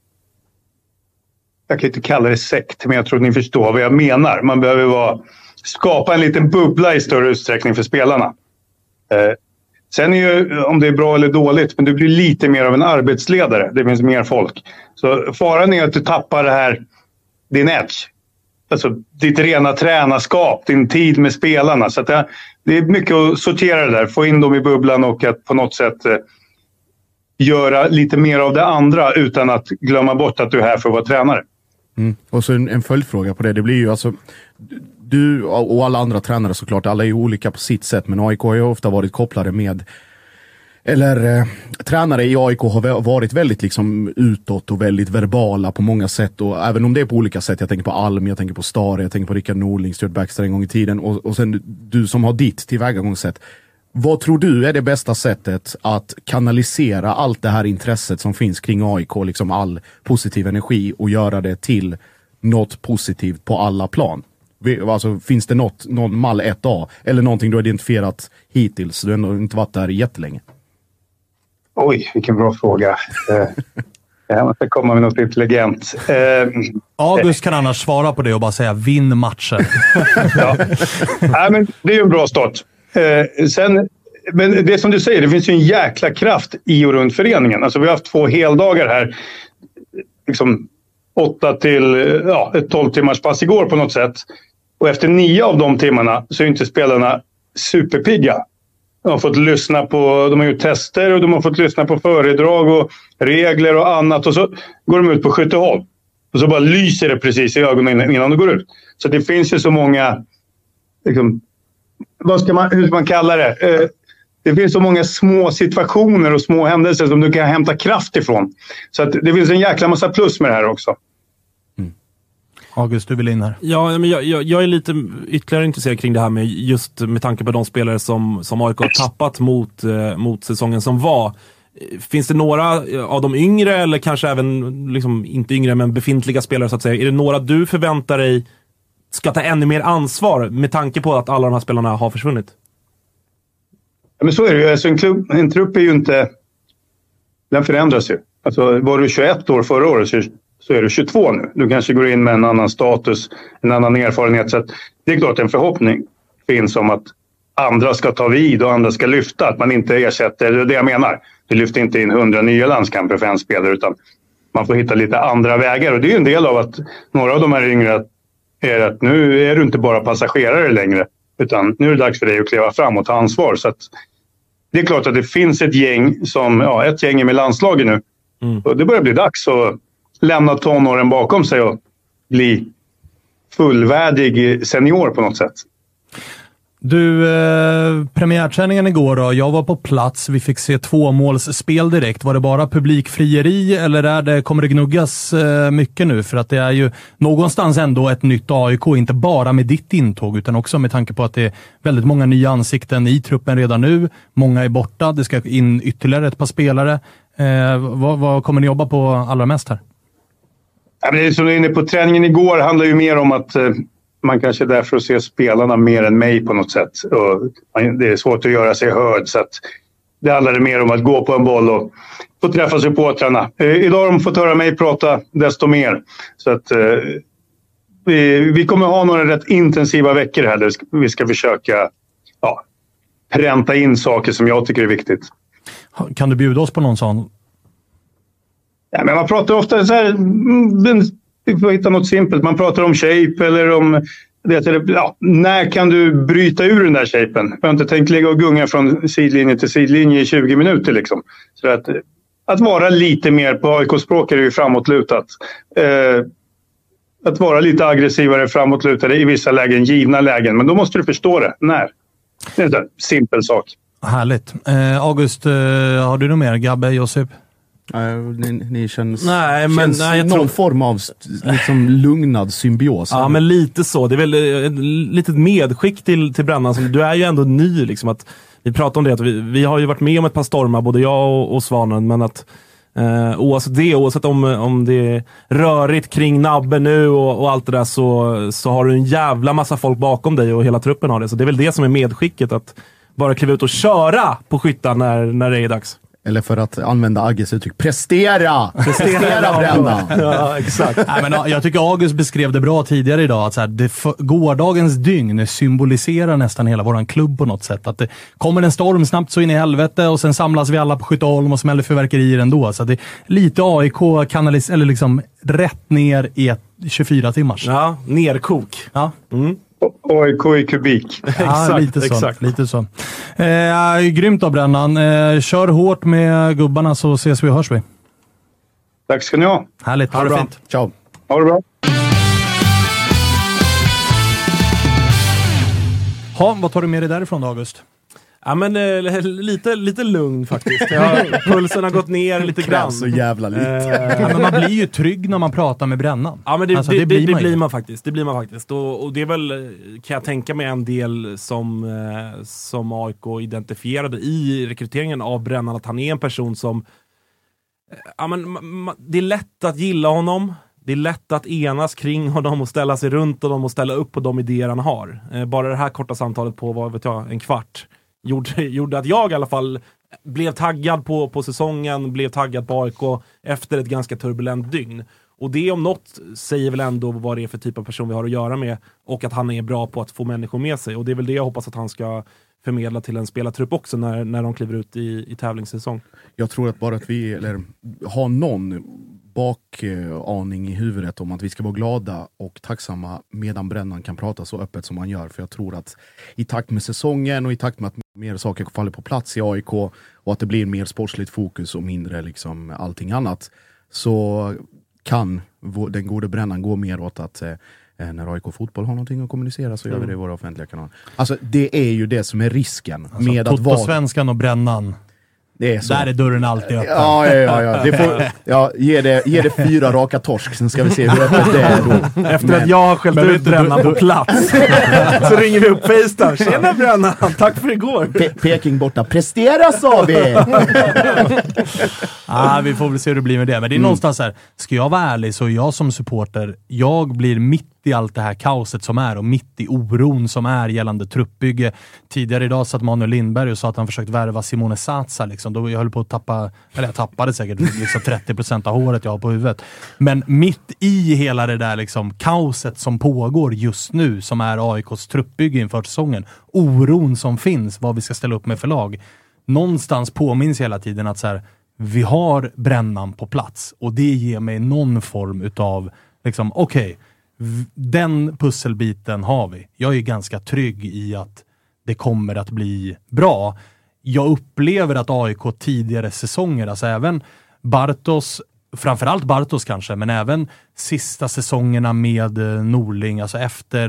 Speaker 12: Jag kan inte kalla det sekt, men jag tror att ni förstår vad jag menar. Man behöver vara, skapa en liten bubbla i större utsträckning för spelarna. Eh, sen är ju, om det är bra eller dåligt, men du blir lite mer av en arbetsledare. Det finns mer folk. Så faran är att du tappar det här, din edge. Alltså ditt rena tränarskap, din tid med spelarna. Så att det, det är mycket att sortera det där. Få in dem i bubblan och att på något sätt eh, göra lite mer av det andra utan att glömma bort att du är här för att vara tränare.
Speaker 8: Mm. Och så en, en följdfråga på det. Det blir ju alltså, du och alla andra tränare såklart, alla är ju olika på sitt sätt, men A I K har ju ofta varit kopplade med, eller eh, tränare i A I K har varit väldigt liksom utåt och väldigt verbala på många sätt, och även om det är på olika sätt. Jag tänker på Alm, jag tänker på Stare, jag tänker på Rickard Norling, Stuart Baxter en gång i tiden, och, och sen du som har ditt tillvägagångssätt. Vad tror du är det bästa sättet att kanalisera allt det här intresset som finns kring A I K, liksom all positiv energi, och göra det till något positivt på alla plan? Alltså, finns det något, någon mall ett A eller någonting du har identifierat hittills? Du har ändå inte varit där jättelänge.
Speaker 12: Oj, vilken bra fråga. Jag måste komma med något intelligent.
Speaker 4: August kan annars svara på det och bara säga vinn matchen.
Speaker 12: Ja. Nej, men det är ju en bra start. Eh, sen, men det som du säger, det finns ju en jäkla kraft i och runt föreningen. Alltså vi har haft två heldagar här. Liksom åtta till ja, ett tolv timmars pass igår på något sätt. Och efter nio av de timmarna så är inte spelarna superpigga. De har fått lyssna på, de har gjort tester och de har fått lyssna på föredrag och regler och annat. Och så går de ut på skyttehåll. Och så bara lyser det precis i ögonen innan de går ut. Så det finns ju så många... Liksom, vad ska man, hur ska man kalla det? Eh, det finns så många små situationer och små händelser som du kan hämta kraft ifrån. Så att det finns en jäkla massa plus med det här också.
Speaker 4: Mm. August, du vill in här.
Speaker 6: Ja, men jag, jag, jag är lite ytterligare intresserad kring det här med just med tanke på de spelare som, som A I K har tappat mot, eh, mot säsongen som var. Finns det några av de yngre, eller kanske även liksom, inte yngre men befintliga spelare så att säga, är det några du förväntar dig ska ta ännu mer ansvar med tanke på att alla de här spelarna har försvunnit?
Speaker 12: Ja, men så är det ju. Alltså en, klubb, en trupp är ju inte... Den förändras ju. Alltså, var du tjugoett år förra året så, så är du tjugotvå nu. Du kanske går in med en annan status, en annan erfarenhet. Så att det är klart en förhoppning finns om att andra ska ta vid och andra ska lyfta. Att man inte ersätter, det är det jag menar. Du lyfter inte in hundra nya landskamper för en spelare, utan man får hitta lite andra vägar. Och det är ju en del av att några av de här yngre är att nu är du inte bara passagerare längre, utan nu är det dags för dig att kliva fram och ta ansvar. Så att det är klart att det finns ett gäng som, ja, ett gäng med landslaget nu. Mm. Och det börjar bli dags att lämna tonåren bakom sig och bli fullvärdig senior på något sätt.
Speaker 4: Du, eh, premiärträningen igår då, jag var på plats, vi fick se tvåmålsspel direkt. Var det bara publikfrieri eller är det, kommer det gnuggas eh, mycket nu? För att det är ju någonstans ändå ett nytt A I K, inte bara med ditt intåg utan också med tanke på att det är väldigt många nya ansikten i truppen redan nu. Många är borta, det ska in ytterligare ett par spelare. Eh, vad, vad kommer ni jobba på allra mest här?
Speaker 12: Ja, men det är som du är inne på, träningen igår handlar ju mer om att eh... man kanske är där för att se spelarna mer än mig på något sätt. Och det är svårt att göra sig hörd, så att det handlar mer om att gå på en boll och få träffa supportrarna. Eh, idag har de fått höra mig prata desto mer. Så att eh, vi, vi kommer ha några rätt intensiva veckor här där vi ska försöka ja, pränta in saker som jag tycker är viktigt.
Speaker 4: Kan du bjuda oss på någon sån?
Speaker 12: Ja, men man pratar ofta så här... Mm, vi får hitta något simpelt. Man pratar om shape eller om... Det, ja, när kan du bryta ur den där shapen? Jag har inte tänkt ligga och gunga från sidlinje till sidlinje i tjugo minuter. Liksom. Så att, att vara lite mer, på A I K-språk är det ju framåtlutat. Eh, att vara lite aggressivare framåtlutade i vissa lägen, givna lägen. Men då måste du förstå det. När? Det är en sån simpel sak.
Speaker 4: Härligt. Eh, August, eh, har du något mer? Gabbe, Josip?
Speaker 8: Uh, ni, ni känns,
Speaker 6: nej, men,
Speaker 8: känns
Speaker 6: nej, jag
Speaker 8: någon
Speaker 6: tror...
Speaker 8: form av liksom lugnad symbios.
Speaker 6: Ja, men lite så. Det är väl ett litet medskick till, till Brännan. Du är ju ändå ny. Liksom, att vi pratar om det. Att vi, vi har ju varit med om ett par stormar, både jag och, och Svanen. Men att Eh, oavsett det, oavsett om, om det är rörigt kring Nabbe nu och, och allt det där, så, så har du en jävla massa folk bakom dig och hela truppen har det. Så det är väl det som är medskicket, att bara kliva ut och köra på skyttar när, när det är dags.
Speaker 8: Eller för att använda Agges uttryck, prestera! Prestera Brännan!
Speaker 6: Ja, exakt.
Speaker 4: Nej, men jag tycker August beskrev det bra tidigare idag. Att så här, det för, gårdagens dygn symboliserar nästan hela våran klubb på något sätt. Att det kommer en storm snabbt så in i helvete och sen samlas vi alla på Skytteholm och smäller fyrverkerier ändå. Så det är lite A I K kanalis eller liksom rätt ner i ett tjugofyra timmars.
Speaker 6: Ja, nerkok.
Speaker 4: Ja.
Speaker 6: Mm.
Speaker 12: A I K i kubik.
Speaker 4: Ja,
Speaker 6: exakt,
Speaker 4: lite så.
Speaker 6: exakt.
Speaker 4: Lite så. Eh, grymt av Brännan. Eh, kör hårt med gubbarna så ses vi och hörs vi.
Speaker 12: Tack ska ni ha.
Speaker 4: Härligt. Ha,
Speaker 12: ha
Speaker 4: det
Speaker 12: bra.
Speaker 4: fint.
Speaker 8: Ciao.
Speaker 12: Ha det bra.
Speaker 4: Ha, vad tar du med dig därifrån då, August?
Speaker 6: Ja, men eh, lite, lite lugn faktiskt. Ja, pulsen har gått ner lite grann.
Speaker 8: Så jävla lite.
Speaker 6: Eh,
Speaker 4: Ja, men man blir ju trygg när man pratar med Brännan.
Speaker 6: Ja, men det,
Speaker 4: Alltså,
Speaker 6: det,
Speaker 4: det
Speaker 6: det,
Speaker 4: blir
Speaker 6: det, det
Speaker 4: man ju.
Speaker 6: blir man faktiskt. Det blir man faktiskt. Och, och det är väl, kan jag tänka mig, en del som, eh, som A I K identifierade i rekryteringen av Brännan, att han är en person som eh, ja, men, ma, ma, det är lätt att gilla honom. Det är lätt att enas kring honom och ställa sig runt honom och ställa upp på de idéer han har. Eh, bara det här korta samtalet på, vad vet jag, en kvart gjorde, gjorde att jag i alla fall blev taggad på, på säsongen, blev taggad på A I K efter ett ganska turbulent dygn. Och det om något säger väl ändå vad det är för typ av person vi har att göra med, och att han är bra på att få människor med sig. Och det är väl det jag hoppas att han ska förmedla till en spelartrupp också när, när de kliver ut i, i tävlingssäsong.
Speaker 8: Jag tror att bara att vi eller, har någon bakaning i huvudet om att vi ska vara glada och tacksamma medan Brännan kan prata så öppet som han gör. För jag tror att i takt med säsongen och i takt med att mer saker faller på plats i A I K och att det blir mer sportsligt fokus och mindre liksom allting annat, så kan den gode Brännan gå mer åt att eh, när A I K Fotboll har någonting att kommunicera så gör vi det i våra offentliga kanaler. Alltså det är ju det som är risken.
Speaker 4: Alltså,
Speaker 8: med att vara...
Speaker 4: Svenskan och Brännan.
Speaker 8: Det är så.
Speaker 4: Där är dörren alltid öppen.
Speaker 8: Ja, ja, ja. ja. Det får, ja ge, det, ge det fyra raka torsk, sen ska vi se hur öppet det är då.
Speaker 6: Efter
Speaker 8: Men,
Speaker 6: att jag har skällt ut Brännan på plats så ringer vi upp FaceTime. Tjena Brännan, tack för igår.
Speaker 8: Pe- Peking borta, prestera sa vi!
Speaker 4: Ah, vi får väl se hur det blir med det. Men det är mm. någonstans här, ska jag vara ärlig så är jag som supporter, jag blir mitt i allt det här kaoset som är och mitt i oron som är gällande truppbygge. Tidigare idag satt Manuel Lindberg och sa att han försökt värva Simone Satsa liksom. Då jag höll på att tappa, eller jag tappade säkert liksom trettio procent av håret jag har på huvudet. Men mitt i hela det där liksom kaoset som pågår just nu, som är A I K:s truppbygge inför säsongen, oron som finns, vad vi ska ställa upp med för lag, någonstans påminns hela tiden att så här, vi har Brännan på plats och det ger mig någon form utav liksom, okej, okay, den pusselbiten har vi. Jag är ganska trygg i att det kommer att bli bra. Jag upplever att A I K tidigare säsonger, alltså även Bartos, framförallt Bartos kanske, men även sista säsongerna med Norling, alltså efter,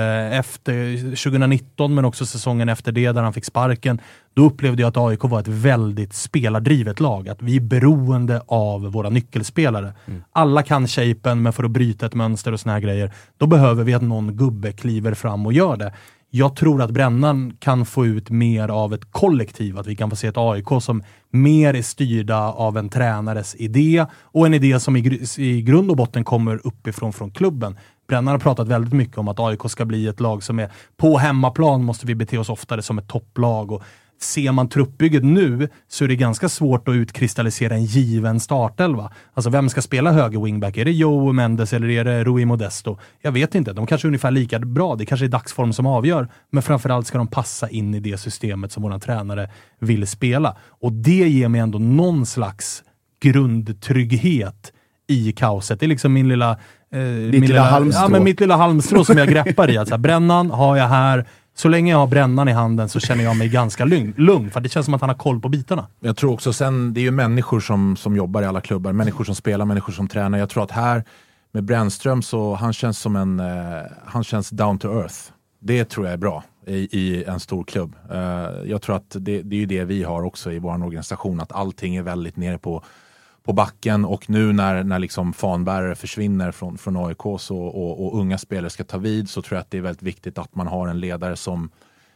Speaker 4: efter tjugonitton, men också säsongen efter det där han fick sparken, då upplevde jag att A I K var ett väldigt spelardrivet lag. Att vi är beroende av våra nyckelspelare. Mm. Alla kan shapen, men för att bryta ett mönster och såna här grejer, då behöver vi att någon gubbe kliver fram och gör det. Jag tror att Brännan kan få ut mer av ett kollektiv, att vi kan få se ett A I K som mer är styrda av en tränares idé och en idé som i, gr- i grund och botten kommer uppifrån från klubben. Brännan har pratat väldigt mycket om att A I K ska bli ett lag som är på hemmaplan, måste vi bete oss oftare som ett topplag, och ser man truppbygget nu så är det ganska svårt att utkristallisera en given startelva. Alltså vem ska spela höger wingback? Är det Joe Mendes eller är det Rui Modesto? Jag vet inte. De kanske är ungefär lika bra. Det kanske är dagsform som avgör. Men framförallt ska de passa in i det systemet som våran tränare vill spela. Och det ger mig ändå någon slags grundtrygghet i kaoset. Det är liksom min lilla... Eh, min
Speaker 8: lilla, lilla halmstrå.
Speaker 4: Ja, men mitt lilla halmstrå som jag greppar i. Alltså, Brännan har jag här. Så länge jag har Brännan i handen så känner jag mig ganska lugn, lugn. För det känns som att han har koll på bitarna.
Speaker 7: Jag tror också, sen det är ju människor som, som jobbar i alla klubbar. Människor som spelar, människor som tränar. Jag tror att här med Brännström så han känns som en... Eh, han känns down to earth. Det tror jag är bra i, i en stor klubb. Eh, jag tror att det, det är ju det vi har också i vår organisation. Att allting är väldigt nere på... på backen, och nu när, när liksom fanbärare försvinner från, från A I K så, och, och unga spelare ska ta vid, så tror jag att det är väldigt viktigt att man har en ledare som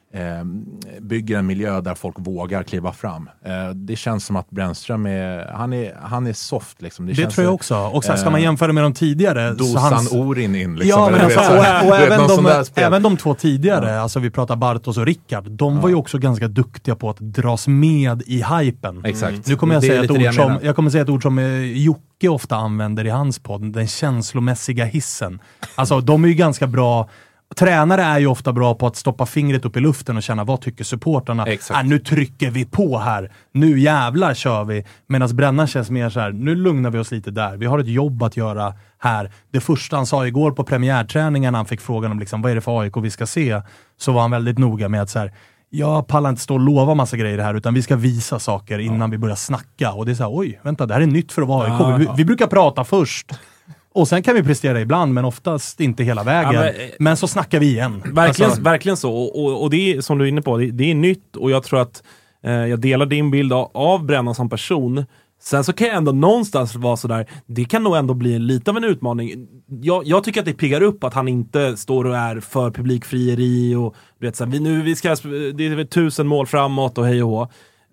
Speaker 7: eh, bygger en miljö där folk vågar kliva fram. Eh, det känns som att Brännström är, han är, han är soft liksom. Det,
Speaker 4: det
Speaker 7: känns
Speaker 4: tror jag också. Och så här, ska man jämföra med de tidigare...
Speaker 7: Dosan hans... Orin in liksom.
Speaker 4: Ja, men alltså, och, och även, de,
Speaker 7: spel.
Speaker 4: även de två tidigare, ja. alltså vi pratar Bartos och Rickard, de ja. var ju också ganska duktiga på att dras med i hypen.
Speaker 7: Exakt.
Speaker 4: Nu kommer jag säga ett ord som, jag kommer säga ett ord som eh, Jocke ofta använder i hans podd, den känslomässiga hissen. Alltså de är ju ganska bra. Tränare är ju ofta bra på att stoppa fingret upp i luften och känna, vad tycker supportarna? Ah, nu trycker vi på här. Nu jävlar kör vi. Medan Brännan känns mer så här, nu lugnar vi oss lite där. Vi har ett jobb att göra här. Det första han sa igår på premiärträningen, han fick frågan om liksom, vad är det för A I K vi ska se? Så var han väldigt noga med att så här, jag pallar inte stå och lova massa grejer här, utan vi ska visa saker innan ja. vi börjar snacka. Och det är så här, oj, vänta, det här är nytt för att vara A I K. Ja, vi, vi brukar prata först. Och sen kan vi prestera ibland, men oftast inte hela vägen. Ja, men, men så snackar vi igen.
Speaker 6: Verkligen,
Speaker 4: alltså.
Speaker 6: verkligen så. Och, och, och det är, som du är inne på, det, det är nytt. Och jag tror att eh, jag delar din bild av, av Brännan som person. Sen så kan jag ändå någonstans vara sådär, det kan nog ändå bli lite av en utmaning. Jag, jag tycker att det piggar upp att han inte står och är för publikfrieri och du vet, så här, vi, nu, vi ska, det är tusen mål framåt och hej och hå.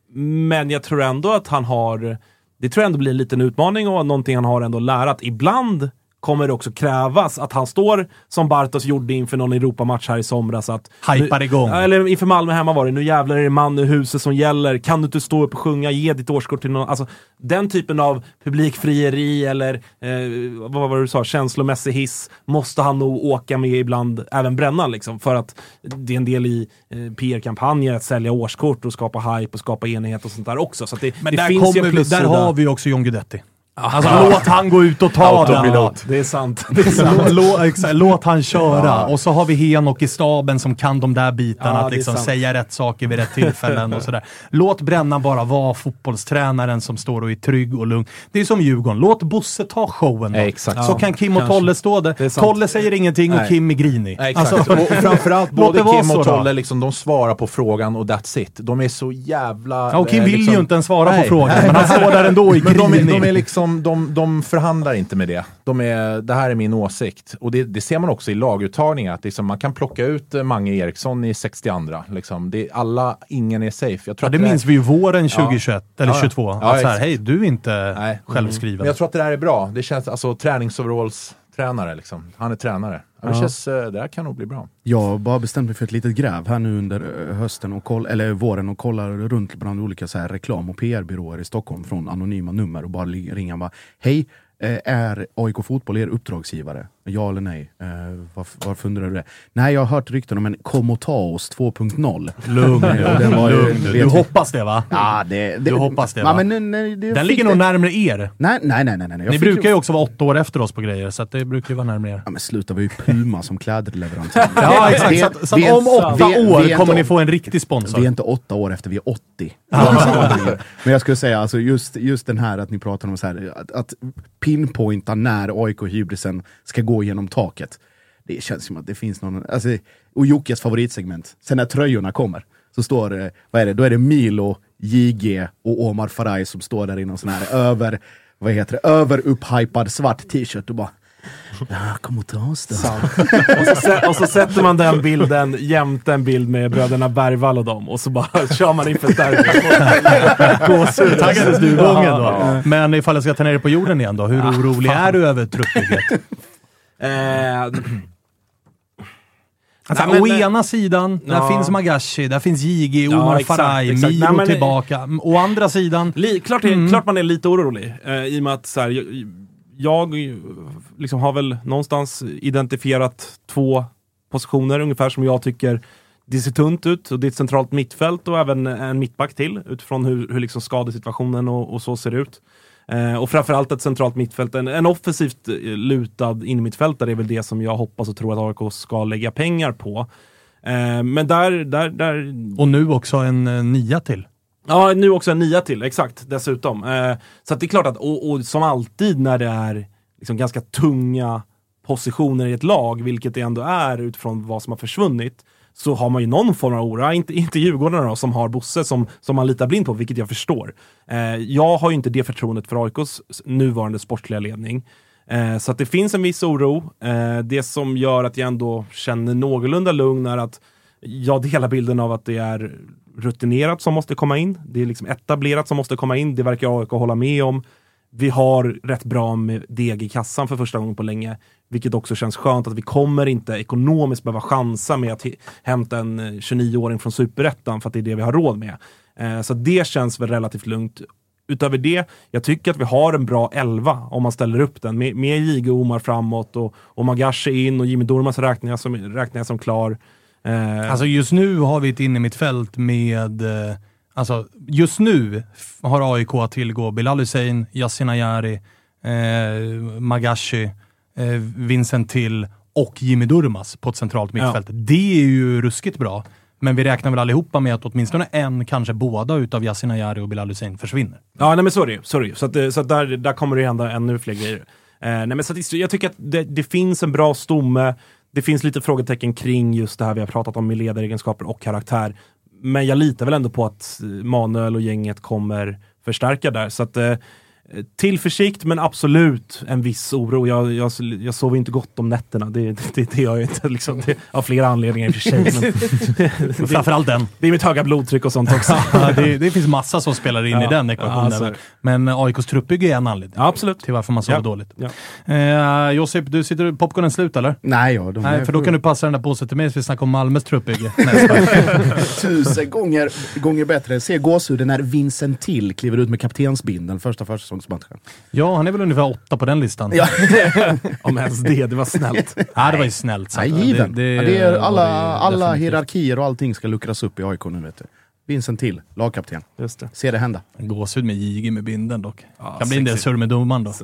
Speaker 6: Men jag tror ändå att han har... Det tror jag ändå blir en liten utmaning och någonting han har ändå lärat. Ibland kommer det också krävas att han står som Bartos gjorde inför någon Europamatch här i somras. Att
Speaker 4: hypar igång.
Speaker 6: Eller inför Malmö hemma var det. Nu jävlar är det man i huset som gäller. Kan du inte stå upp och sjunga? Ge ditt årskort till någon. Alltså, den typen av publikfrieri eller eh, vad var det du sa? Känslomässig hiss måste han nog åka med ibland. Även Brännan liksom. För att det är en del i eh, P R-kampanjer att sälja årskort och skapa hype och skapa enighet och sånt där också. Så att det,
Speaker 4: Men
Speaker 6: det
Speaker 4: där,
Speaker 6: finns ju
Speaker 4: vi, där har vi också John Guidetti. Alltså
Speaker 6: ja.
Speaker 4: låt han gå ut och ta den.
Speaker 6: Ja, det är sant. Det är sant.
Speaker 4: låt, exakt, låt han köra. Ja. Och så har vi Henok i staben som kan de där bitarna.
Speaker 6: Ja,
Speaker 4: att liksom säga rätt saker vid rätt tillfällen och sådär. Låt Brännan bara vara fotbollstränaren som står och är trygg och lugn. Det är som Djurgården. Låt Bosse ta showen då.
Speaker 7: Exakt.
Speaker 4: Så ja, kan Kim och kanske. Tolle stå där. Tolle säger ingenting och Nej. Kim är grinig.
Speaker 7: Nej, exakt. Alltså, och framförallt både Kim och Tolle liksom, de svarar på frågan och that's it. De är så jävla...
Speaker 4: Ja, och Kim vill
Speaker 7: liksom,
Speaker 4: ju inte ens svara
Speaker 7: nej.
Speaker 4: på frågan. Men han står där ändå i
Speaker 7: men de,
Speaker 4: grinig.
Speaker 7: är, de är liksom... De, de förhandlar inte med det. De är, det här är min åsikt. Och det, det ser man också i laguttagningar. Att liksom, man kan plocka ut Mange Eriksson i sextioandra. Liksom. Det är alla, ingen är safe. Jag tror
Speaker 4: ja, det,
Speaker 7: att det
Speaker 4: minns
Speaker 7: är,
Speaker 4: vi ju våren tjugohundratjugoett, ja. eller
Speaker 7: ja,
Speaker 4: tjugotvå.
Speaker 7: Ja,
Speaker 4: att så här, hej, du är inte
Speaker 7: Nej.
Speaker 4: självskriven.
Speaker 7: Mm. Men jag tror att det där är bra. Det känns, alltså träningsoveralls-tränare liksom. Han är tränare. Ja. Det, känns, det här kan nog bli bra.
Speaker 8: Jag har bara bestämt mig för ett litet gräv här nu under hösten och koll, eller våren och kollar runt bland olika så här reklam- och P R-byråer i Stockholm från anonyma nummer och bara ringa och bara, hej, är A I K Fotboll er uppdragsgivare? Ja eller nej? Eh, varför, varför undrar du det? Nej, jag har hört rykten om en Kom och ta oss två punkt noll.
Speaker 4: Lugn, ja, lugn. Du, du hoppas det va?
Speaker 8: Ja, det, det,
Speaker 4: du hoppas det va?
Speaker 8: Ja, men, nej, det
Speaker 4: Den ligger nog närmare er.
Speaker 8: Nej, nej, nej. nej, nej.
Speaker 4: Ni brukar ju... ju också vara åtta år efter oss på grejer, så att det brukar ju vara närmare er.
Speaker 8: Ja, men sluta, vi är ju Puma som kläderleverantör.
Speaker 4: Ja, exakt. Det, så att, så att om åtta vi, år vi kommer ni få en riktig sponsor.
Speaker 8: Vi är inte åtta år efter, vi är åttio. Men jag skulle säga, alltså, just, just den här att ni pratar om så här, att, att pinpointa när A I K-hybrisen ska gå genom taket. Det känns som att det finns någon... Alltså, och Jockes favoritsegment. Sen när tröjorna kommer så står det, vad är det? Då är det Milo, J G och Omar Faraj som står där i någon sån här över, vad heter det? Över upphypad svart t-shirt och bara... Ja, kom och ta oss då.
Speaker 6: och, så, och så sätter man den bilden jämte en bild med bröderna Bergvall och dem och så bara kör man inför ett derby.
Speaker 4: Taggades du gången då? Ja. Men ifall jag ska ta ner det på jorden igen då, hur ja, orolig fan. är du över truppbygget? eh... Alltså, nej, å men, ena sidan, ja. där finns Magashi, där finns J G, Omar ja, Faraj, Milo nej, men, tillbaka. Å andra sidan...
Speaker 6: Li, klart, är, mm. klart man är lite orolig. Eh, I och med att så här, jag, jag liksom har väl någonstans identifierat två positioner ungefär som jag tycker det ser tunt ut. Och det är ett centralt mittfält och även en mittback till utifrån hur, hur liksom skadesituationen och, och så ser ut. Eh, och framförallt ett centralt mittfält. En, en offensivt lutad innermittfältare är väl det som jag hoppas och tror att A I K ska lägga pengar på. Eh, men där, där, där...
Speaker 4: Och nu också en uh, nia till.
Speaker 6: Ja, nu också en nia till, exakt, dessutom. Eh, så att det är klart att, och, och som alltid när det är liksom ganska tunga positioner i ett lag, vilket det ändå är utifrån vad som har försvunnit, så har man ju någon form av oro. Inte, inte Djurgården då, som har Bosse som, som man litar blind på, vilket jag förstår. Eh, jag har ju inte det förtroendet för A I K:s nuvarande sportliga ledning. Eh, så att det finns en viss oro. Eh, det som gör att jag ändå känner någorlunda lugn är att jag delar bilden av att det är rutinerat som måste komma in. Det är liksom etablerat som måste komma in. Det verkar A I K hålla med om. Vi har rätt bra med deg i kassan för första gången på länge. Vilket också känns skönt att vi kommer inte ekonomiskt behöva chansa med att h- hämta en tjugonio-åring från Superettan för att det är det vi har råd med. Eh, så det känns väl relativt lugnt. Utöver det, jag tycker att vi har en bra elva om man ställer upp den. Med, med Jige och Omar framåt och, och Magashi in och Jimmy Durmaz räknar jag som, räknar jag som klar. Eh.
Speaker 4: Alltså just nu har vi ett inne mitt fält med... Eh, alltså just nu har A I K att tillgå Bilal Hussein, Yasin Ayari, eh, Magashi, eh, Vincent Till och Jimmy Durmaz på ett centralt mittfält. Ja. Det är ju ruskigt bra. Men vi räknar väl allihopa med att åtminstone en, kanske båda utav Yasin Ayari och Bilal Hussein försvinner.
Speaker 6: Ja, nej men sorry. sorry. Så, att, så att där, där kommer det hända ännu fler grejer. Eh, nej, men så att, jag tycker att det, det finns en bra stomme. Det finns lite frågetecken kring just det här vi har pratat om med ledaregenskaper och karaktär. Men jag litar väl ändå på att Manuel och gänget kommer förstärka där. Så att... Eh, tillförsikt, men absolut en viss oro. Jag, jag, jag sover inte gott om nätterna. Det, det, det, det gör jag inte. Liksom. Det, av flera anledningar i och för sig. Men
Speaker 4: framförallt den.
Speaker 6: Det är mitt höga blodtryck och sånt också.
Speaker 4: Ja, det, det finns massa som spelar in ja, i den ekvationen. Ja, men A I K:s truppbygge är en anledning.
Speaker 6: Ja, absolut.
Speaker 4: Till varför man sover
Speaker 6: ja.
Speaker 4: dåligt.
Speaker 6: Ja.
Speaker 4: Eh, Josip, du sitter popcornen slut eller?
Speaker 8: Nej, ja, de
Speaker 4: Nej, för då kan du passa den där påsen till mig så vi snackar om Malmös truppbygge.
Speaker 8: Tusen gånger, gånger bättre. Se gåshuden när Vincent Till kliver ut med kaptensbindeln första försäsongsmatchen.
Speaker 4: Ja, han är väl ungefär åtta på den listan.
Speaker 8: Ja.
Speaker 6: Om ens det, det var snällt.
Speaker 4: Ja, det var ju snällt.
Speaker 8: Nej, given. Det, det, ja, det är alla, alla hierarkier och allting ska luckras upp i A I K nu, vet du. Vincent Till, lagkapten.
Speaker 6: Just det.
Speaker 8: Se det hända.
Speaker 4: Gåshud med Jigi med binden dock.
Speaker 6: Ja,
Speaker 4: kan bli en del surr med domaren då.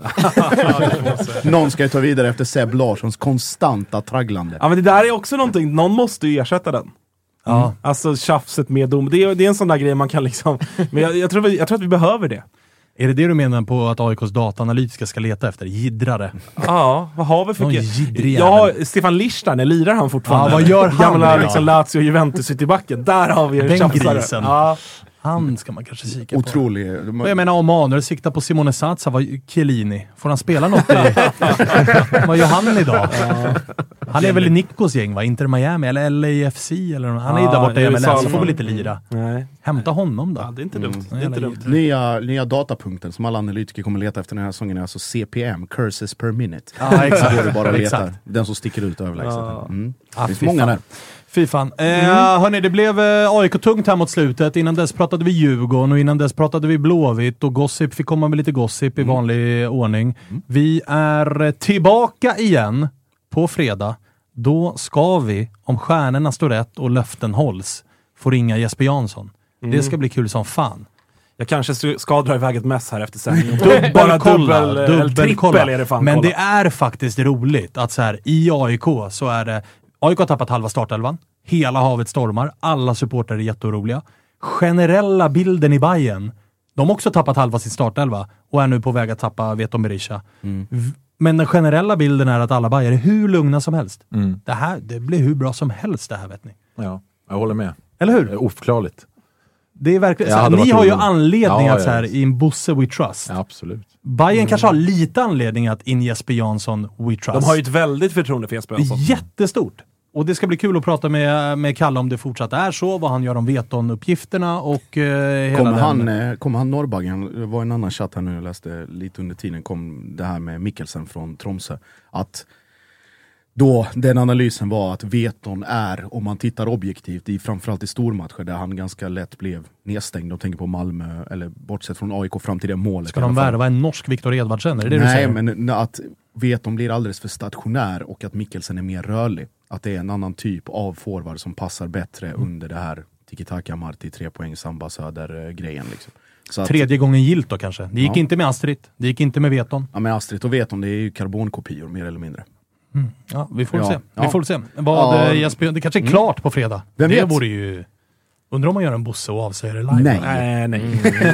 Speaker 8: Någon ska ju ta vidare efter Seb Larssons konstanta tragglande.
Speaker 6: Ja, men det där är också någonting. Någon måste ju ersätta den.
Speaker 4: Ja.
Speaker 6: Mm. Alltså tjafset med dom. Det är, det är en sån där grej man kan liksom... Men jag, jag, tror, vi, jag tror att vi behöver det.
Speaker 4: Är det det du menar på att A I K:s dataanalytiska ska leta efter? Giddrare?
Speaker 6: Ja, vad har vi för...
Speaker 4: G-
Speaker 6: ja, Stefan Lichstein, lirar han fortfarande?
Speaker 4: Ja, vad gör han?
Speaker 6: Gamla liksom, Lazio och Juventus ute i backen. Där har vi en
Speaker 4: grisen. Ja. Han ska man kanske kika
Speaker 8: Otrolig.
Speaker 4: på. Och jag menar, om Manuel siktar på Simone Satsa, vad Chiellini. Får han spela något i... Vad gör han idag? Ja. Han är väl i Nikos gäng, va? Inter Miami eller L A F C eller något. Han är ju ja, där borta i M L S, så får väl lite lira. Nej. Hämta honom då.
Speaker 6: Ja, det är inte dumt.
Speaker 8: Mm.
Speaker 6: Det är inte dumt.
Speaker 8: Nya, nya datapunkten som alla analytiker kommer leta efter den här säsongen är alltså C P M, curses per minute.
Speaker 4: Ja, exakt.
Speaker 8: Då är det bara leta.
Speaker 4: Exakt.
Speaker 8: Den som sticker ut överlägset.
Speaker 4: Ja.
Speaker 8: Mm.
Speaker 4: Ah,
Speaker 8: det finns många där.
Speaker 4: Fy fan. Mm. Eh, hörni, det blev eh, A I K tungt här mot slutet. Innan dess pratade vi Djurgården och innan dess pratade vi Blåvitt och Gossip fick komma med lite gossip mm. i vanlig ordning. Mm. Vi är tillbaka igen på fredag. Då ska vi, om stjärnorna står rätt och löften hålls, få ringa Jesper Jansson. Mm. Det ska bli kul som fan.
Speaker 6: Jag kanske ska dra iväg ett mess här efter sändningen.
Speaker 4: Dubbelkolla,
Speaker 6: dubbel, dubbelkolla. Är det fan
Speaker 4: Men
Speaker 6: kolla.
Speaker 4: det är faktiskt roligt att så här, i A I K så är det... A I K har tappat halva startelvan. Hela havet stormar. Alla supportrar är jätteoroliga. Generella bilden i Bayern. De har också tappat halva sin startelva och är nu på väg att tappa Veton Berisha. Mm. Men den generella bilden är att alla Bayern är hur lugna som helst. Mm. Det här, det blir hur bra som helst det här, vet ni.
Speaker 7: Ja, jag håller med.
Speaker 4: Eller hur?
Speaker 7: Det är oförklarligt.
Speaker 4: Det är verkligen, såhär, ni har ju anledning ja, att så här, i en Bosse we trust.
Speaker 7: Ja, absolut.
Speaker 4: Bayern
Speaker 7: mm.
Speaker 4: kanske har lite anledning att in Jesper Jansson we trust.
Speaker 6: De har ju ett väldigt förtroende för Jesper Jansson.
Speaker 4: Jättestort. Och det ska bli kul att prata med, med Kalle om det fortsatt är så, vad han gör om Veton-uppgifterna och eh, hela
Speaker 8: kommer
Speaker 4: den.
Speaker 8: Han, eh, kommer han Norrbaggen, det var en annan chatt här nu, jag läste lite under tiden, kom det här med Mikkelsen från Tromsö. Att då den analysen var att Veton är, om man tittar objektivt, i framförallt i stormatcher där han ganska lätt blev nedstängd. De tänker på Malmö, eller bortsett från A I K fram till det målet.
Speaker 4: Ska de värva en norsk Viktor Edvardsen? Är det det
Speaker 8: Nej,
Speaker 4: du säger?
Speaker 8: men att Veton blir alldeles för stationär och att Mikkelsen är mer rörlig. Att det är en annan typ av forward som passar bättre mm. under det här tiki-taka Marti, tre poäng, Samba Söder-grejen. Liksom. Så
Speaker 4: Tredje
Speaker 8: att,
Speaker 4: gången gilt då kanske. Det gick
Speaker 8: ja.
Speaker 4: inte med Astrid. Det gick inte med Veton.
Speaker 8: Ja, men Astrid och Veton, det är ju karbonkopior mer eller mindre.
Speaker 4: Mm. Ja, vi får
Speaker 8: ja.
Speaker 4: se.
Speaker 8: Ja.
Speaker 4: Vi får se. Vad,
Speaker 8: ja.
Speaker 4: Jesper, det kanske är klart mm. på fredag.
Speaker 8: Vem
Speaker 4: det
Speaker 8: vet?
Speaker 4: Vore ju... Undrar om man gör en Bosse och avsäger det live.
Speaker 8: Nej.
Speaker 6: Nej, nej.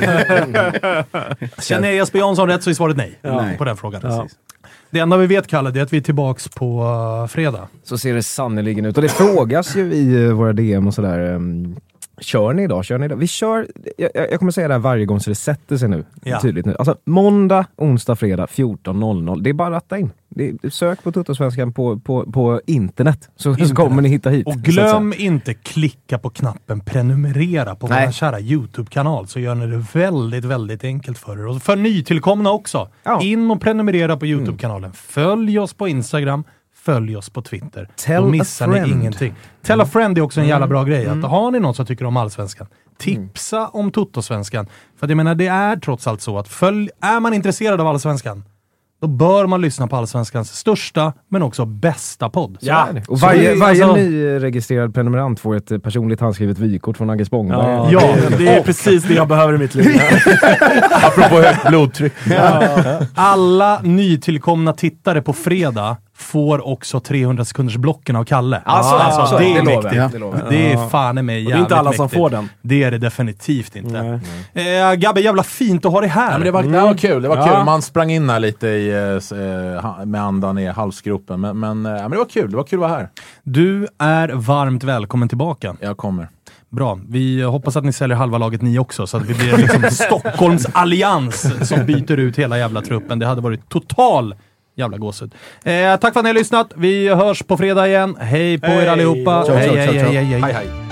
Speaker 4: Känner jag Jesper Jansson rätt så är svaret nej,
Speaker 8: ja. nej.
Speaker 4: på den frågan.
Speaker 8: Ja.
Speaker 4: Det enda vi vet, Kalle, det är att vi är tillbaks på uh, fredag.
Speaker 5: Så ser det sannoliken ut. Och det frågas ju i uh, våra D M och sådär. Um, Kör ni idag? Kör ni idag? Vi kör, jag, jag kommer säga det här varje gång så det sätter sig nu.
Speaker 4: Ja.
Speaker 5: Tydligt nu. Alltså måndag, onsdag, fredag fjorton noll noll. Det är bara att ratta in. Det är, sök på Tuttosvenskan på, på, på internet så, internet. så kommer ni hitta hit.
Speaker 4: Och glöm inte klicka på knappen prenumerera på vår kära YouTube-kanal så gör ni det väldigt, väldigt enkelt för er. Och för nytillkomna också. Ja. In och prenumerera på YouTube-kanalen. Följ oss på Instagram. Följ oss på Twitter.
Speaker 5: Tell
Speaker 4: Då missar
Speaker 5: a
Speaker 4: ni
Speaker 5: friend.
Speaker 4: ingenting. Tell a friend är också en jävla bra grej.
Speaker 5: Mm.
Speaker 4: Att har ni någon som tycker om Allsvenskan, tipsa mm. om Tuttosvenskan. För jag menar, det är trots allt så att följ, är man intresserad av Allsvenskan, då bör man lyssna på Allsvenskans största, men också bästa podd. Så
Speaker 5: ja.
Speaker 4: är det.
Speaker 5: Och varje,
Speaker 4: så
Speaker 5: varje
Speaker 4: alltså...
Speaker 5: nyregistrerad prenumerant får ett personligt handskrivet vykort från Agge Spångberg.
Speaker 6: Ja, ja, det, det är precis det jag behöver i mitt liv.
Speaker 7: Apropå högt blodtryck.
Speaker 4: Ja. Alla nytillkomna tittare på fredag får också trehundra sekunders blocken av Kalle.
Speaker 5: Alltså,
Speaker 4: alltså,
Speaker 5: alltså
Speaker 4: det, det är
Speaker 5: det
Speaker 4: mäktigt.
Speaker 5: lovar, det, lovar.
Speaker 4: Det är fan i mig jävligt
Speaker 6: det är inte alla som
Speaker 4: mäktigt.
Speaker 6: får den.
Speaker 4: Det är det definitivt inte. Eh, Gabbe, jävla fint att ha dig här.
Speaker 7: Ja, men det, var, det var kul, det var
Speaker 6: Ja.
Speaker 7: kul. Man sprang in här lite i, eh, med andan i halsgropen. Men, men, eh, men det var kul, det var kul att vara här.
Speaker 4: Du är varmt välkommen tillbaka.
Speaker 7: Jag kommer.
Speaker 4: Bra. Vi hoppas att ni säljer halva laget ni också så att vi blir liksom Stockholms allians som byter ut hela jävla truppen. Det hade varit total jävla gåsud. Eh, tack för att ni har lyssnat. Vi hörs på fredag igen. Hej på
Speaker 6: Hej.
Speaker 4: er allihopa.
Speaker 7: Ciao, ciao,
Speaker 4: hej,
Speaker 7: ciao,
Speaker 4: hej,
Speaker 7: ciao.
Speaker 4: hej, hej,
Speaker 7: Hej,
Speaker 4: hej.
Speaker 7: hej.